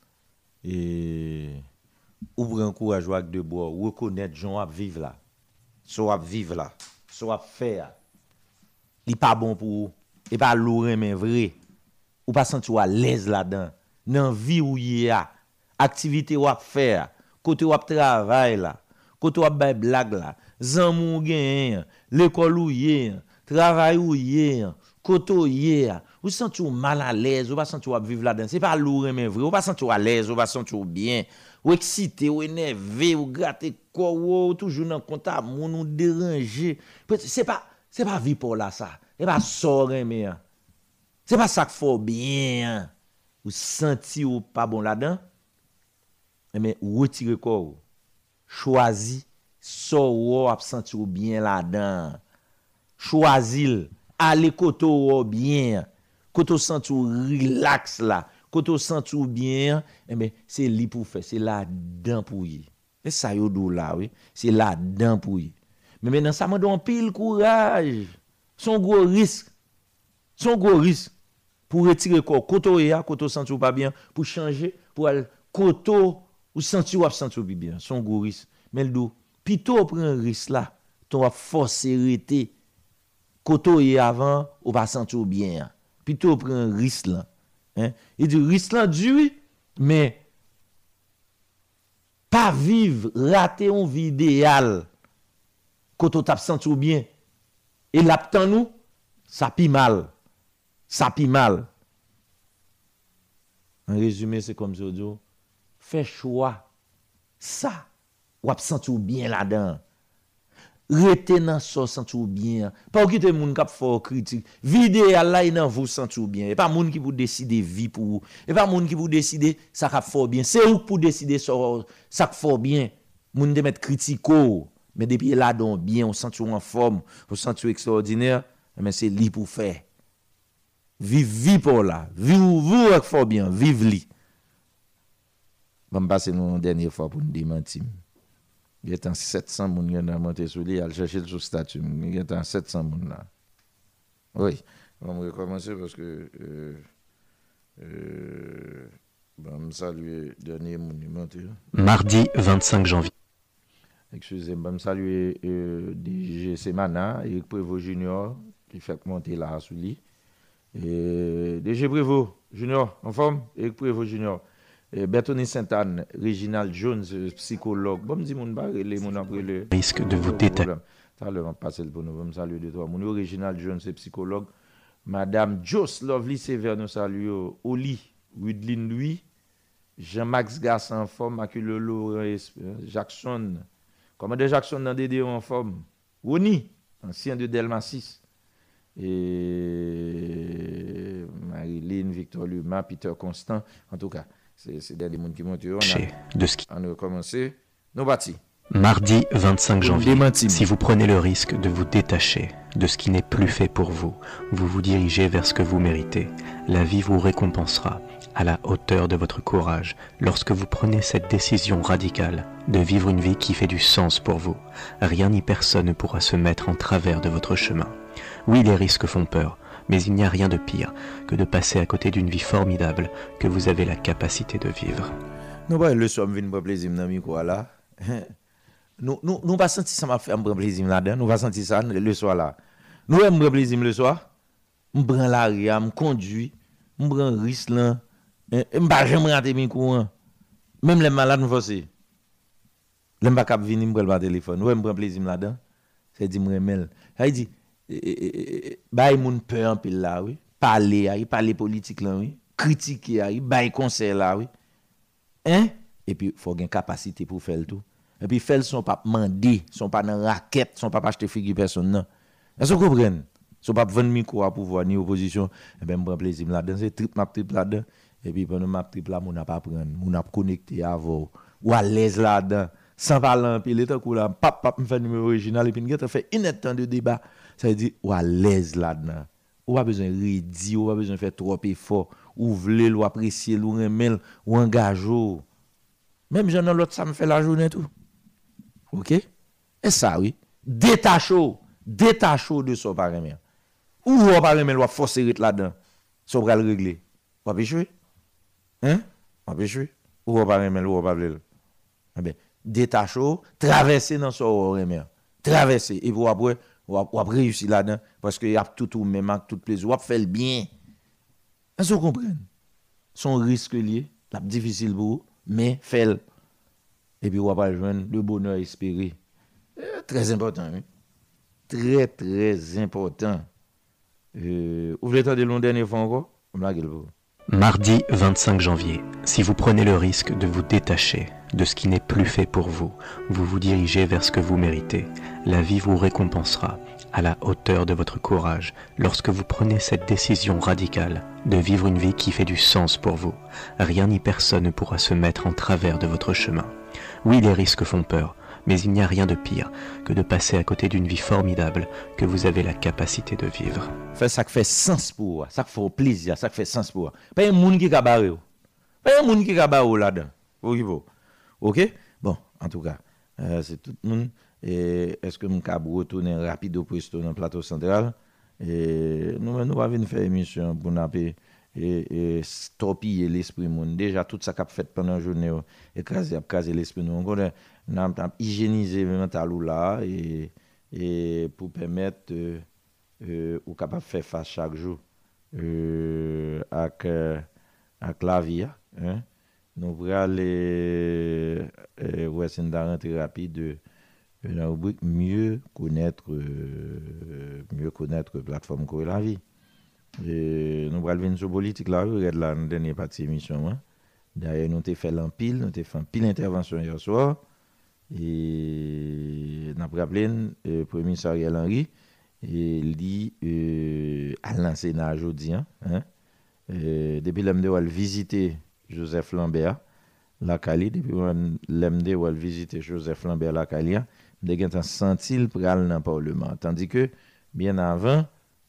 et ou prenez courage ou avec deux bras, ou reconnaître gens à vivre là, soit vivre là, soit faire. Il n'est pas bon pour vous, il n'est pas lourd, mais vrai. Ou pas sentir à l'aise là-dedans. Dans la vie où il y a, activité ou à faire, côté ou à travail là, côté ou à bay blague là, zanmou gen, l'école où y est, travail où y est, côté où y est, ou sentir mal à l'aise, ou pas sentir à vivre là-dedans. C'est pas lourd mais vrai, ou pas sentir à l'aise, ou pas sentir bien, ou excité, ou énervé, ou gratter corps, ou toujours dans contact, moun ou déranger. C'est pas c'est pas vie pour là ça. C'est pas sortir mais c'est pas ça qu'il faut bien. Ou senti ou pas bon là-dedans. Mais retirez corps. Choisis so ou senti ou bien là-dedans. Choisis aller côté ou bien. Côté senti ou relax là. Côté senti ou bien, eh ben c'est li pour faire, c'est là-dedans pour y. C'est ça yo dou là oui, c'est là-dedans pour y. Mais maintenant ça me donne pile courage. Son gros risque. Son gros risque pour retirer corps koto ya koto sentir pas bien pour changer pour aller koto ou sentir ou sentir bien son gros risque mais le do plutôt prend risque là ton forcer rester koto ya avant ou pas sentir bien plutôt prend risque là hein et du risque là dur mais pas vivre rater une vie idéale koto t'a sentir bien et l'aptan nous ça pi mal. Ça pi mal. En résumé, c'est comme ça, fais choix. Ça, ou ap sentir bien là-dedans. Rete nan so sentir bien. Pas quitter moun k'ap fort critique. Vidéo là il nan vous sentir bien. Et pas moun qui pour décider vie pour vous. Et pas moun qui pour décider ça k'ap fort bien. C'est ou pour décider ça ça fort bien. Moun de mettre critico, mais depuis là donc bien, on sentir en forme, on sentir extraordinaire, mais c'est li pour faire. Vive vie pour là. Vive vous avec fort bien. Vive li. Bon, passer nous une dernière fois pour nous démentir. Il y a sept cents moun qui ont monté sur lui, al chercher le statut. Il y a sept cents moun là. Oui. On va recommencer parce que euh, euh, bon, saluer dernier monument. Mardi vingt-cinq janvier. Excusez-moi, je saluer euh, D G Semana, Eric Prévost Junior qui fait monter là sur lui. Et D G Prévost Junior, en forme, Eric Prévost Junior. Et Bertoni Sainte-Anne, Reginald Jones, psychologue. Bon, me dit mon bar, les mon après le risque de vous détacher. Ça le va passer pour nous, me saluer de toi. Mon Reginald Jones, psychologue. Madame Joss Lovely Sévère, nous salue. Oli, Woodlin Louis, Jean-Max Gass en forme, Maculolo Laurent Jackson. Commandant Jackson dans D D O en forme. Roni, ancien de Delma six. Et Marilyn, Victor Luma, Peter Constant. En tout cas, c'est des gens qui montent. On a, on a commencé. Nous bâtis. Mardi vingt-cinq janvier, si vous prenez le risque de vous détacher de ce qui n'est plus fait pour vous, vous vous dirigez vers ce que vous méritez. La vie vous récompensera à la hauteur de votre courage lorsque vous prenez cette décision radicale de vivre une vie qui fait du sens pour vous. Rien ni personne ne pourra se mettre en travers de votre chemin. Oui, les risques font peur, mais il n'y a rien de pire que de passer à côté d'une vie formidable que vous avez la capacité de vivre. Nous, bah, le soir, nous pas plaisir dans micro là. Nous nous nous pas senti ça m'a fait un plaisir là-dedans, nous pas senti ça le soir là. Nous aime plaisir le soir. On prend la ria, on conduit, on prend risque là. Et pas jamais rater micro. Même les malades nous forcer. L'aime pas cap venir me prendre par téléphone. Ouais, me prend plaisir là-dedans. C'est dit me remel. Ça dit bail moun peur en pile là oui. Parler, il parler politique là oui. Critiquer, il bail conseil là oui. Hein? Et puis faut une capacité pour faire le tout. Et puis faire son pas demander, son pas dans raquette, son pas acheter figure personne non. Est-ce que vous comprenez? Son pas vendre micro à pouvoir ni opposition. Et ben me prend plaisir là-dedans, c'est trip map trip là-dedans. Et puis pendant ma trip là, mon n'a pas prendre, mon a connecté avant ou à l'aise là-dedans. Sans parler en pile temps là, pap pap me fait numéro original et puis on fait une temps de débat. Ça veut dire ou à l'aise là-dedans. Ou pas besoin de redire, ou pas besoin de faire trop effort, ou vouloir ou apprécier, ou remettre, ou engager. Même j'en ai l'autre, ça me fait la journée tout. OK? Et ça, oui. Détachez, détachez de son parlement. Ou ou parlement, ou forcer là-dedans. Ça va le régler. Ou pas échouer? Hein? Ou pas échouer? Ou ou parlement, ou pas le. Eh bien, détachez, traverser dans son parlement. Traverser. Et vous après, ou après réussir là-dedans. Parce qu'il y a tout ou même, tout plaisir. Ou faire le bien. Est-ce que vous comprenez? Son risque lié, la difficile pour vous, mais fait. Et puis, on va joindre le bonheur espéré. Euh, très important. Hein? Très, très important. Euh, vous voulez attendre de long dernier fois encore? Mardi vingt-cinq janvier, si vous prenez le risque de vous détacher de ce qui n'est plus fait pour vous, vous vous dirigez vers ce que vous méritez. La vie vous récompensera à la hauteur de votre courage lorsque vous prenez cette décision radicale de vivre une vie qui fait du sens pour vous. Rien ni personne ne pourra se mettre en travers de votre chemin. Oui, les risques font peur, mais il n'y a rien de pire que de passer à côté d'une vie formidable que vous avez la capacité de vivre. Fait ça qui fait sens pour vous, ça qui fait plaisir, ça qui fait sens pour vous. Pas un monde qui a barré. Pas un monde qui a barré là-dedans. OK? Bon, en tout cas, euh, c'est tout le monde. Et est-ce que nous pouvons retourner rapide au poste dans le plateau central? Et nous, nous allons venir faire une émission pour nous et, et stopper l'esprit monde. Déjà, tout ça qu'a fait pendant la journée, écraser, écraser l'esprit nous. On a hygiénisé le mental là et, et pour permettre euh, euh, ou capable de faire face chaque jour euh, avec, euh, avec la vie. Hein? Nous allons aller euh, ouais, c'est une rentrée rapide. Dans la rubrique mieux connaître euh, mieux connaître plateforme Courir la vie. Et nous allons venir sur politique là, regarde la dernière partie de l'émission. Hein. D'ailleurs, nous avons fait l'empile, nous avons fait un pile intervention hier soir. Et nous avons rappelé le Premier ministre Ariel Henry, et il dit euh, à l'enseignant aujourd'hui, hein, depuis l'M D O L visiter Joseph Lambert, la Cali, depuis l'M D O L visiter Joseph Lambert, la Cali, de gen senti le pral dans le Parlement. Tandis que, bien avant,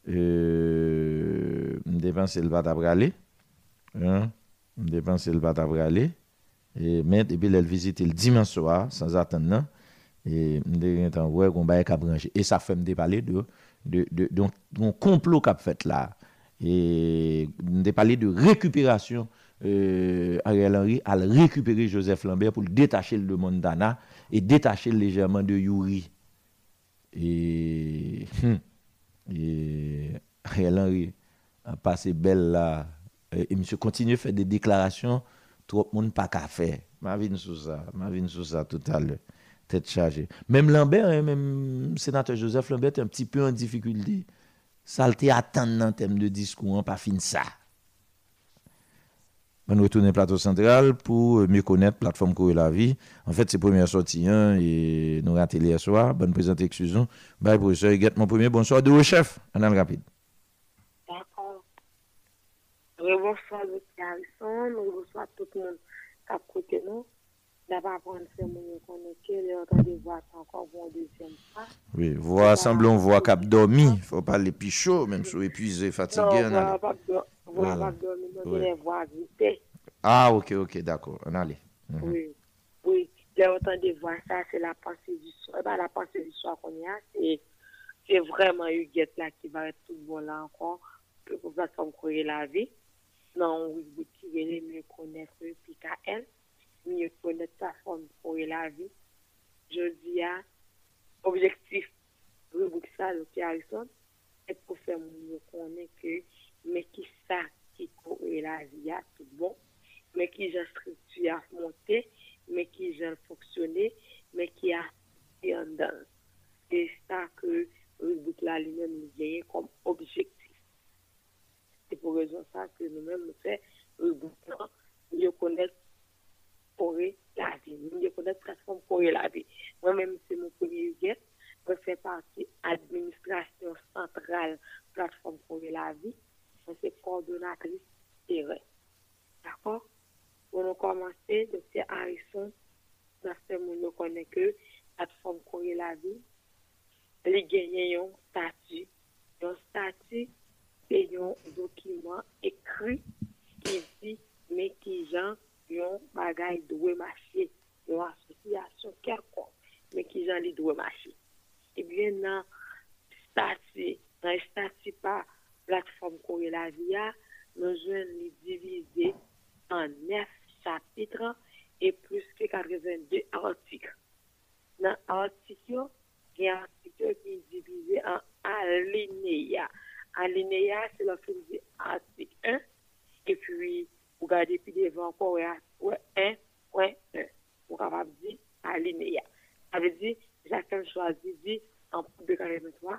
euh, dépenser le bat à braler, hein, dépenser le bat à braler, et mais depuis elle visite le dimanche soir, sans attendre, et de gen tan ouais qu'on bail ka brancher. Et ça fait me parler de de de d'un complot qu'a fait là. Et de parler de récupération. Euh, Ariel Henry a récupéré Joseph Lambert pour le détacher de Montana et détacher légèrement de Yuri. Et, et Ariel Henry a passé belle là. Et, et monsieur continue à faire des déclarations, trop de monde pas qu'à faire. Ma vie sur ça, ma vie sur ça tout à l'heure. Tête chargée. Même Lambert, hein, même sénateur Joseph Lambert est un petit peu en difficulté. Ça le attendre en termes de discours, hein, pas fin ça. On retourne au plateau central pour mieux connaître la plateforme Courir la vie. En fait, c'est la première sortie hein, et nous ratons hier soir. Bonne présenter, excusez-nous. Bye, professeur Huguette, mon premier bonsoir de chef. En allant rapide. D'accord. Bonsoir, M. Harrison. Bonsoir tout le monde qui a côté nous. D'abord, pour une cérémonie qu'on est qu'il est en train de voir encore pour une deuxième fois. Oui, voix semblons voix cap dormi. Il ne faut pas les pichots, même si on est épuisé, fatigué. Non, voix pas dormi, on les voix agitées. Ah, ok, ok, d'accord. On allait. Mm-hmm. Oui, oui. J'ai entendu voir ça, c'est la pensée du soir. Eh ben, la pensée du soir qu'on y a, c'est, c'est vraiment Huguette là qui va être tout bon là encore. Pour la plateforme Courir la vie. Non, oui, vous qui voulez mieux connaître P K L. Mieux connaître la forme pour la vie. Je dis à objectif de ça, le Harrison, c'est pour faire mieux connaître que, mais qui ça qui court la vie, à tout bon, mais qui j'ai structure à monter, mais qui j'ai fonctionné, mais qui a en dedans. C'est ça que le but là lui-même gagne comme objectif. C'est pour raison ça que nous-mêmes nous faisons le but là, nous connaissons pour la vie, nous connaissons plateforme pour la vie. Moi-même, c'est mon premier guest, je fais partie administration centrale plateforme pour la vie, je suis coordonnatrice terrain. D'accord? Pour nous commencer, docteur Harrison, nous connaissons que plateforme pour la vie, les gagnants un statut. Un statut, c'est un document écrit qui dit, mais qui gens, yon bagay doit marcher, une association quelconque, mais qui gens li doit marcher. Et bien, dans statut, dans le statut par plateforme Corée la Via, nous jeunes divisés en neuf chapitres et plus que quatre-vingt-deux articles. Dans l'article, il y a un article qui est divisé en alinéa. Alinéa, c'est le film de article un, et puis, vous regardez puis devant encore, un point un. Vous capable de dire alinéa. Ça veut dire, chacun choisit dit en de quarante-trois.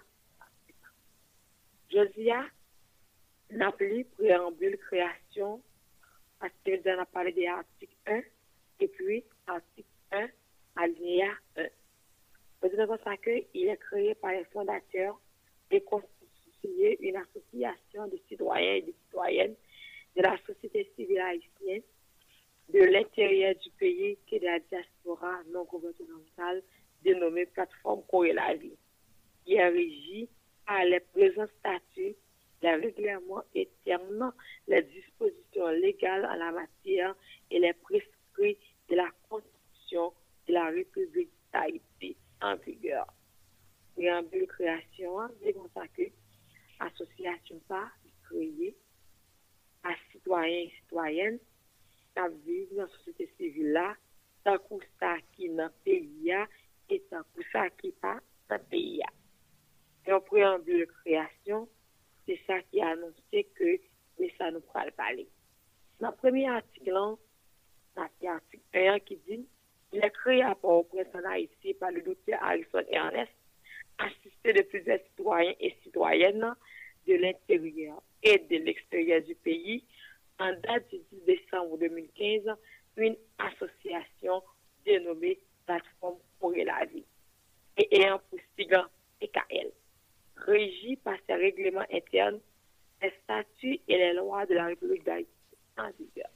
Je dis, n'appelez préambule création, parce que nous avons parlé des articles un, et puis article un, alinéa un. Vous dites comme ça qu'il est créé par les fondateurs et constitué une association de citoyens et de citoyennes de la société civile haïtienne, de l'intérieur du pays que de la diaspora non gouvernementale dénommée Plateforme Corée la Vie, qui est régie par les présents statuts, les règlements internes, les dispositions légales en la matière et les prescrits de la Constitution de la République d'Haïti en vigueur. Préambule création, c'est comme ça que l'association ça créée à citoyens et citoyennes qui vivent dans la société civile là, tant que ça qui dans le pays et tant que ça qui pas dans le pays. Et en préambule de création, c'est ça qui a annoncé que mais ça nous pourra le parler. Dans le premier article, dans l'article un qui dit il est créé à Port-au-Prince en Haïti par le docteur Harrison Ernest, assisté de plusieurs citoyens et citoyennes de l'intérieur et de l'extérieur du pays, en date du dix décembre deux mille quinze, une association dénommée Plateforme pour la Vie, et ayant pour sigle P K L, régie par ses règlements internes, les statuts et les lois de la République d'Haïti en vigueur.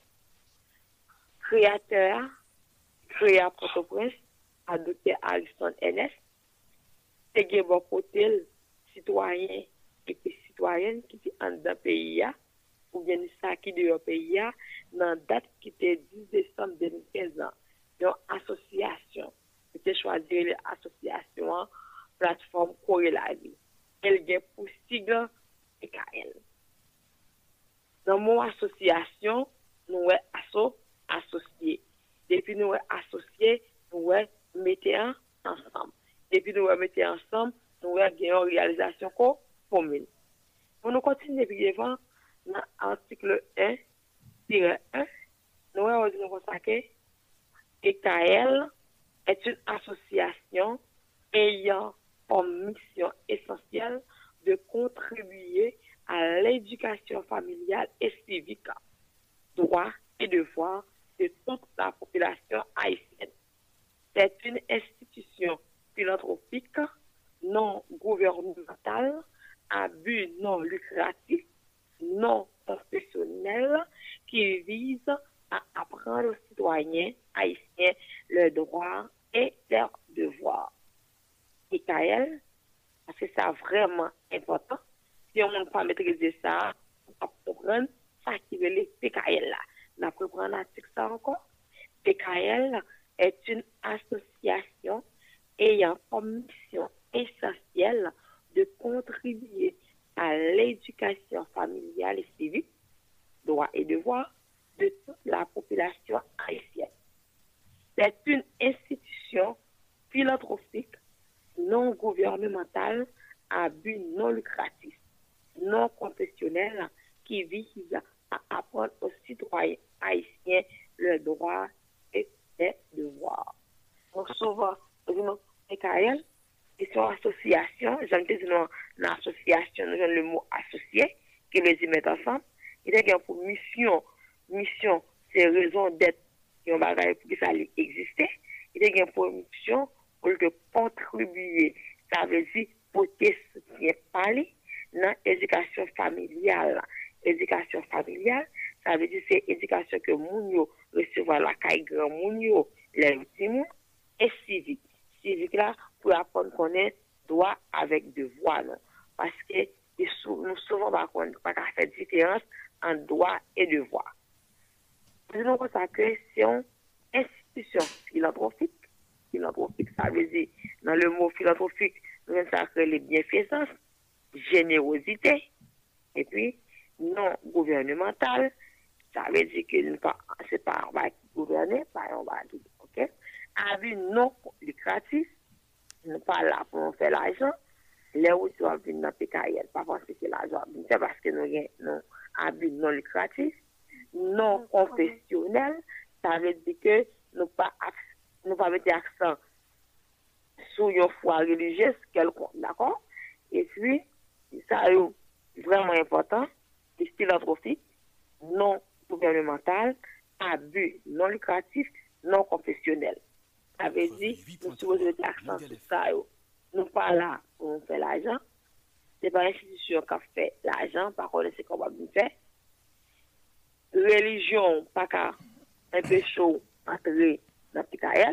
Créateur, créé à Port-au-Prince, à docteur Harrison Ernest, c'est Gébor Potel, citoyen et citoyenne qui est en dans le pays, ou bien ça qui est dans le pays, dans la date qui était dix décembre deux mille quinze, une association, qui était choisie l'association Plateforme Corée la Vie. Elle est pour sigle P K L. Dans mon association, nous sommes associés. Depuis nous sommes associés, nous mettons ensemble. Depuis nous mettons ensemble, nous avons une réalisation commune. Pour nous continuer puis devant, dans l'article un tiret un, nous avons dit que P K L est une association ayant comme mission essentielle de contribuer à l'éducation familiale et civique, droits et devoirs de toute la population haïtienne. C'est une institution philanthropique non gouvernementale à but non lucratif, non professionnel, qui vise à apprendre aux citoyens haïtiens leurs droits et leurs devoirs. P K L, parce que c'est vraiment important, si on ne peut pas maîtriser ça, on va comprendre ça qui veut les P K L là. On va prendre l'article ça encore. P K L est une association ayant comme mission essentielle de contribuer à l'éducation familiale et civique, droits et devoirs de toute la population haïtienne. C'est une institution philanthropique non gouvernementale à but non lucratif, non confessionnel, qui vise à apprendre aux citoyens haïtiens leurs droits et leurs devoirs. Donc souvent, P K L, ils sont association, j'aime dire non, l'association, nous avons le mot associé, qui les mettent ensemble. Il y a pour mission, mission, c'est raison d'être, qui ont bagage pour que ça existe. Il y a pour mission, pour que contribuer, ça veut dire pour que soutien parler dans l'éducation familiale. L'éducation familiale, ça veut dire c'est éducation que moun yo recevoir la caille grand moun yo, les petits et civique. Civique là, pour apprendre qu'on est droit avec devoir. Non? Parce que nous souvent pas faire différence entre droit et devoir. Nous comme ça que c'est une institution philanthropique. Philanthropique, ça veut dire, dans le mot philanthropique, nous avons ça que les bienfaisance, générosité, et puis non gouvernemental, ça veut dire que c'est pas on va gouverner, pas on va tout, ok? À but non lucratif, nous pas là pour faire l'argent, les où tu vas venir dans P K L, pas penser que l'argent c'est parce que nous avons un but non lucratif, non confessionnel, ça veut dire que nous pas nous pas mettre accent sur une foi religieuse quelconque, d'accord? Et puis ça est vraiment important, c'est philanthropique, non gouvernemental, à but non lucratif, non confessionnel. Ça veut dire, nous supposons mettre accent sur ça. Nous pas là pour faire l'argent. C'est pas l'institution qui fait l'argent, par contre, c'est comment nous faire. Religion, pas qu'à un peu chaud, entrer dans P K L.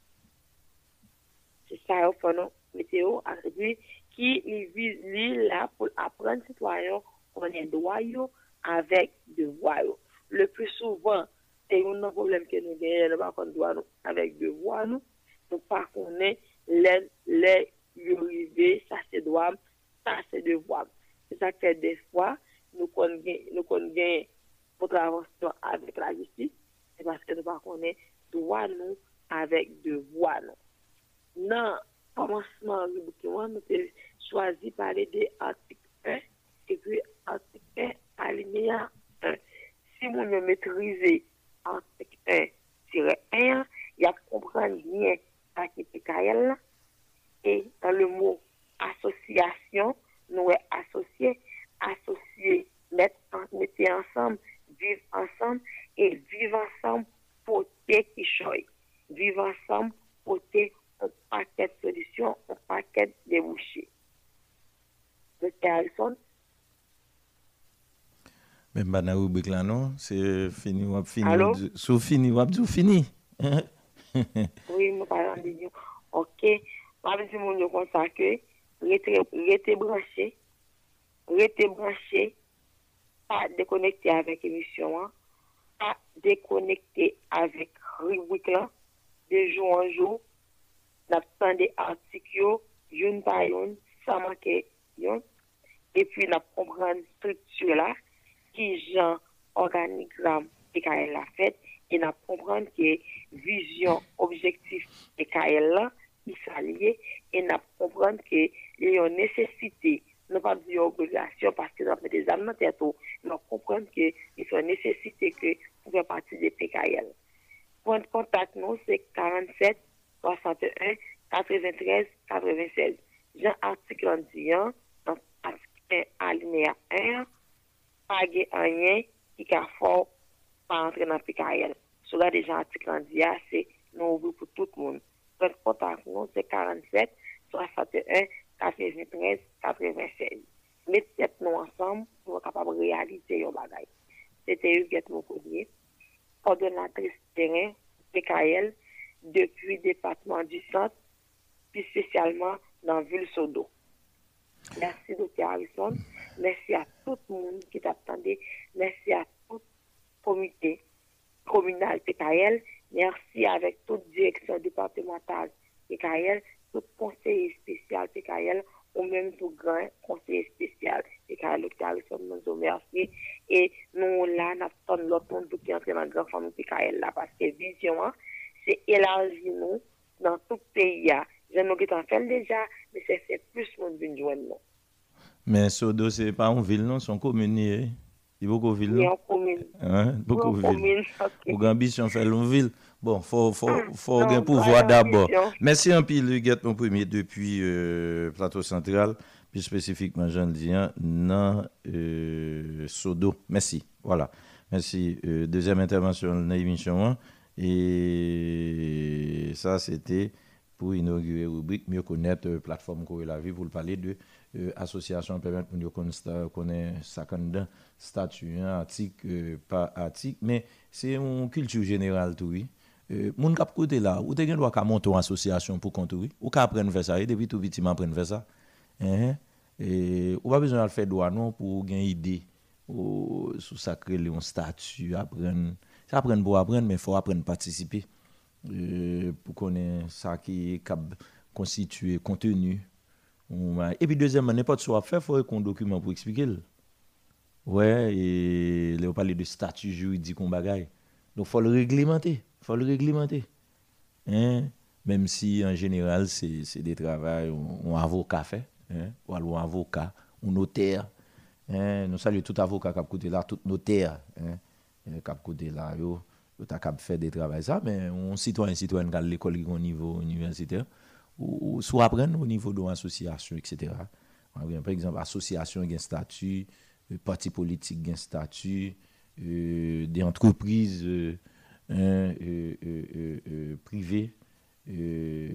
C'est ça, au fond, météo, qui vise là pour apprendre aux citoyens qu'on est droit avec devoir. Le plus souvent, c'est un problème que nous gagnons, nous ne droit avec devoir, nous ne pas connaître les les arrivés, ça c'est droit, ça c'est devoir. C'est ça que des fois, nous connaissons notre avancement avec la justice, c'est parce que nous ne pas connaître droit nous avec devoir. Non, commencement du document, nous avons choisi de parler de l'article un et puis article un, alinéa un. Si vous ne maîtrisez article un tiret un, il y a comprendre bien à qui P K L et dans le mot association, nous sommes associés, associés, mettre ensemble, vivre ensemble et vivre ensemble pour qui choisit. Vivre ensemble pour un paquet de solutions, un paquet de débouchés. Docteur Harrison? Mais maintenant, rubrique là, non, c'est fini, on va finir. Allô? C'est fini, on va tout fini. Oui, je parle en vidéo. Ok. Je vais dire mon comme ça que restez branché, restez branché, pas déconnecté avec l'émission, pas déconnecté avec rubrique là, de jour en jour, d'attendre des articles, une par une, sans manquer, et puis nous comprendre structure là, qui genre organigramme P K L a fait, et nous comprendre que vision, objectif P K L là, ils sont liés, et nous comprendre que il y a une nécessité, nous pas dire obligation parce que nous avons des âmes dans tête, nous comprendre que il faut une nécessité que pour faire partie des P K L. Point de contact nous c'est quarante-sept soixante et un quatre-vingt-treize quatre-vingt-seize. J'ai article en disant dans article un alinéa un, pas rien qui a fort pas entrer dans P K L. Cela déjà article en disant c'est nous ouvrir pour tout le monde. Point de contact nous c'est quarante-sept soixante et un quatre-vingt-treize quatre-vingt-seize. Mettez nous ensemble pour être capable de réaliser nos bagages. C'était Huguette Moncoudier, coordonnatrice terrain P K L depuis le département du centre, plus spécialement dans la ville Sodo. Merci, docteur Harrison. Merci à tout le monde qui t'attendait. Merci à tout le comité communal P K L. Merci avec toute direction départementale P K L, tout conseiller spécial P K L, ou même tout grand conseiller spécial P K L. Docteur Harrison, nous vous remercie. Et nous, là, nous attendons l'autre monde qui entre dans la grande famille P K L, là, parce que vision, c'est élargir nous dans tout le pays. Je ne sais pas fait déjà, mais c'est fait plus de monde de joindre nous. Mais Sodo, ce n'est pas une ville, non, c'est une commune. Il y a beaucoup de villes. Il y a une commune. Hein? Beaucoup de villes. Pour ambition faire une ville. Bon, faut faut faut un pouvoir d'abord. Merci un pile Huguette mon premier depuis euh, Plateau Central, plus spécifiquement Jean Dian dans euh, Sodo. Merci. Voilà. Merci. Euh, deuxième intervention dans l'émission et ça c'était pour inaugurer rubrique mieux connaître euh, plateforme Courir la vie pour parler de euh, association permettre pour nous connaître cinquante statut article euh, pas article mais c'est une culture générale tout oui. Euh, moun k'ap côté là ou te gen droit ka monter une association pour construire ou ka apprendre faire ça et depuis tout petit apprendre faire ça hein et ou pas besoin de faire droit non pour gagner idée ou sous ça créer un statut apprendre ça apprendre pour apprendre mais faut apprendre participer euh, pour connaître ça qui cap constituer contenu et puis deuxièmement n'importe quoi faire faut un document pour expliquer ouais et là on parle de statut juridique on bagaille donc faut le réglementer faut le réglementer. Hein? Même si en général c'est c'est des travails on avocat fait hein ou un avocat ou notaire hein nous saluons tout avocat qui a côté là tout notaire hein qui a côté là yo yo ta cap faire des travail ça mais on citoyen citoyenne qui à l'école au niveau universitaire ou, ou soit apprendre au niveau de l'association et cetera. Par exemple association qui a un statut, parti politique qui a un statut, euh, des entreprises euh, Hein, euh, euh, euh, euh, privé euh,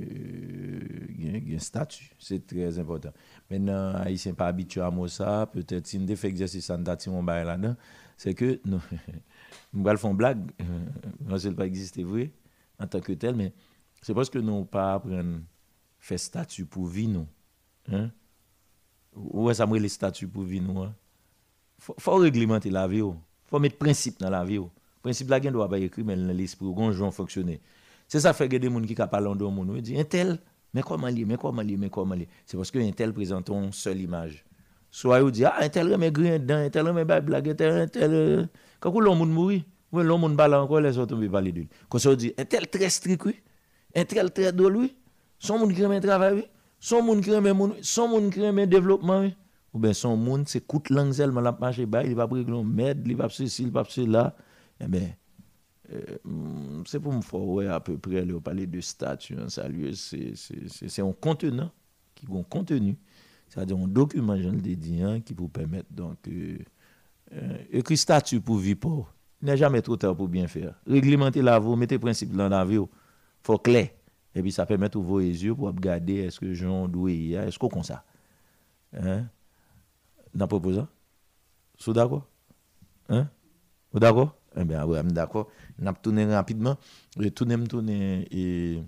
un statut c'est très important maintenant haïtien pas habitué à ça peut-être si on fait exercice en date on bail là-dedans c'est que nous nous va faire blague non c'est pas exister vrai en tant que tel mais c'est parce que nous pas apprendre faire statut pour vie nous hein ouais ça me les statuts pour vie nous hein? faut, faut réglementer la vie faut mettre principe dans la vie principe la gen doit pas écrit mais dans l'esprit gon jon fonctionner c'est ça fait que des monde qui ka parler de monde dit un tel mais comment lié mais comment lié mais comment lié c'est parce que un tel présente une seule image soit il dit ah un tel remet grain dedans un tel remet blague un tel un tel quand l'homme monde mourir ouais l'homme monde parle encore les autres tomber parler de lui quand ça dit un tel très strict oui un tel très drôle oui son monde qui remet travail oui son monde qui remet monde son monde qui remet développement oui ou ben son monde c'est coûte langue seulement la marcher ba il va régler merde il va ceci il va cela eh bien, euh, c'est pour me faire ouais, à peu près le parler de statut, hein, c'est c'est c'est un contenant qui un contenu, c'est-à-dire un document, je l'ai dit, hein, qui vous permet donc euh, euh, écrire statut pour vivre pauvre. Il n'est jamais trop tard pour bien faire. Réglementer la vie, mettez principe dans la vie, faut clair. Et puis ça permet de ouvrir les yeux pour regarder est-ce que Jean doit y est-ce qu'on comme ça. Hein? Dans proposant? Vous d'accord? Hein? Vous d'accord? Eh bien, oui, d'accord. On a tourné rapidement. Tourner, tourner. Et,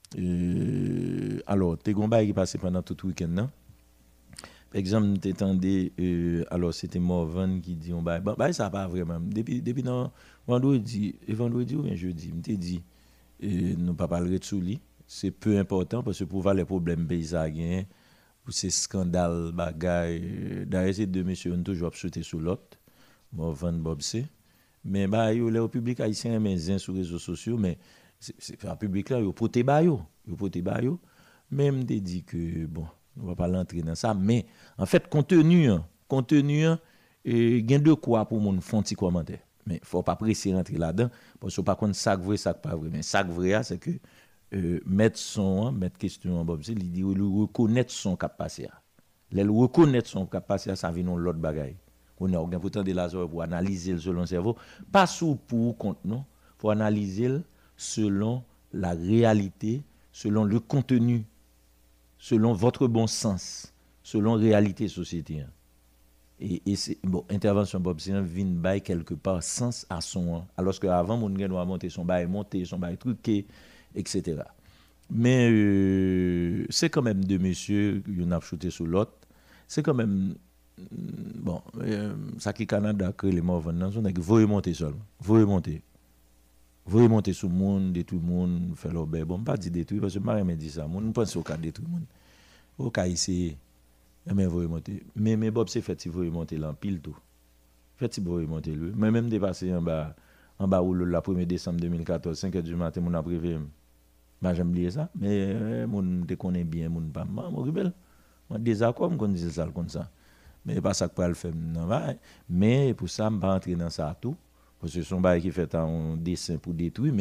et, alors, t'es gomba qui passé pendant tout le week-end, non? Par exemple, t'étendais, euh, alors c'était Morvan qui dit, on bah, bah, ça pas vraiment. Depuis, depuis non, vendredi, et vendredi ou bien jeudi, m'te dit, euh, nous pas parler de souli. C'est peu important parce que pour voir les problèmes paysagers, pour ces scandales, bagailles, d'ailleurs, ces deux messieurs ont toujours sauté sur l'autre. Morvan, Bobsé. Mais bah yo le public haïtien mais sur les réseaux sociaux mais c'est le public là yo poté ba yo yo poté ba yo même te dit que bon on va pas l'entrer dans ça mais en fait contenu contenu et gain de quoi pour mon font petit commentaire mais faut pas presser rentrer là-dedans parce que par contre ça vrai ça pas vrai mais ça vrai c'est que euh, mettre son mettre question en Bob c'est il dit reconnaître son cap passé les reconnaître son cap passé ça vient l'autre bagaille. On a organ pourtant de la pour analyser selon le cerveau pas sous pour compte non faut analyser selon la réalité selon le contenu selon votre bon sens selon réalité société et, et c'est bon intervention Bob c'est vinn bail quelque part sens à son alors que avant mon gars doit monter son bail monter son bail truqué etc. mais euh, c'est quand même deux messieurs qui ont shooté sur l'autre c'est quand même bon, euh, ça qui Canada crée les morts venant, on a que vous remonter seul, vous remonter, vous remonter sur le monde, détruire le monde, faire l'obé. Bon, pas dire détruire parce que Marie me dit ça, on pense au cas détruire le monde, au cas essayer, mais vous remonter. Mais mais Bob c'est fait si vous remonter là pile tout, fait si vous remonter lui, mais même dépasser en bas, en bas où le premier décembre deux mille quatorze, cinq heures du matin, mon a privé, bah j'aime lire ça, mais mon te connaît bien, mon pas, moi rebelle, moi désaccord, on dit ça comme ça. Mais pas ça que pas le faire non mais pour ça me pas entrer dans ça tout parce que son bail qui fait un dessin pour détruire mais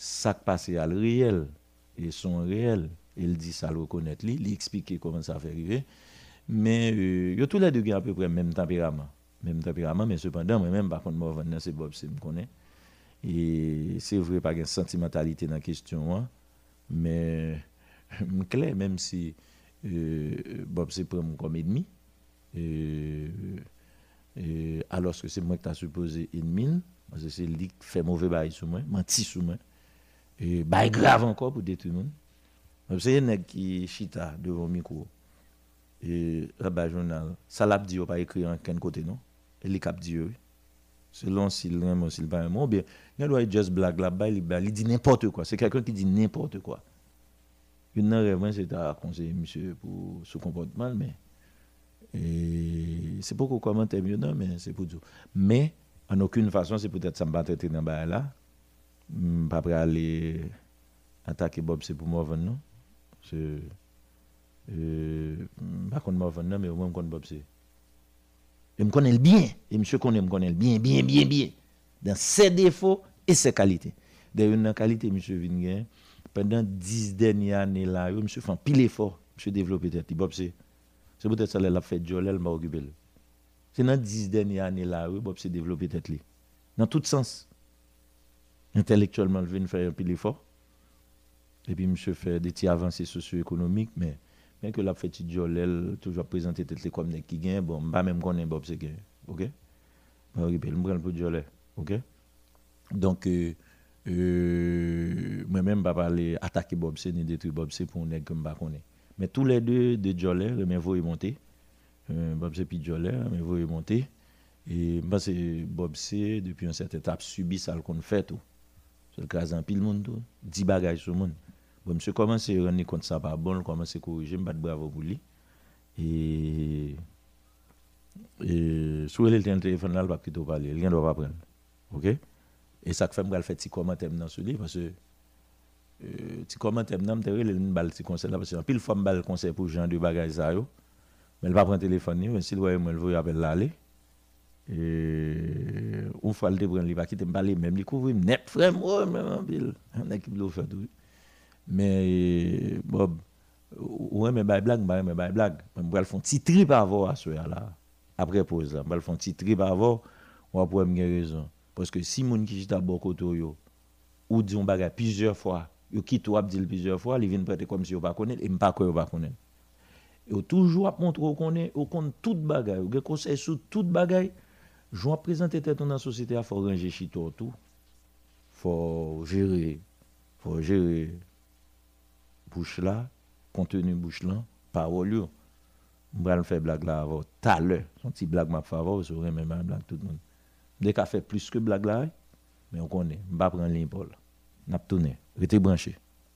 ça qui passe à le réel et son réel. Il dit ça le reconnaître, lui, il explique comment ça fait arriver. Mais euh, yo tous les deux qui à peu près même tempérament, même tempérament, mais cependant moi-même par contre moi c'est Bob c'est me connaît. Et c'est vrai pas une sentimentalité dans la question hein, mais clair même si euh, Bob c'est prend comme ennemi et, et alors que c'est moi qui t'a supposé ennemi parce que c'est lui qui fait mauvais bail sur moi, menti sur moi et bail grave encore pour détruire monde. C'est un nèg qui chita devant micro et là journal ça l'a dit pas écrit en quel côté non et les cap dit oui selon s'il vraiment s'il pas un mot bien il doit juste blague là-bas il dit n'importe quoi c'est quelqu'un qui dit n'importe quoi une vraiment c'est à conseiller monsieur pour ce comportement mais et c'est pas qu'on commente mieux non mais c'est pour dire mais en aucune façon c'est peut-être ça me pas traiter dans bas là pas prêt aller attaquer Bob c'est pour moi non c'est euh pas contre moi non mais au moins contre Bob c'est et me connaît bien et monsieur connaît me connaît bien bien bien bien dans ses défauts et ses qualités d'ailleurs une qualité monsieur Vinguin pendant dix dernières années là monsieur fait pile effort monsieur développer tête Bob c'est c'est peut-être ça l'a fait Joel m'a occupé c'est dans dix dernières années là Bob c'est développer tête lui dans tout sens intellectuellement il vient faire pile effort et puis monsieur fait des petites avancées socio-économiques mais bien que la petite Joel toujours présenté tête comme nèg qui gagne bon pas même connaît Bob c'est gagne OK moi occupé me prendre pour Joel OK donc euh, euh moi même pas parler attaquer Bob c'est ni détruire Bob c'est pour nèg que me pas connaît mais tous les deux de Joel mais vous monter euh, Bob c'est puis Joel mais vous monter et moi c'est Bob c'est depuis une certaine étape subi ça le qu'on fait tout c'est le cas en pile monde tout dix bagages sur monde bon monsieur commence à rendre compte ça pas bon commence à corriger me battre bravo pour lui et et sur le téléphone là pas quitter parler rien doit pas prendre OK et ça fait me faire petit commentaire dans ce livre parce que euh petit commentaire dans me terre le balle petit conseil là parce que pile fois me balle conseil pour gens de bagages ça yo mais il va prendre téléphone mais s'il voit moi il veut appeler là aller et ou fois le prendre il va quitter me parler même il couvrir net frère moi même en pile on équipe le fait tout mais Bob ouais mais bail blague mais bail blague on va le faire petit trip avant à ce là après pause là on va le faire petit trip avant on va pour me raison parce que si moun qui j'ta bon côté yo ou dit on bagarre plusieurs fois yo quitte ou dit plusieurs fois il vient prêter comme si on pas connaître et pas quoi on pas connaître et toujours à montrer on connaît on compte toute bagarre on conseil sur toute bagarre je vais présenter tête dans la société à faut ranger chito tout faut gérer faut gérer bouche là contenu bouche là parole yo on va faire blague là avant tout à l'heure son petit blague m'a faveur sur même blague tout le monde dès qu'a fait plus que blague là mais on connaît on va prendre ligne Paul n'a tourner restez branché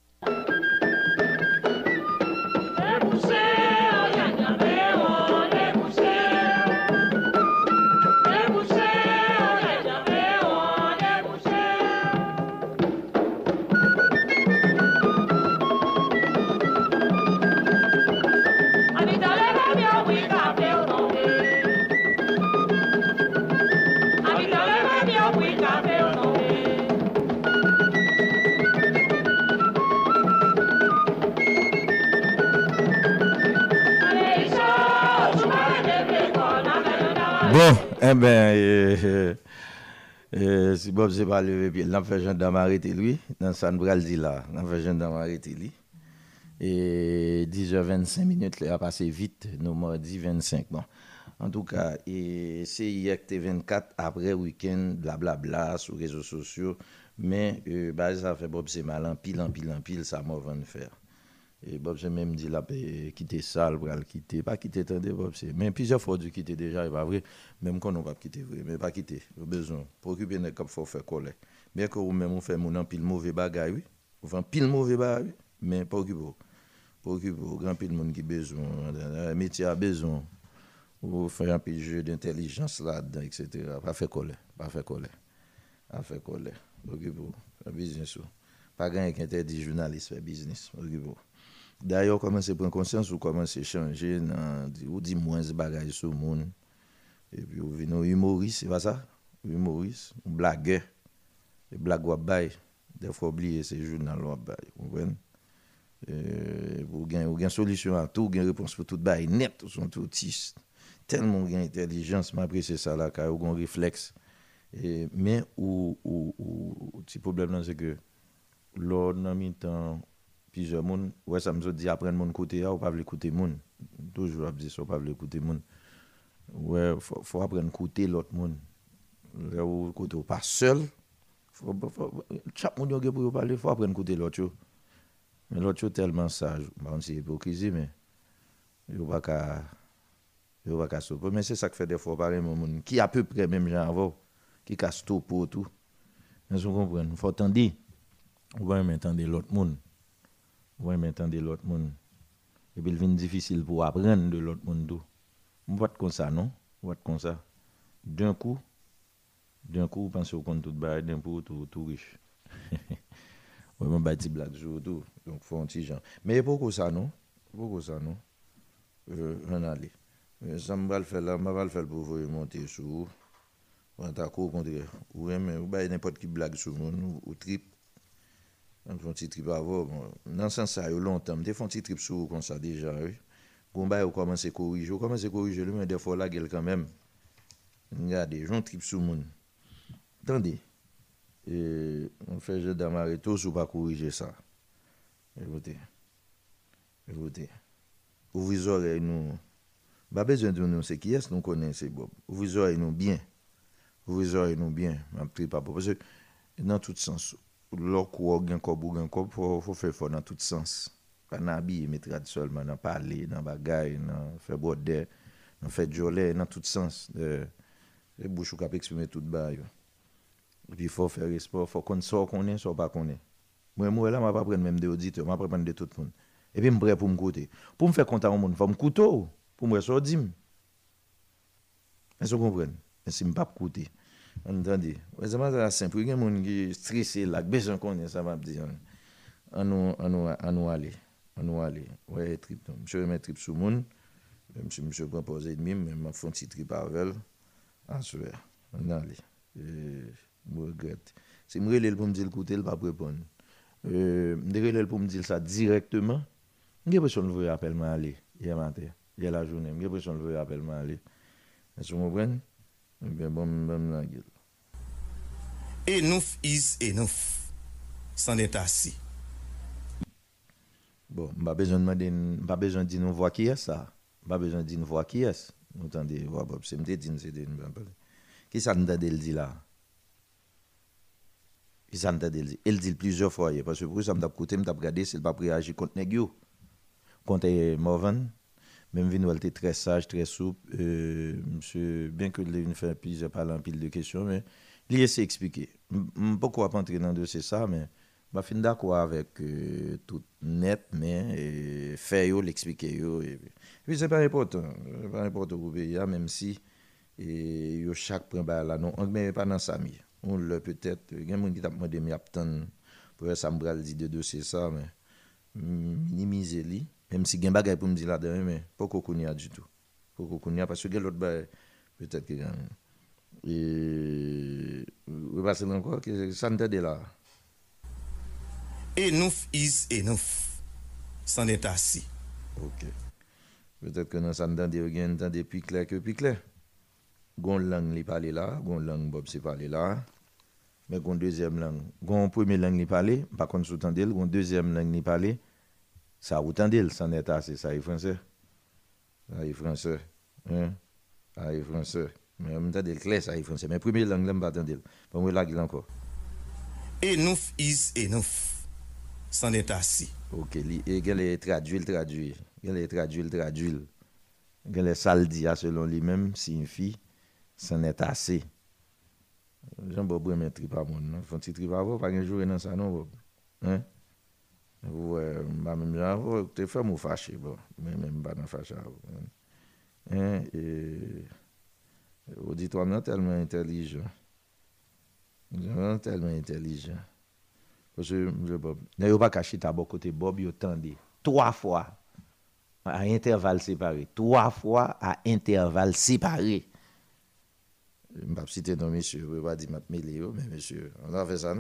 Bon, eh ben, euh, euh, si Bob c'est pas levé pied, il a fait gendarme arrêter lui, dans San Bral dit là, il a fait gendarme arrêter lui. Et dix heures vingt-cinq minutes, il a passé vite, nous mardi vingt-cinq. Bon, en tout cas, et c'est hier que vingt-quatre, après week-end, blablabla, sur les réseaux sociaux, mais euh, bah, ça fait Bob c'est mal, en pile, en pile, en pile, ça m'a de faire. Et Bob c'est même dit là quitter ça pour le quitter pas quitter tendez Bob c'est mais plusieurs fois du quitter déjà pas vrai même quand on va quitter vrai mais pas quitter au besoin préoccuper n'est comme faut faire coller bien que vous même on fait mon pile mauvais bagaille oui on fait pile mauvais bagaille mais pas occuper pas occuper grand pile monde qui besoin métier a besoin ou faire un peu jeu d'intelligence là-dedans et cetera pas faire coller pas faire coller pas faire coller occuper business pas gagner qui interdit journaliste faire business occuper. D'ailleurs, commencer à prendre conscience ou commencer à changer, ou dire moins de bagages sur le monde. Et puis, vous venez humoriste, c'est pas ça? Humoriste, blagueur. Les blagues ou bail, Des fois, oublier ces journaux, vous comprenez? Vous avez une solution à tout, vous avez une réponse pour tout, bail net, tout sont autistes. Tellement vous avez intelligence, mais c'est ça là, car vous avez un réflexe. Et, mais, ou, ou, ou, le petit problème, c'est que, lors d'un temps, plusieurs monde, ouais, ça me dit apprendre mon côté, ou pas écouter mon. Toujours, je dis ça, pas écouter mon. Ouais, faut, faut apprendre à écouter l'autre monde. Là où côté pas seul, faut, faut, chaque monde qui pour parler, faut apprendre à écouter l'autre. Mais l'autre est tellement sage, bon, c'est hypocrisie, mais il n'y a pas qu'à stopper. Mais c'est ça que fait des fois parler mon monde, qui à peu près même genre avant, qui a stoppé pour tout. Mais vous comprenez, il faut attendre, vous voyez entendre l'autre monde. Vous voyez entendre l'autre monde. Et puis il devient difficile pour apprendre de l'autre monde. Vous voyez comme ça, non? Vous voyez comme ça. D'un coup, d'un coup, vous pensez au compte tout bas, d'un coup, tout, tout riche. Oui, je vais dire blague sur tout. Donc, il faut un petit genre. Mais pourquoi ça, non? Pourquoi ça, non? Euh, on allait. Ça me va le faire là, je vais le faire pour vous monter sur vous. On t'a au contraire. Oui, mais vous avez n'importe qui blague sur moi, ou trip. On fait un petit trip avant. Dans ce sens, il y a longtemps, je fais un petit trip sur vous comme ça déjà, oui. Quand on commence à corriger, on commence à corriger, mais des fois, la gueule quand même. Regardez, j'en trip sur moi. Attendez. Et on fait jeu d'amaretto si on pas corriger ça. Écoutez. Écoutez. Ouvrez oreilles nous. Pas besoin de nous c'est qui est nous connaissons Bob. Ouvrez oreilles nous bien. Ouvrez oreilles nous bien. M'a pas parce que dans tout sens. L'or gain corps ou gain corps faut faut faire fort dans tout sens. Pas n'habiller mais traditionnellement dans parler, dans bagaille, dans faire border, dans faire jolet dans tout sens. Euh les bouches cap exprimer tout bas. Et puis il faut faire sport, il faut qu'on soit qu'on est, soit pas qu'on est. Moi, moi là, je ne vais pas prendre même des auditeurs, je vais prendre de tout le monde. Et puis je suis prêt pour me coûter. Pour me faire compter au monde, il faut me coûter. Pour me faire dire. Est-ce que vous comprenez? Mais si je ne peux pas coûter. Entendez? C'est pas simple. Il y a des gens qui sont stressés, là, besoin qu'on ait, ça va me dire. On nous aller. On nous aller. Ouais, trip. Je vais mettre trip sur le monde. Même si je prends pas de mime, mais je fais un petit trip avec elle. En soi. On aller. Je regrette. Si je me relève pour me dire écoutez, il ne va pas répondre. Euh, je me relève pour me dire ça directement. J'ai l'impression que je appelle moi aller. Hier matin, hier la journée. J'ai l'impression que je appelle moi aller. Est-ce que vous comprenez? Eh bien, bon, bon, la gueule. Enough is enough. C'en est assez. Bon, je n'ai pas besoin de demander, pas besoin de dire nous voir qui est ça. Pas besoin de dire nous voir qui est. Vous entendez? C'est me dit, c'est de qui ça nous a dit là? Qui ça nous a dit? Elle dit plusieurs fois parce que pour ça m'a coûté, m'a regardé s'il pas réagir contre nèg contre Morvan. Même Vino était très sage, très souple. Euh, monsieur, bien que il fait plusieurs parler pile de questions, mais il essaie d'expliquer. Pourquoi pas entrer dans le dossier ça, mais je suis d'accord avec euh, tout net, mais euh, faire yo, l'expliquer yo. Et puis c'est pas important, c'est pas important pour pays, même si et yo chaque prend là non, mais pas dans ça mi. On le peut-être, il y a des gens qui t'a demandé mais attendre pour ça me bral dit de dossier ça, mais minimiser li. Même si il y a des choses pour me dire là-dedans, mais pas qu'on connaît du tout. Pas qu'on connaît, parce que l'autre bail, peut-être que. Et. Vous passez encore, ça ne t'aide là. Enough is enough. C'en est assez. Ok. Peut-être que dans ça ne t'aide rien, t'aide plus clair que plus clair. Gon langue li parler là, gon langue Bob c'est parler là. Mais gon deuxième langue. Gon première langue li parler, par contre sous-tendel, gon deuxième langue li parler. Ça vous tendez, ça n'est pas assez, ça est français. Ça est français. Hein? Ça est français. Mais je m'entendez clair, ça est français. Mais première langue, je ne m'entendez pas. Pour moi, là, il encore. Enough is enough. Ça n'est pas assez. Ok, et il est traduit, il traduit. Il est traduit, il traduit. Il est saldi, selon lui-même, signifie, ça n'est pas assez. Jean-Bob, je ne trip pas mon nom. Faut un petit trip avant, pas un jour dans ça, non, hein? Ouais, bah même genre, tu fais me fâcher, bon, mais même pas dans fâcher. Hein, et auditoire non tellement intelligent, tellement intelligent. Parce que je Bob, n'ayez pas caché ta bon côté Bob, il tendait trois fois à intervalles séparés, trois fois à intervalles séparés. Je ne vais pas citer non monsieur, je ne vais pas dire m'a mêlé, mais monsieur, on a fait ça non?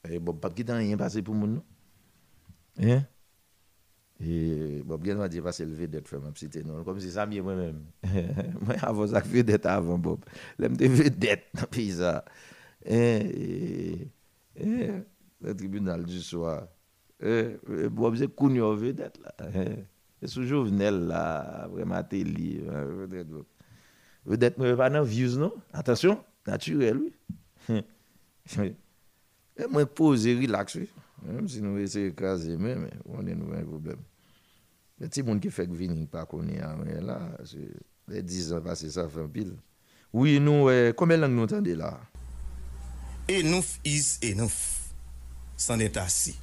Et Bob pas qui rien passé pour moun. Hein? Et Bob Gen m'a dit passer le vedette fait ma petite non comme si ça mieux moi-même. Moi avant ça vedette avant Bob. L'aime de vedette dans pays ça. Et le tribunal du soir. Eh Bob c'est Kounio vedette là. C'est sous Jovenel là vraiment télé vedette. Vedette moi pas dans views non. Attention, naturel oui. Et moi poser relax oui. Même si nous essayons d'écraser même on est nous un problème. Les petits monde qui fait que venir pas connaître mais là les dix ans passé ça fait un pile. Oui nous euh, combien langue nous entendez là? Enough is enough. C'en est assez.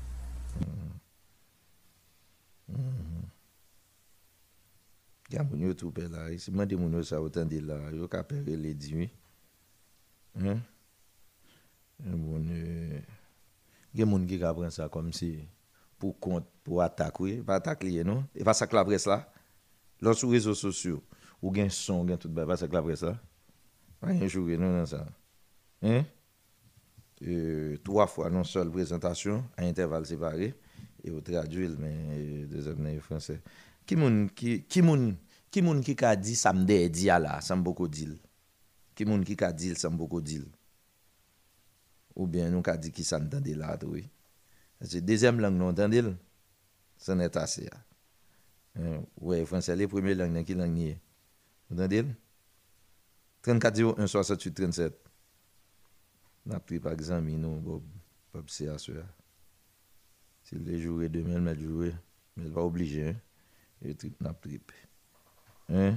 Il y a mon YouTube là, si moi des moun ça entendez là, yo ka pere les dix oui. Hein? Bon euh il y a moun qui ka prend ça comme si pour compte pour attaque oui, pas attaque lié non? Et pas ça que la presse là. Là sur réseaux sociaux, ou gen son, gen tout ba, pas ça que la presse là. Pas un jour non dans ça. Hein? Euh, trois fois non seule présentation à intervalles séparés et au traduire mais deuxième en français. Qui moun qui qui moun qui moun qui ka dit ça me dit là, ça me beaucoup dit. Qui moun qui ka dit ça me beaucoup dit. Ou bien nous ka dit qui ça entendait là oui. C'est deuxième langue nous entendez. Ça n'est assez. Hein, ouais, français les première langue qui langue ni. Entendez? trente-quatre zéro un soixante-huit trente-sept. N'a pris par exemple nous Bob Bob c'est à ça. S'il les jouer demain mais jouer mais pas obligé hein. Et trip n'a trip. Hein?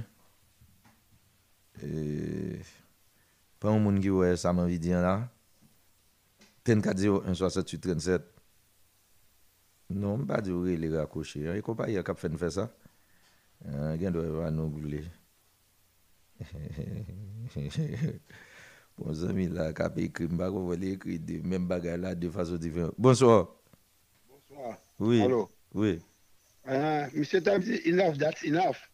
Et pas un monde qui ouais ça m'a dit là. trente-quatre zéro un soixante-huit trente-sept. Non, pas dire les raccrocher. Et compagnie qui fait faire ça. Euh, gain doit nous brûler. Bon ami là qui a écrit pas qu'on va écrire de même bagarre là de façon différente. Bonsoir. Bonsoir. Oui. Allô. Oui. Uh, Monsieur Tam dit enough, that's enough.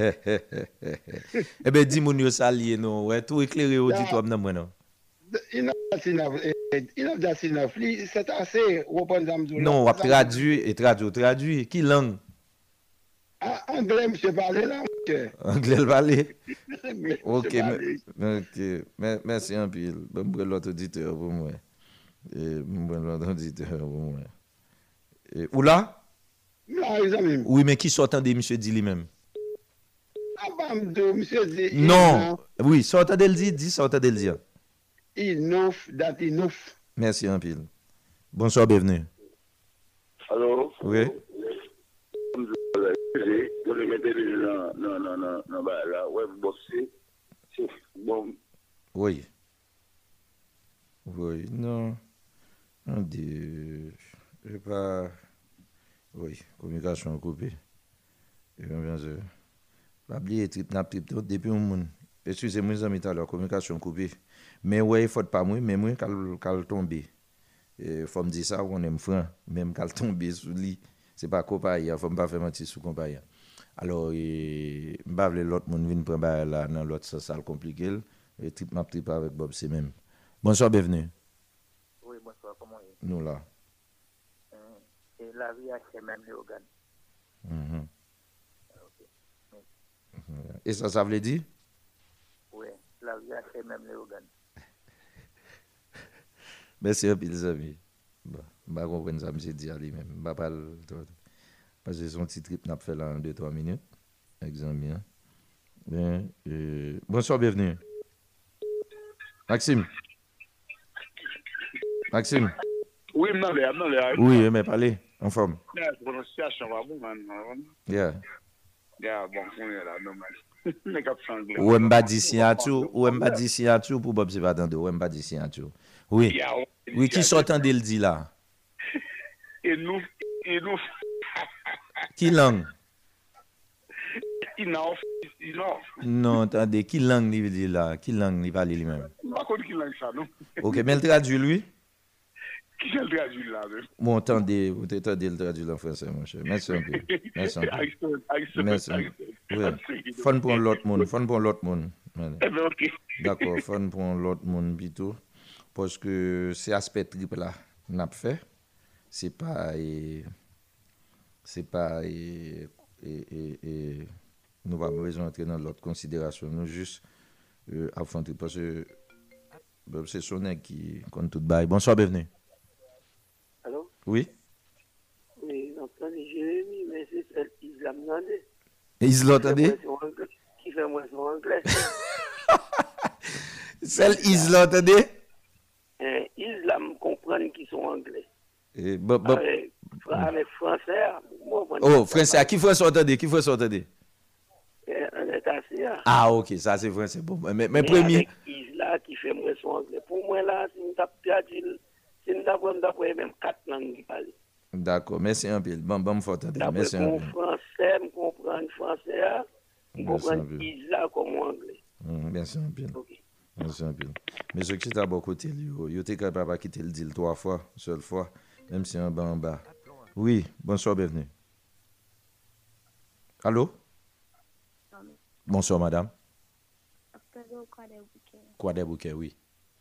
Eh ben dis mon yo salier non, ouais, tout éclairé auditoire dans moi non. Enough, that's enough. Enough, that's enough. C'est assez. Non, on va traduire et traduire, traduire. Qui langue? Ah, anglais, monsieur parler là, monsieur. Anglais parler. Ok, ok. Merci un peu. Bon, pour l'autre auditeur pour moi. Et bon, l'autre auditeur pour moi. Et où là? Là, les amis. Oui, mais qui sortant de monsieur dit lui-même? Ah, bah, de monsieur dit. Non. Oui, sortant de le dire, dit sortant de le dire. Enough, that enough. Merci un peu. Bonsoir, bienvenue. Allô? Oui. Vous le mettez dans non non non non bah là ouais bosser c'est bon. Oui. Oui, non. On dit je pas oui, communication coupée. Et bien sûr. Pas oublier trip n'a trip depuis un monde. Excusez-moi mes amis tout à l'heure communication coupée. Mais ouais, il faut pas moi mais moi quand quand tomber. Et faut me dire ça on aime franc même quand tomber sous lit. C'est pas compagnie, faut pas faire mentir sous compagnie. Alors et m'pa vle l'autre monde vinn prendre là dans l'autre salle compliqué et trip m'a trip avec Bob c'est même. Bonsoir, bienvenue. Oui, bonsoir, comment est? Nous là. Et la vie c'est même les organes. Mhm. Et ça ça veut dire? Oui, la vie c'est même les organes. Merci un peu les amis. Bon, bah comprendre ça monsieur dit à lui-même. Bah pas parce que son petit trip n'a fait là en deux trois minutes. Exemple bien. Bien euh, bonsoir, bienvenue. Maxime. Maxime. Oui, non, là, non, là. Oui, mais parlez en forme. La prononciation va bon man. Yeah. Yeah, bon, on est là normal. Mais cap anglais. Ou m'ba dit signature, ou m'ba dit signature pour Bob c'est pas attendre, ou m'ba dit signature. Oui. Oui, qui s'entend de le dire là? Et nous et nous Qui langue? Enough, enough. Non, attendez, qui langue il veut dire là? Qui langue il parle lui-même? Pas contre qui langue ça, non? OK, mais le traduit lui? Qui je le traduit là? Bon, attendez, vous attendez le traduit en français, mon cher. Merci un peu. Merci un peu. Merci. Oui. Fun pour l'autre monde, fun pour l'autre monde. D'accord, fun pour l'autre monde plutôt. Parce que c'est aspect triple là. n'a fait, c'est pas et, c'est pas et, et, et, et nous pas besoin d'entrer dans l'autre considération, nous juste euh, affronter parce que euh, c'est son qui compte tout bail. Bonsoir, bienvenue. Allô? Oui. Oui, j'entendais Jérémy, mais c'est celle Islam Nandé. Islam Nandé? Qui fait moi son anglais. Celle Islam Nandé? Eh, Islam comprend qui sont anglais. Et, bon, bon. Avec, avec français. Moi, oh, français. À qui français entendez? Qui français entendez? On est assis. Ah, ok, ça c'est français. Bon, mais, mais, mais premier. Avec Islam qui fait moi son anglais. Pour moi, là, si nous avons perdu, si nous avons même quatre langues qui parlent. D'accord, merci un peu. Bon, bon, faut entendre. Merci un peu. Français, je comprends français, je comprends Islam comme anglais. Merci un peu. Merci un peu. Mais ce qui est à bon côté, il était capable de quitter le deal trois fois, seule fois, même si en bas en bas. Oui, bonsoir, bienvenue. Allô? Bonsoir, madame. Quoi des bouquets, oui.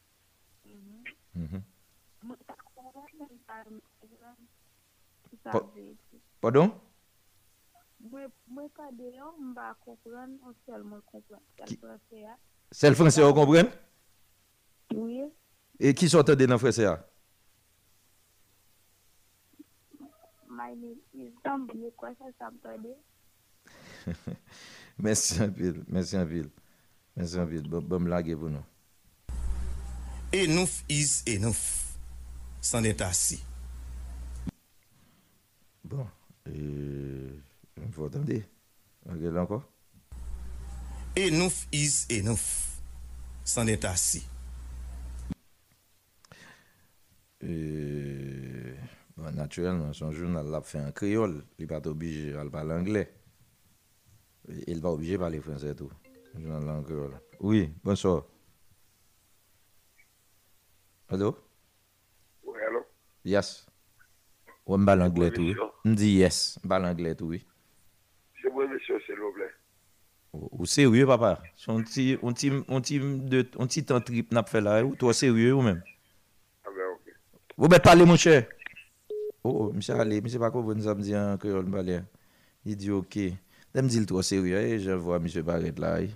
Pardon? C'est le français, vous comprenez? Oui. Et qui sont dans le français? My name is Zambie. Quoi ça, ça me Merci un peu. Merci un peu. Merci un peu. Bon, me laguer pour nous. Enough is enough. C'en est assez. Bon. Euh, il faut attendre. Regardez encore. Enough is enough. C'en est assez. Euh, bon, naturellement, son journal l'a fait en créole. Il n'est pas obligé à parler anglais. Il n'est pas obligé de parler français tout. Journal en créole. Oui, bonsoir. Allô? Oui, allô? Yes. On me parle anglais tout. On dit yes. On parle anglais tout, oui. C'est moi, monsieur, s'il vous plaît. Ou sérieux, papa? On petit on petit on petit de on petit temps trip n'a fait là ou toi sérieux ou même? Ah ben OK. Vous mettez parler mon cher. Oh, monsieur allez, monsieur pas quoi vous nous dit en créole parler. Il dit OK. Là me dit toi sérieux et je vois monsieur paraître là. Et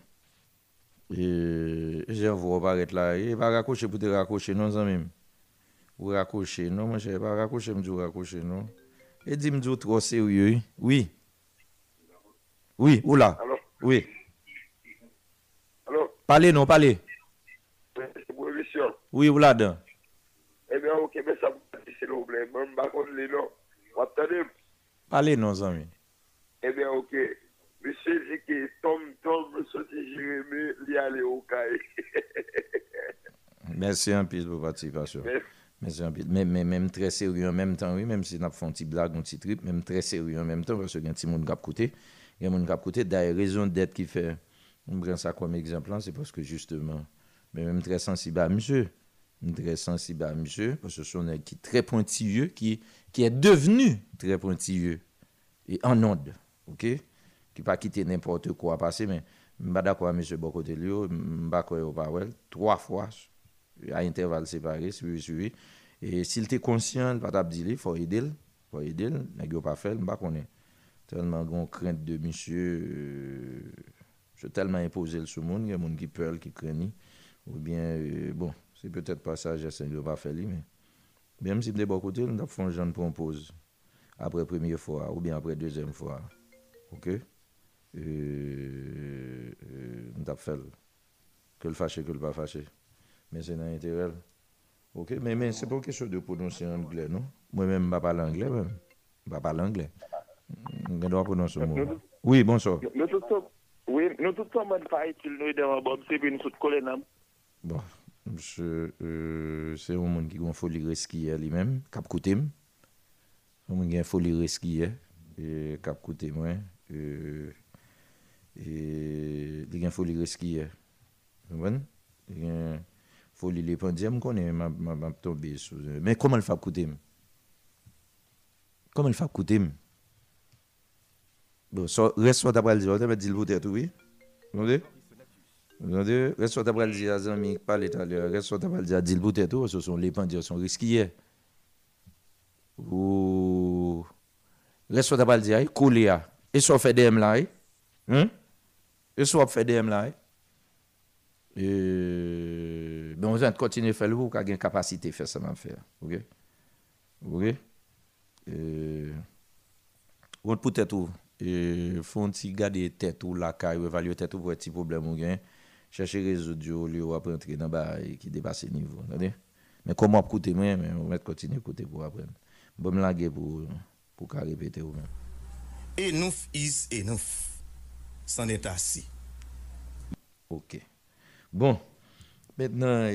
je vois paraître là, il va raccrocher pour te raccrocher non ça même. Ou raccrocher non mon cher, pas raccrocher me dit raccrocher non. Et dit me dit trop sérieux. Oui. Oui, ou là. Allô? Oui. Allô? Parlez, non, parlez. C'est pour émission. Oui, ou là-dedans. Eh bien, ok, mais ça vous dit, s'il vous plaît. Même pas contre les noms. Vous attendez? Parlez, non, amis. Eh bien, ok. Monsieur dit que Tom, Tom, monsieur Jérémy, il allait au cahier. Merci un peu pour votre participation. Merci un peu. Mais, mais même très sérieux en même temps, oui, même si nous avons un petit blague, un petit trip, même très sérieux en même temps, parce qu'il y a un petit monde qui a coûté. Il y a un monde qui a coûté. D'ailleurs, raison d'être qui fait, on prend ça comme exemple, c'est parce que justement, mais même très sensible à monsieur, très sensible à monsieur, parce que ce sont qui très pointilleux, qui, qui est devenu très pointilleux et en onde, ok? Qui pas quitter n'importe quoi passer, mais je ne suis pas d'accord avec M. Bocotelio, je ne suis pas d'accord avec trois fois, à intervalles séparés, suivi, suivi. Et s'il était conscient, il ne va pas dire, il faut aider, il faut aider, il ne pas faire, je ne sais pas connaître. Tellement grand crainte de monsieur, euh, je tellement imposé le sous monde, il y a des gens qui peur, qui craignent, ou bien, euh, bon, c'est peut-être pas ça, je ne vais pas faire, mais même si je suis de bon côté, on a fait un jeune propose après la première fois, ou bien après la deuxième fois, ok? Euh, euh, on a fait que le fâché, que le pas fâché, mais c'est dans l'intérêt, ok? Mais, mais c'est pas question de prononcer en anglais, non? Moi-même, je ne parle pas l'anglais, même. Je ne parle pas l'anglais. Je dois prononcer le mot. Oui, bonsoir. Nous tout oui, nous tout sommes pas utiles, nous devons bon, c'est une toute colonne. Bon, monsieur, euh, c'est un monde qui a une folie risquée lui-même, cap coûté. Un monde qui a une folie risquée et cap coûté moi. Euh, et il a une folie risquée. Vous voyez? Il a une folie les pendiers, je connais, m'a m'a tombé sous. Mais comment le fait coûter? Comment le fait coûter? Bon, so, reste sur ta parole, tu vas dire peut-être oui. Vous entendez? Vous entendez? Reste sur ta parole, les amis qui parlent tout à l'heure. Reste sur ta parole, dire peut-être ce sont les pendiers sont risqués. ou responsable dire coller a et soit fait D M là hein et soit fait D M là et ben on va continuer faire le pour qu'a gain capacité faire ça même faire OK OK euh on peut-être tout et font petit garder tête ou la caille évaluer tête ou pour petit problème ou gain chercher résoudre au lieu après entrer dans bas qui dépasse niveau entendez mais comment écouter moi mais on va continuer écouter pour apprendre bon me laguer pour pour qu'à répéter ou même enough is enough c'en est assez. OK bon maintenant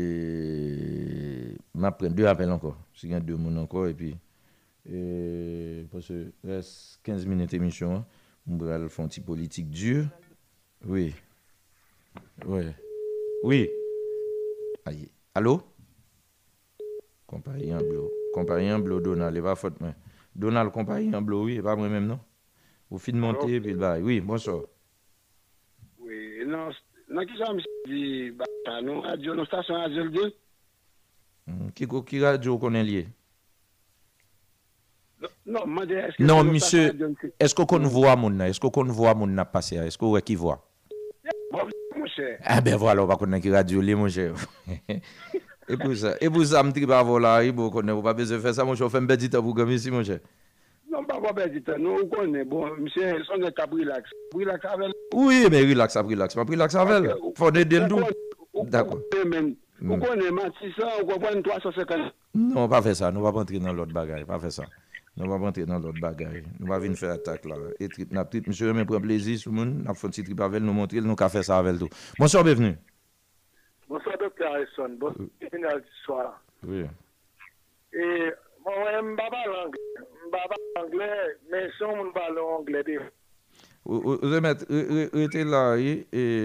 et m'a prendre deux appels encore s'il y a deux monde encore et puis et parce que reste quinze minutes émission on va faire un petit politique dur oui oui oui aïe allô compagnie en bleu compagnie en bleu Donald il va faute mais Donald compagnie en bleu oui pas moi même non au fin de monter puis bah oui bonsoir oui non non qui ça me dit bah non radio non station radio deux qui qui radio connaît lié non moi est-ce que non monsieur est-ce qu'on voit mon est-ce qu'on voit mon n'a passé est-ce qu'on qui voit mon cher ah ben voilà on va connaître qui radio lié mon cher et pour ça et pour ça me tri pas voilà il faut connaître pas besoin faire ça mon cher fait un petit temps pour comme ici mon cher non pas pas petit temps nous connaît bon monsieur son est relax relax avec oui mais relax relax pas relax avec faut aider tout d'accord vous connaissez Matissa on comprend trois cent cinquante non pas faire ça nous va pas entrer dans l'autre bagaille pas faire ça nous va pas entrer dans l'autre bagaille nous va venir faire attaque là et trip n'a trip monsieur me prend plaisir tout le monde n'a fait un petit trip avec nous montrer nous qu'a faire ça avec tout bonsoir bienvenue bonsoir docteur Harrison bon final du soir oui et moi je parle anglais je parle anglais mais si on parle anglais des vous remettre était là et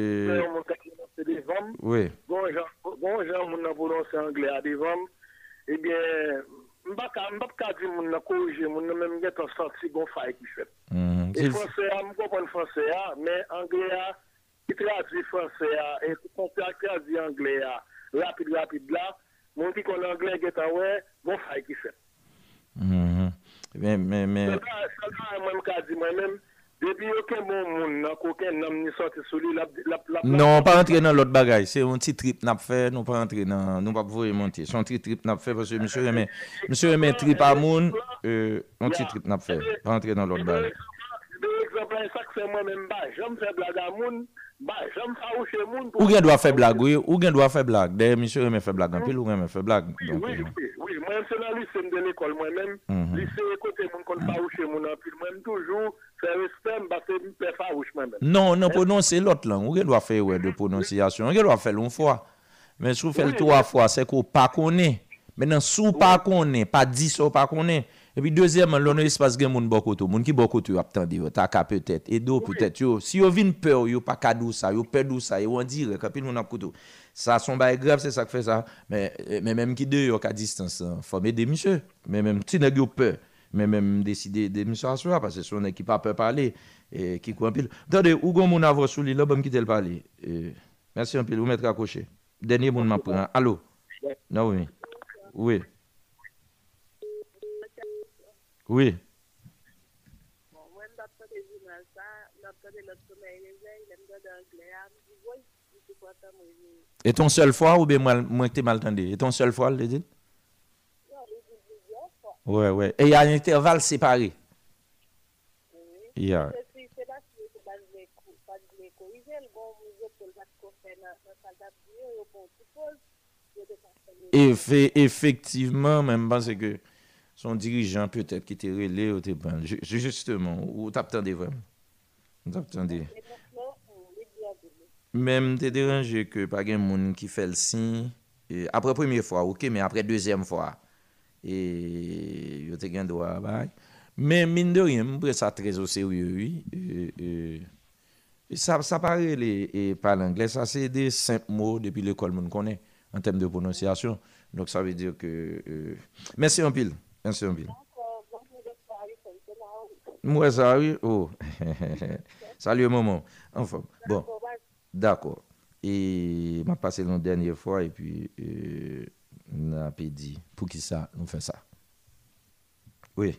oui bon gens bon gens mon prononcer anglais à devant eh bien m'pa m'pa dire mon corriger mon même get en sorti gon faille qui fait et français me comprendre français mais anglais qui traduit français et comparer traduit anglais rapide rapide là mon qui connaît anglais get ouais gon faille qui fait mais mais mais ça ça moi me dire moi même depuis aucun bon monde aucun n'am ni sorti sur lui la la non pas entrer dans l'autre bagaille c'est un petit trip n'a fait nous pas entrer dans nous pas pouvoir monter son petit trip n'a fait parce que monsieur mais monsieur aimé trip à monde euh un petit trip n'a fait pas entrer dans l'autre bagaille exemple ça que c'est moi même pas j'aime faire blague à monde bah j'aime faroucher monde ou bien doit faire blague oui ou bien doit faire blague d'ailleurs monsieur aimé faire blague en pile ou aimé faire blague donc oui oui moi c'est dans lycée de l'école moi même lycée côté mon kon faroucher mon en pile moi toujours faire respect parce que me faire farouche moi même non non prononcer l'autre langue ou bien doit faire ouais de prononciation ou bien doit faire une fois mais si vous faites trois fois c'est qu'on pas connaît maintenant sous pas connaît pas dit ça pas connaît et puis deuxièmement l'on espace gen moun bokoto moun ki bokoto attendez ta ka peut-être et do peut-être yo si yo vinn peur yo pas cadeau ça yo perdou ça yo on dire quand moun a koto ça son bail grave c'est ça qui fait ça mais mais même qui deux yo ka distance faut aider monsieur mais même ti nèg yo peur mais même décider de monsieur asseoir parce que son équipe pas peur parler et qui quoi en pile attendez ou gon moun avou sou li là bon quitter le parler merci en pile vous mettre à cocher dernier moun m'a prend allô non oui oui oui. Et ton seule fois ou bien moi moi t'es mal entendu? Et ton seule fois le dit? Ouais ouais. Et il y a un intervalle séparé. Il y a effectivement même parce que son dirigeant peut-être qui était relé au téléphone justement ou t'attendais vraiment t'attendais même t'es dérangé que pas un monde qui fait le signe et après première fois OK mais après deuxième fois et yo te gen droit bail mais mine de rien me ça très au sérieux oui et, et, et ça ça paraît les et par l'anglais ça c'est des simples mots depuis l'école monde connaît en termes de prononciation donc ça veut dire que euh, merci en pile merci en pile moi ça oui oh salut maman enfin bon d'accord et m'a passé la dernière fois et puis euh, n'a pas dit pour qui ça nous fait ça Oui.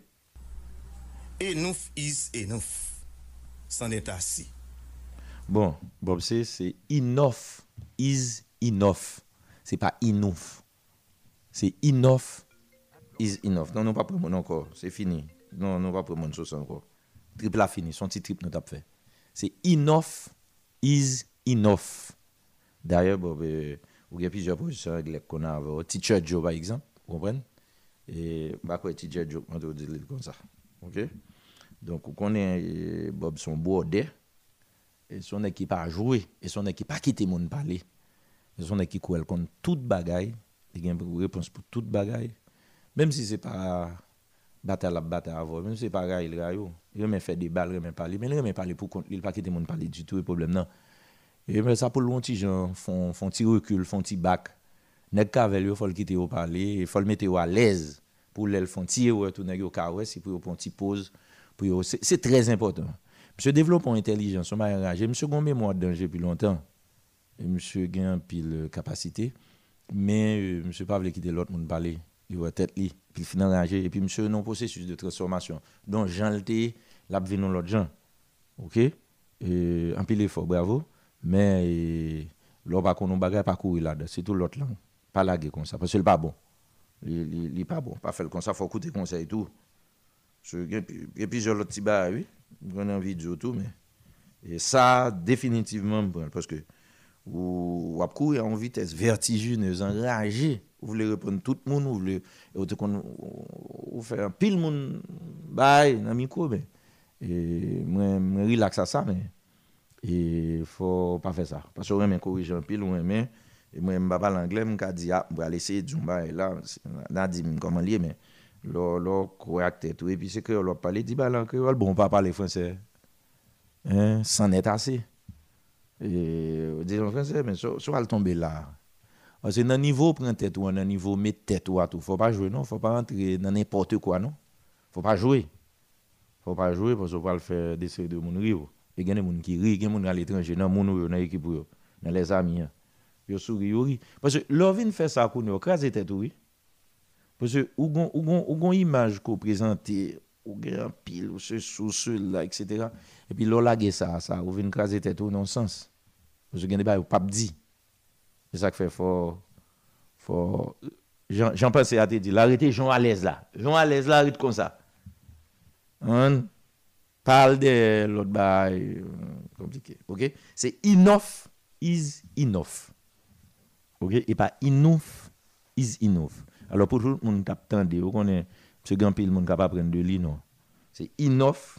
Enough is enough. C'en est assez. Bon, Bob, c'est c'est enough is enough. C'est pas enough. C'est enough is enough. Non, non, pas prendre encore. C'est fini. Non, non, pas prendre sauce encore. Triple a fini. Son petit triple nous t'a fait. C'est enough is enough. D'ailleurs, Bob, euh, il y a plusieurs positions qu'on a avec Teacher Joe, par exemple. Vous comprenez? Et bah quoi, Teacher Joe, on doit dire comme ça. OK? Donc, vous connaissez Bob son bordet. Et son équipe a joué. Et son équipe a quitté mon parler. Et son équipe elle compte toute bagaille. Il y a une réponse pour toute bagaille. Même si c'est pas bataille la bataille avant. Même si c'est pas il rayo. Il remet fait des balles, il remet parler. Mais il remet parler pour contre. Il pas quitté mon parler du tout. Le problème non. Et mais ça pour le petit gens font font petit recul, font petit bac. Nèg kavel yo faut le quitter au parler. Il faut le mettre à l'aise pour le font tirer retourner au carré si pour un petit pause. Pour c'est, c'est très important. Monsieur développe une intelligence, on m'a enragé. Monsieur gon mémoire de danger depuis longtemps. Et monsieur gagne pile capacité, mais euh, monsieur pas veut quitter l'autre monde parler. Il va tête li, puis il finit enragé et puis monsieur non processus de transformation. Donc Jean l'été, l'a venir l'autre gens. OK? Et en pile effort, bravo, mais l'on pas qu'on bagay pas courir là, c'est tout l'autre là. Pas laguer comme ça parce que c'est pas bon. Il il pas bon, pas faire comme ça, faut écouter conseil et tout. Et puis, j'ai l'autre petit bar, oui. On a envie de tout, mais. Et ça, définitivement, parce que vous avez couru en vitesse vertigineuse, enragé. Vous voulez répondre tout le monde, vous voulez. Vous faites un pile monde, bye, dans le micro, mais. Et moi, je relaxe à ça, mais. Il ne faut pas faire ça. Parce que je vais corriger un pile, ou mais. Et moi, je ne parle pas l'anglais, je vais dire, ah, je vais laisser du bail là, là, dit comment lier, mais. Lo lo correct tout et puis c'est que on parler dit bah là créole bon pas parler français hein c'en est assez et dit en français mais so, so al tomber là parce que dans niveau prend tête ou dans niveau mettre tête ou tout faut pas jouer non faut pas entrer dans n'importe quoi non faut pas jouer faut pas jouer parce qu'on va le faire des séries de monde rire et il y a des monde qui rit il y a des monde à l'étranger dans monde dans équipe dans les amis yo souri yo ri parce que l'ovin fait ça qu'on yo craser tête oui. Parce que ou gon ou gon ou gon image qu'on présenter ou grand pile ou ce sous là et cetera et puis là ça ça ou vinn craser tête au non sens parce que gende ba pas dit c'est ça que fait fort fort Jean Jean pensé à te dire l'arrêter Jean à l'aise là Jean à l'aise là arrête comme ça on parle de l'autre bail compliqué OK c'est enough is enough OK et pas enough is enough. Alors pour tout le monde qui attend, vous connaissez, ce grand pile monde capable prendre de lui non. C'est enough,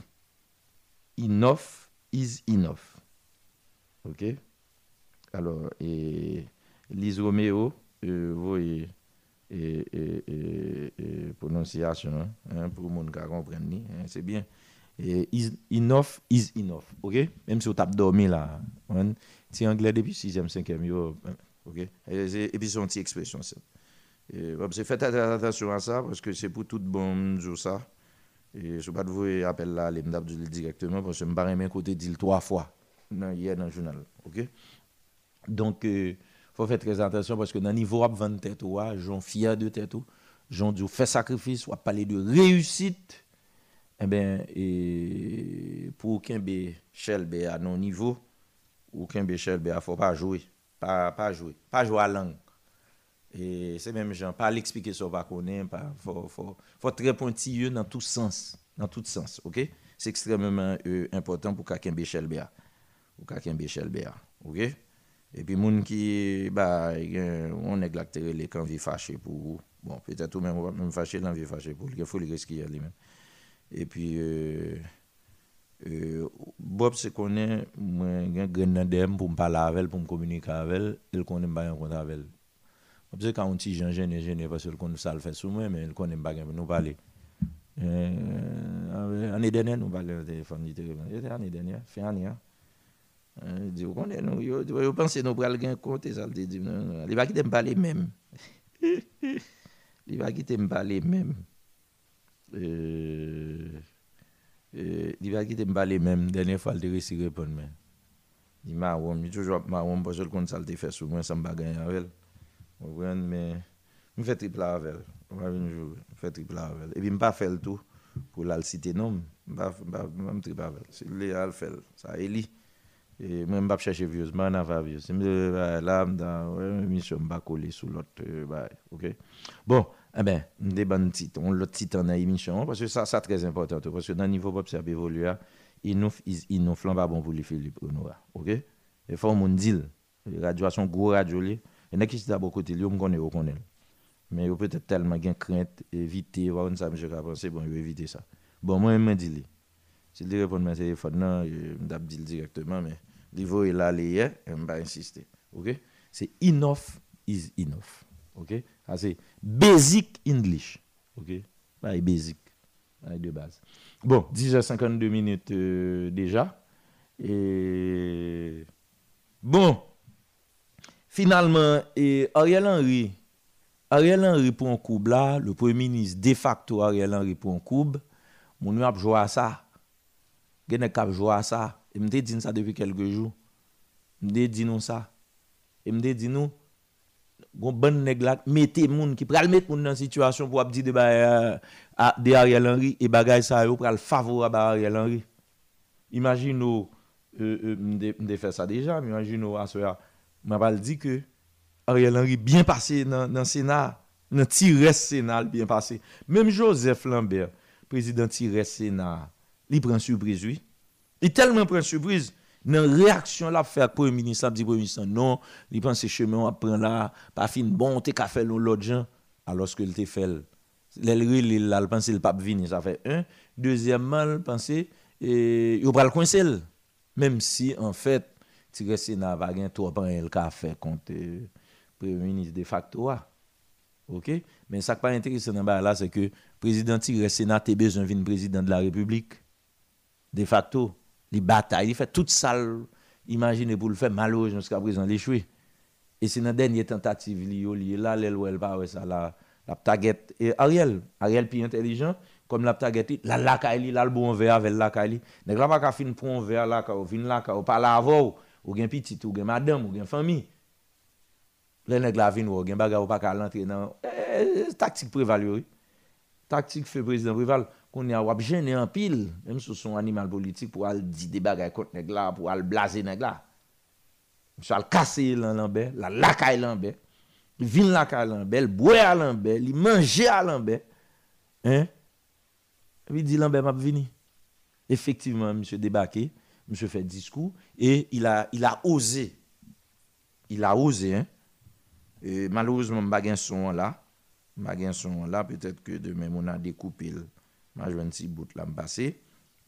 enough is enough. OK? Alors et Lise Roméo, euh, vous et et, et, et, et prononciation hein, pour le monde qui comprendre hein, c'est bien. Et is, enough is enough. OK? Même si vous tape dormi là, hein, c'est anglais depuis sixième cinquième yo. OK? Et, et puis c'est une petite expression ça. Et bon, faites attention à ça parce que c'est pour tout bon jour ça. Et je ne vais pas vous appeler là, les m'dap directement parce que je me barre mes côté dit trois fois hier dans le journal. OK? Donc, il euh, faut faire très attention parce que dans le niveau de vingt tête, j'en fier de tête, j'en dis fait sacrifice, ou parler de réussite. Eh bien, et pour qu'un bé Shelbe à non niveau, ou qu'un bé Shelbe il ne faut pas jouer. Pas, pas jouer. Pas jouer à langue. Et c'est même gens pas l'expliquer sur va connaître pas faut faut faut très pointilleux dans tout sens dans tout sens OK c'est extrêmement euh, important pour quelqu'un Béchel Béa pour quelqu'un Béchel Béa OK et puis moun qui bah on néglecte les quand vie fâché pour bon peut-être tout même même fâché l'envie fâché pour il faut le risquer lui-même et puis euh, euh, Bob se connaît moi un grenadem pour me parler avec pour me communiquer avec il connaît pas en contact avec parce que quand on dit Jean gêné gêné parce que le connaît ça le fait sous moi mais il connaît pas nous parler euh année dernière nous parler de téléphone était année dernière fin année euh dit on connaît nous yo yo penser nous pral gain compte ça le dit il va quitter me parler même il va quitter me parler même euh il va quitter me parler même dernière fois il réussi répondre mais il m'a on toujours m'a on parce que le compte ça le fait sous moi ça me bagaille avec mais Je fais triple avec elle. On va venir jouer. Je fais triple avec elle. Et puis, je ne pas faire le tout pour la citer non. Je ne pas même triple avec elle. C'est Léa le fait. Ça, Eli. Et moi, je ne vais pas chercher vieux. Je ne vais pas vieux. C'est là, dans une émission, je ne vais pas coller sous l'autre. OK? Bon, eh bien, je vais pas titre. On l'autre titre dans l'émission. Parce que ça, c'est très important. Parce que dans le niveau pop, ça évolue. Il ne nous flambe pas bon pour les Philippe Honora. OK? Il faut qu'on dise. Les radios sont gros radios. Il y en a qui sont d'abord côté, on connaît, on connaît. Mais il peut-être tellement de crainte, éviter, voir on ça, je vais penser, bon, je vais éviter ça. Bon, moi, je me dis, si il répond à mon téléphone, non, je vais dire directement, mais le niveau est là, il est, je ne vais pas insister. OK? C'est enough is enough. OK? C'est basic English. OK? Pas basic. De base. Bon, dix heures cinquante-deux minutes euh, déjà. Et bon, finalement, et Ariel Henry, Ariel Henry pour un coup là, le Premier ministre de facto Ariel Henry pour un coup, mon a joué à ça. Gen a joué à ça. Et me dit ça depuis quelques jours. Me dit nous ça. Et me dit nous gon bonne nèg là mettez moun qui pral mettre moun dans situation pour dire de ba de Ariel Henry et bagay ça yo pral favorable à Ariel Henry. Imagine nous euh me faire ça déjà, imagine nous à soir m'a pas dit que Ariel Henry bien passé dans dans Sénat, dans tiré Sénat bien passé. Même Joseph Lambert, président tiré Sénat, il prend surprise oui. Il tellement prend surprise. Dans réaction là faire Premier ministre dit Premier ministre non, il pense chemin on prend là pas fin bon t'es qu'a fait l'autre gens alors que il te fait l'elle il là pense il pas venir ça fait un deuxièmement il pense et il va le coincer même si en fait tirer Sénat va gain trop en elle qu'a fait contre Premier ministre de facto. OK, mais ça pas intéressant dans là c'est que président tirer Sénat a besoin de président de la République de facto. Les batailles, il fait toute ça, imaginez pour le faire malheureusement jusqu'à présent l'échoué. Et c'est dans la dernière tentative, il est là, l'elle ou elle pas, ça, la, la taguette. Et Ariel, Ariel plus intelligent, comme la taguette, la lakaili, là, le bon verre avec la lakaili. N'est pas qu'à fin pour un verre là, ou vin là, ou pas là avant, ou gen petit, ou gen madame, ou gen famille. Là, nèg la vin ou gen baga ou pas qu'à l'entrer dans tactique prévalue. Tactique fait président préval. On a wap gêné en pile, même si son animal politique pour aller dire des bagages contre nèg là, pour aller blaser nèg là. Monsieur al casser l'ambert, la lakaille l'ambert. Il vient la lakaille l'ambert, il boit à l'ambert, il mange à l'ambert. Hein? Il dit l'ambert m'a venu. Effectivement, monsieur débarqué, monsieur fait discours et il a il a osé. Il a osé hein. Et malheureusement m'pa son là. M'pa son là, peut-être que demain on a découpé le ma joine si bout là me passer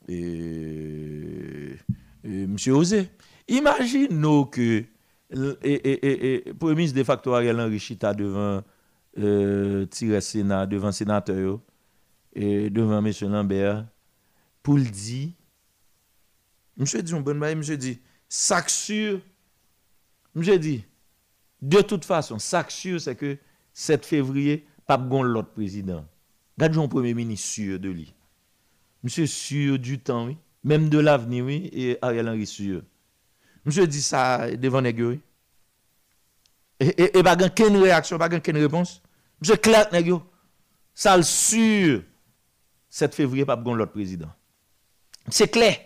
et, et monsieur Osé imagine nous que et et et premier ministre de facto Ariel Henry Chita devant euh tirer Sénat devant sénateur et devant monsieur Lambert pour le dire monsieur dit un bon bail monsieur dit sac sûr monsieur dit de toute façon sac sûr c'est que sept février pas gon l'autre président. Gardons un premier ministre sûr de lui. Monsieur sûr du temps, oui. Même de l'avenir, oui. Et Ariel Henry sûr. Monsieur dit ça devant nèg yo. Et, et, et pas aucune réaction, pas aucune réponse. Monsieur clair nèg yo. Ça le sûr. sept février, pas gon l'autre président. C'est clair.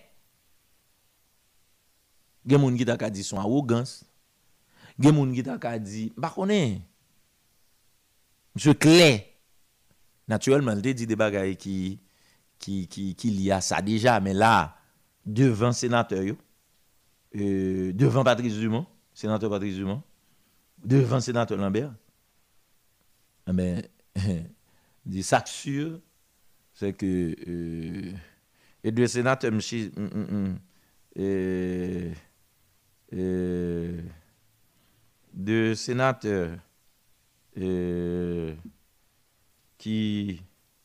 Gen moun qui t'a dit son arrogance. Gen moun qui t'a dit, bah connaît. Monsieur clair. Naturellement, il dit des bagailles qui qui qui qui lié à ça déjà, mais là devant sénateur, euh, devant Patrice Dumont, sénateur Patrice Dumont, devant sénateur Lambert, mais dit ça sûr, c'est que euh, et deux sénateurs monsieur euh, euh, deux sénateurs euh, qui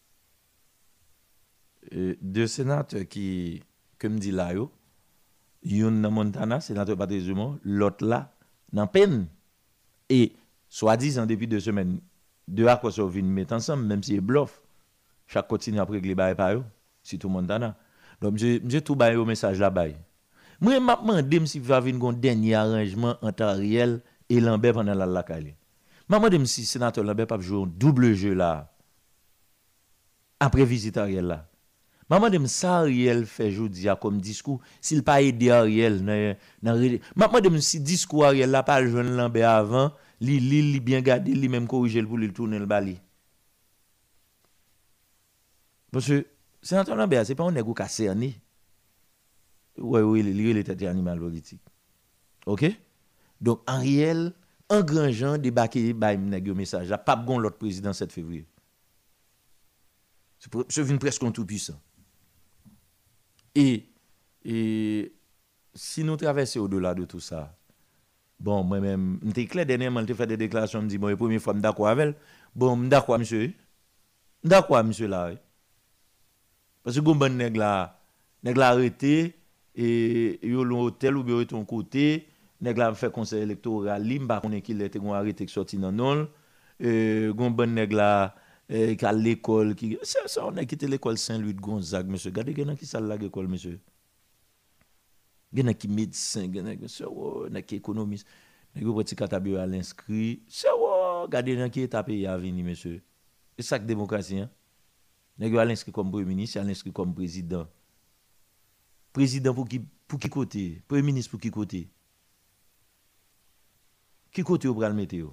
euh, deux sénateurs qui comme dit là yo yon dans Montana sénateur Patrice Dumont l'autre là dans peine et soi-disant depuis deux semaines deux accords sont venus mettre ensemble même si c'est bluff chaque continue après régler bail par yo surtout Montana donc je je tout bail au message là bail moi m'a demandé si va venir un dernier arrangement entre Ariel et Lambert pendant la lacale Maman de si sénateur Lambert pas jouer un double jeu là. Après visite Ariel là. Maman de ça Ariel fait jodi comme discours s'il pas aider Ariel dans dans maman de si discours Ariel là pas jeune Lambert avant, li li bien garder li même corriger pour lui tourner le bali. Parce que sénateur Lambert c'est pas un nègre cassé ani. Ouais oui, il était animal politique. OK? Donc Ariel en grand gens débarquer bay nèg message là pas gon l'autre président sept février. C'est venu presque en tout puissant. Et et si nous traversons au-delà de tout ça. Bon moi-même m'était clair dernièrement j'ai fait des déclarations me dit bon la première fois d'accord avec elle. Bon d'accord monsieur. D'accord monsieur là. Parce que gon bon nèg là nèg là arrêté et yo l'hôtel ou bien ton côté nèg la fait conseil électoral li m'pa connait qu'il était gon arrêté qui sorti dans non euh gon bon nèg la qui à l'école qui ça ça on a quitté l'école Saint-Louis de Gonzague monsieur regardez gen qui ça la l'école monsieur gen qui médecin gen monsieur on qui économiste nèg petit catabio à l'inscrit c'est regardez dans qui état pays à venir monsieur c'est ça que démocratie hein nèg à l'inscrit comme premier ministre à l'inscrit comme président président pour qui pour qui côté premier ministre pour qui côté qui côté au bras le météo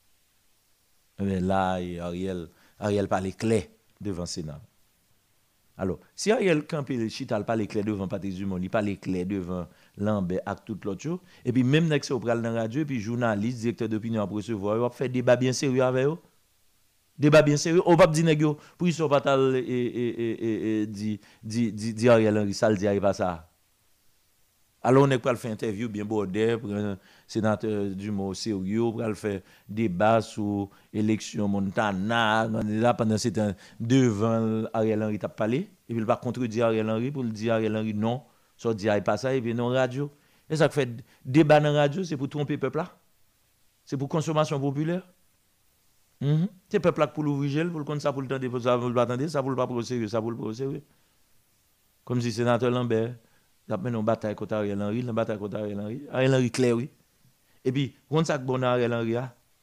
mais là Ariel Ariel parle clair devant Sénat. Alors si Ariel campé Chital parle clair devant Patrice Dumont il parle clair devant Lambert ak tout l'autre chose et puis même nek au bras dans radio et puis journaliste directeur d'opinion à recevoir on fait débat bien sérieux avec eux débat bien sérieux on va dire nèg yo pour ils sont pas tal et et et dit dit dit Ariel Henry ça le dit pas ça. Alors on est pour faire interview bien bordé pour un sénateur Dumont au sérieux pour faire débat sur élection Montana là pendant ce temps devant Ariel Henry t'a parlé et puis il va contredire Ariel Henry pour le dire Ariel Henry non ça dit pas ça et puis non radio et ça fait débat dans radio c'est pour tromper peuple là c'est pour consommation populaire mm-hmm. C'est peuple là pour l'ouvrir pour le compte ça pour le temps pour ça pour le attendre ça pour le pas pour sérieux ça pour le pas sérieux comme si sénateur Lambert d'après une bataille contre Ariel Henry, une bataille contre Ariel Henry, Ariel Henry clair oui. Et puis, quand ça bon Ariel Henry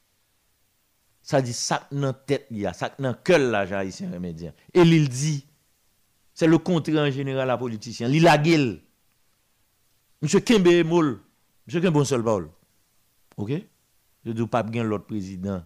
ça dit ça dans tête il y a, ça dans cœur là haïtien remédiant. Et il dit c'est le contraire en général la politicien, il la gueule. Monsieur Kembe Mol, monsieur Kembe bon seul parole. OK? Je dis pas bien l'autre président.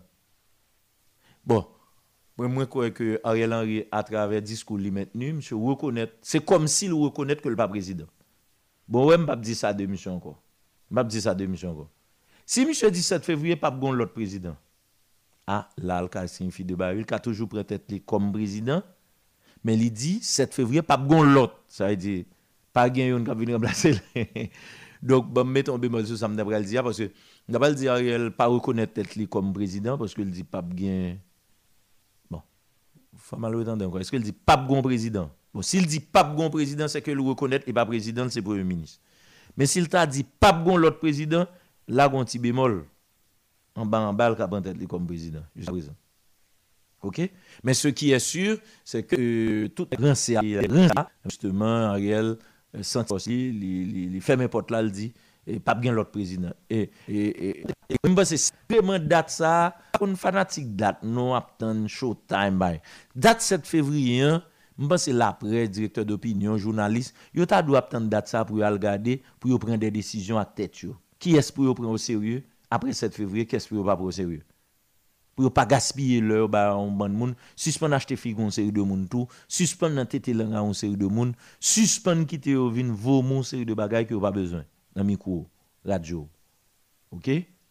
Bon, moi, je crois que Ariel Henry, à travers le discours qu'il maintenu, monsieur reconnaît, c'est comme s'il reconnaît que le pas président. Bon, ouais, je ne vais pas dire ça de mission encore. Je ne vais pas dire ça de mission encore. Si monsieur dix-sept février, pas bon l'autre président, ah, là, il signifie de baril, qui a toujours prêté comme président, mais il dit sept février, pas bon l'autre. Ça veut dire, pas gain qui va venir remplacer. Donc, bon, mettons bémol sur ça, je vais le dire, parce que je ne vais pas le dire, Ariel, pas reconnaître lui comme président, parce qu'il dit pas gain. Bon, il faut mal entendre encore. Est-ce qu'il dit pas bon président? Bon, s'il dit pas bon président, c'est que le reconnaître et pas président, c'est premier ministre. Mais s'il t'a dit pas bon l'autre président, là, on petit bémol. En bas, en bas, il a tête comme président. Jusqu'à présent. OK? Mais ce qui est sûr, c'est que euh, tout grand c'est justement, Ariel, euh, senti aussi, il fait mes potes là, il dit, et pas bien l'autre président. Et, et, et, et même c'est vraiment date ça, une fanatique date, non, attend showtime, by. Date sept février, je pense que l'après, directeur d'opinion, journaliste, il a dû attendre date ça pour regarder, pour prendre des décisions à tête. Qui est-ce pour prendre au sérieux après sept février, qu'est-ce pour pas prendre au sérieux? Pour pas gaspiller l'heure ba on bon monde, suspendre acheter figon série de monde tout, suspendre dans tété là on série de monde, suspendre quitter au vin vos mon série de bagages que pas besoin dans micro, radio. OK?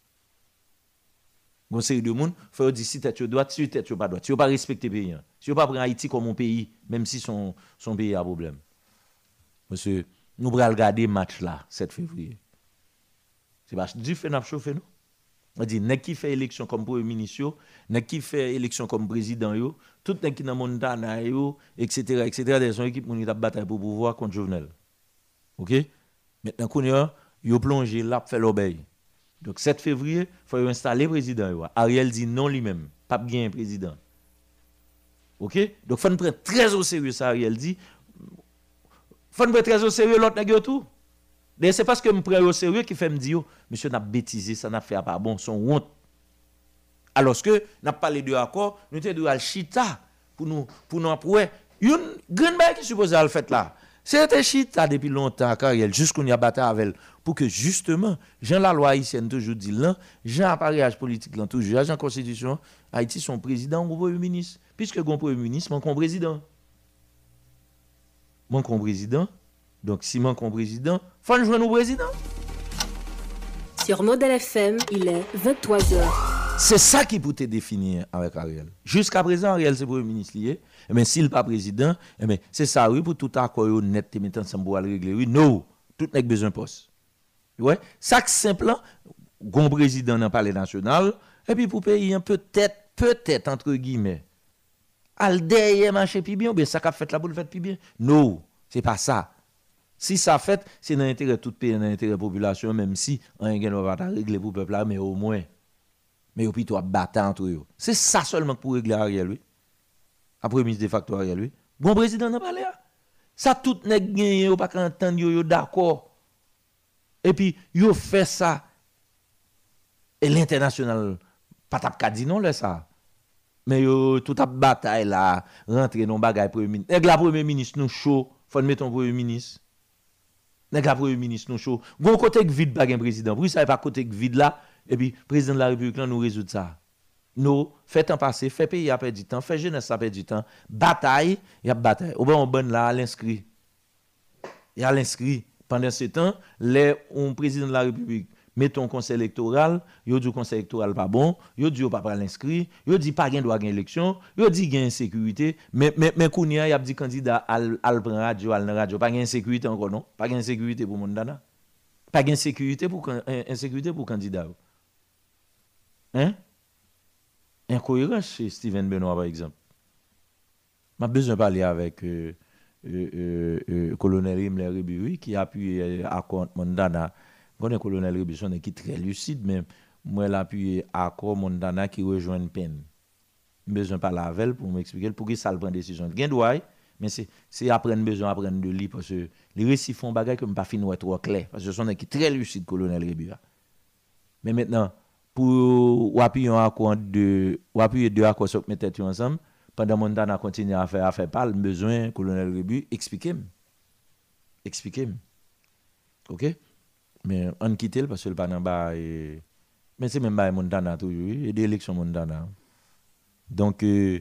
Bon série de monde, faut dire si tête droite, si tête pas droite. Si vous pas respecter pays, si vous pas prendre Haïti comme un pays, même si son son pays a problème. Monsieur, nous va regarder match là sept février. C'est pas du fait n'a chauffer nous. On dit nèg qui fait élection comme premier ministre, nèg qui fait élection comme président yo, tout nèg qui dans Montana yo, et cetera et cetera des son équipe moun t'a bataille pour pouvoir contre Jovenel. OK? Maintenant qu'on yo plongé là fait l'obéi. Donc sept février, faut installer président yo. Ariel dit non lui-même, pas bien président. OK? Donc faut prendre très au sérieux ça Ariel dit. Faut prendre très au sérieux l'autre nèg yo tout. C'est parce que je me prends au sérieux qui fait me dire, monsieur n'a bêtisé, ça n'a fait pas bon, son honte. Alors que n'a parlé de accord, nous te doit chita pour nous pour nous approuver une grande balle qui supposé le fait là. C'était chita depuis longtemps Ariel jusqu'on y a battu avec elle pour que justement Jean la loi haïtienne toujours dit là, Jean appareillage politique là toujours, Jean constitution, Haïti son président ou premier ministre, puisque gon premier ministre, mon con président. Mon con président. Donc si mon con président, faut nous joindre au président. Sur Modèle F M, il est vingt-trois heures. C'est ça qui peut te définir avec Ariel. Jusqu'à présent, Ariel, c'est premier ministre lié. Mais s'il n'est pas président, c'est ça, oui, pour tout accord honnête, te mettre ensemble pour régler. Oui, non, tout n'est besoin de poste. Ouais, ça c'est simple, gon président dans le palais national, et puis pour payer peut-être, peut-être, entre guillemets, al derrière marché plus bien, ou bien ça qu'a fait là pour le faire plus bien. Non, c'est pas ça. Si ça fait, c'est dans l'intérêt de tout pays, dans l'intérêt de la population, même si on ne va pas régler pour le peuple là, mais au moins. Mais au plutôt à battre entre eux. C'est ça seulement pour régler Ariel, lui. Après, ministre de facto Ariel, lui. Bon président n'a pas l'air. Ça, tout n'est gagné, ou pas qu'entendre, yo d'accord. Et puis, yo fait ça. Et l'international, pas tap ka dit non, là, ça. Mais yo, tout a bataille là, rentrer dans bagay premier ministre. Et la premier ministre, nous chaud, faut mettre ton premier ministre. Et la premier ministre, nous chaud. Bon côté vide, bagay président. Pour ça, pas côté vide là. Et puis, président de la République, là, nous résout ça. Nous, fait temps passé, fait pays a perdu du temps, fait jeunesse a perdu du temps, bataille, il y a bataille. Au bon, on bonne là, à l'inscrit. Il y a l'inscrit. Pendant ce temps, les un président de la République met un conseil électoral, il dit le conseil électoral pas bon, il dit pas pas l'inscrit, il dit pas gain droit gain élection, il dit gain insécurité, mais mais mais kounia il a dit candidat al al prend radio, al radio, pas gain insécurité encore non, pas gain insécurité pour monde dana. Pas gain insécurité pour insécurité pour candidat. Hein? Incohérence chez Steven Benoît, par exemple. Je besoin de parler avec euh, euh, euh, euh, colonel Himmler Ribéry qui a appuyé à compte Mondana. Le colonel Ribéry qui est très lucide, mais moi, il a appuyé à compte Mondana qui rejoint une peine. Je besoin de parler avec elle pour m'expliquer pour qui ça prend décision. Il y mais c'est apprendre besoin d'apprendre de lui parce que les récits font bagaille que je ne pas finir trop clair. Parce que ce sont des qui très lucide, colonel Ribéry. Mais maintenant, pour appuyer un accord de ou appuyer deux accords sur mettre tête ensemble pendant Montana continue à faire à faire parler besoin colonel Ribéry expliquer expliquer OK mais on quitte parce que le pas en bas et mais c'est même pas Montana toujours et des élections Montana donc euh,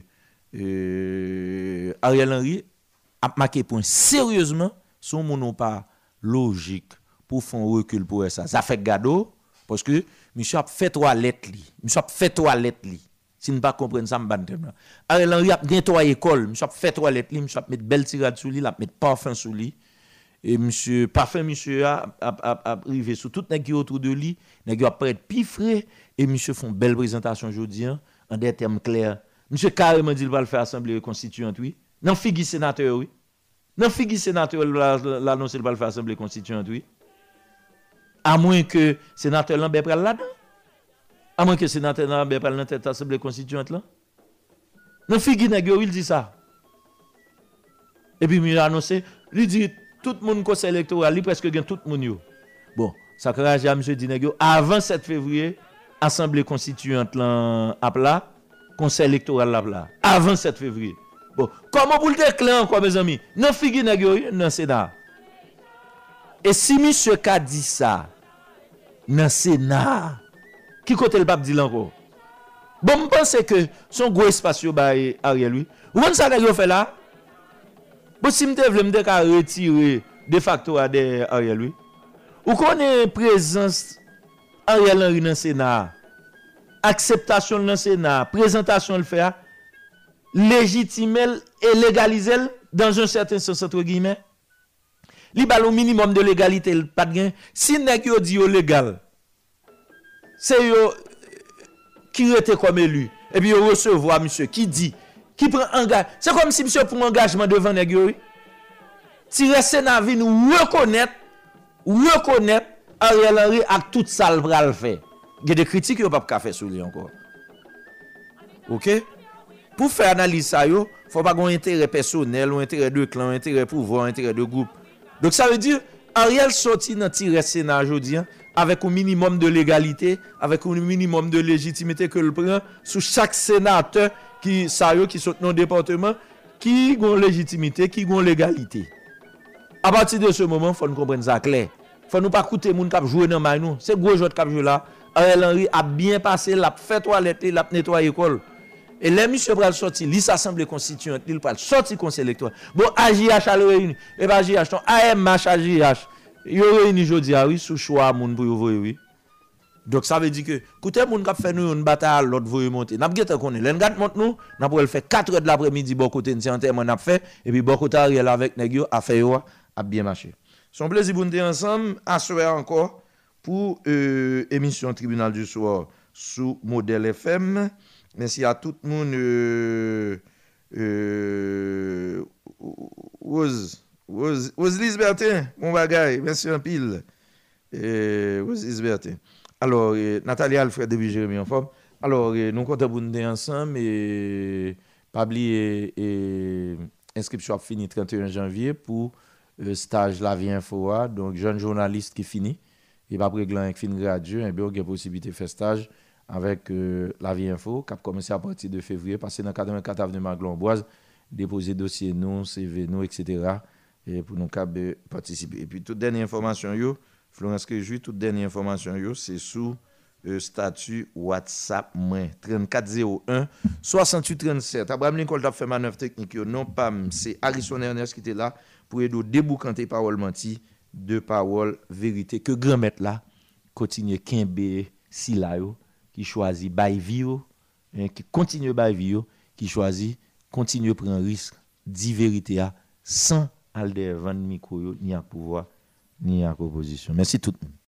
euh, Ariel Henry a marqué point sérieusement son mon pas logique pour faire un recul pour ça ça fait gado parce que monsieur a fait toilette li monsieur a fait toilette li si ne pas comprendre ça m'bandem Ariel Henry a nettoyé école monsieur a fait toilette li monsieur a mettre belle tirade sous lui l'a mettre parfum sous lui et monsieur parfum monsieur a a arrivé sur tout nèg qui autour de lui nèg a prêtre pifré et monsieur font belle présentation aujourd'hui en des termes clairs monsieur carrément dit il va le faire assemblée constituante oui non figu sénateur oui non figu sénateur l'annoncer il va le faire assemblée constituante oui. À moins que le sénateur Lambert prenne là-dedans. À moins que le sénateur Lambert prenne dans cette assemblée constituante là. Non, figu nègre, il dit ça. Et puis, il a annoncé, il dit, tout le monde conseil électoral, il presque gagne tout le monde. Bon, ça crée à M. Dinegyo, avant sept février, assemblée constituante là, à plat, conseil électoral là, plat. Avant sept février. Bon, comment vous le déclarez encore, mes amis? Non, figu nègre, dans le Sénat. Et si monsieur K dit ça, dans le Sénat, qui côté le pape dit encore? Bon, je pense que son gros espace est Ariel, lui. Vous voyez ça qu'il fait là? Bon, si je veux retirer de facto à Ariel, lui. Vous connaissez la présence Ariel Henry dans le Sénat, acceptation dans le Sénat, présentation le fait, légitimer et légaliser dans un certain sens, entre guillemets. Li ba le minimum de légalité pas de gain si nèg yo di yo légal c'est yo qui était comme élu et puis yo recevoir monsieur qui dit qui prend engagement c'est comme si monsieur prend engagement devant nèg yo si le Sénat vient nous reconnaître reconnaître Ariel Henry avec tout ça le bral fait il y a des critiques yo pas faire sur lui encore OK pour faire analyse ça yo faut pas avoir intérêt personnel ou intérêt de clan intérêt pouvoir intérêt de groupe. Donc ça veut dire Ariel sorti dans tirer Sénat aujourd'hui avec un minimum de légalité, avec un minimum de légitimité que le prend sous chaque sénateur qui ça qui sont dans le département qui ont légitimité, qui ont légalité. À partir de ce moment, il faut nous comprendre ça clair. Il faut nous pas écouter les gens qui jouent dans la main. C'est gros joueur qui jouent là. Ariel Henry a bien passé, l'a fait toilette, l'a nettoyé l'école. Et les monsieur pral sorti, l'Assemblée constituante, il pral sorti conseil électoral. Bon, A J H a le réuni. Et pas A J H, ton A M H A J H. Yo réuni jodi a oui sous choix moun pour yo voyer oui. Donc ça veut dire que écoutez moun k'ap fait nous une bataille l'autre voyer monter. N'a gete connait. L'en gat monte nous, n'a pour le faire quatre heures de l'après-midi bon côté c'est enterrement n'a fait et puis bon côté Ariel avec nèg yo a fait yo a bien marché. Son plaisir pour nous ensemble à soir encore pour euh, émission Tribunal du soir sous Modèle F M. Merci à tout le monde euh, euh, Rose Rose Rose Lisbertin, mon bagay, merci un pile. Euh, Rose Lisbertin. Alors, euh, Nathalie Alfred depuis Jérémy en forme. Alors, euh, nous comptons pour nous ensemble et pas oublier et inscription a fini trente et un janvier pour euh, stage La Vie Info. Donc, jeune journaliste qui finit et pas après gland qui finit gradué, et bien il y a possibilité de faire stage avec euh, La Vie Info qui a commencé à partir de février, passer dans quatre-vingt-quatre avenue Maglomboise, déposer dossier nous, C V nous, et cetera. Et pour nous participer. Et puis, toute dernière information, yo, Florence Kéjoui, toute dernière information, yo, c'est sous euh, statut WhatsApp, moins trente-quatre zéro un soixante-huit trente-sept. Abraham Lincoln a fait manœuvre technique, yo, non pas, c'est Harrison Ernest qui était là pour aider déboucanter parole menti de parole vérité. Que grand maître là, continue Kembe, Silayo, qui choisit by vie, hein, qui continue by vie, qui choisit, continue prendre risque, dit vérité à sans Alder Van Mikoyo, ni à pouvoir, ni à opposition. Merci tout le monde.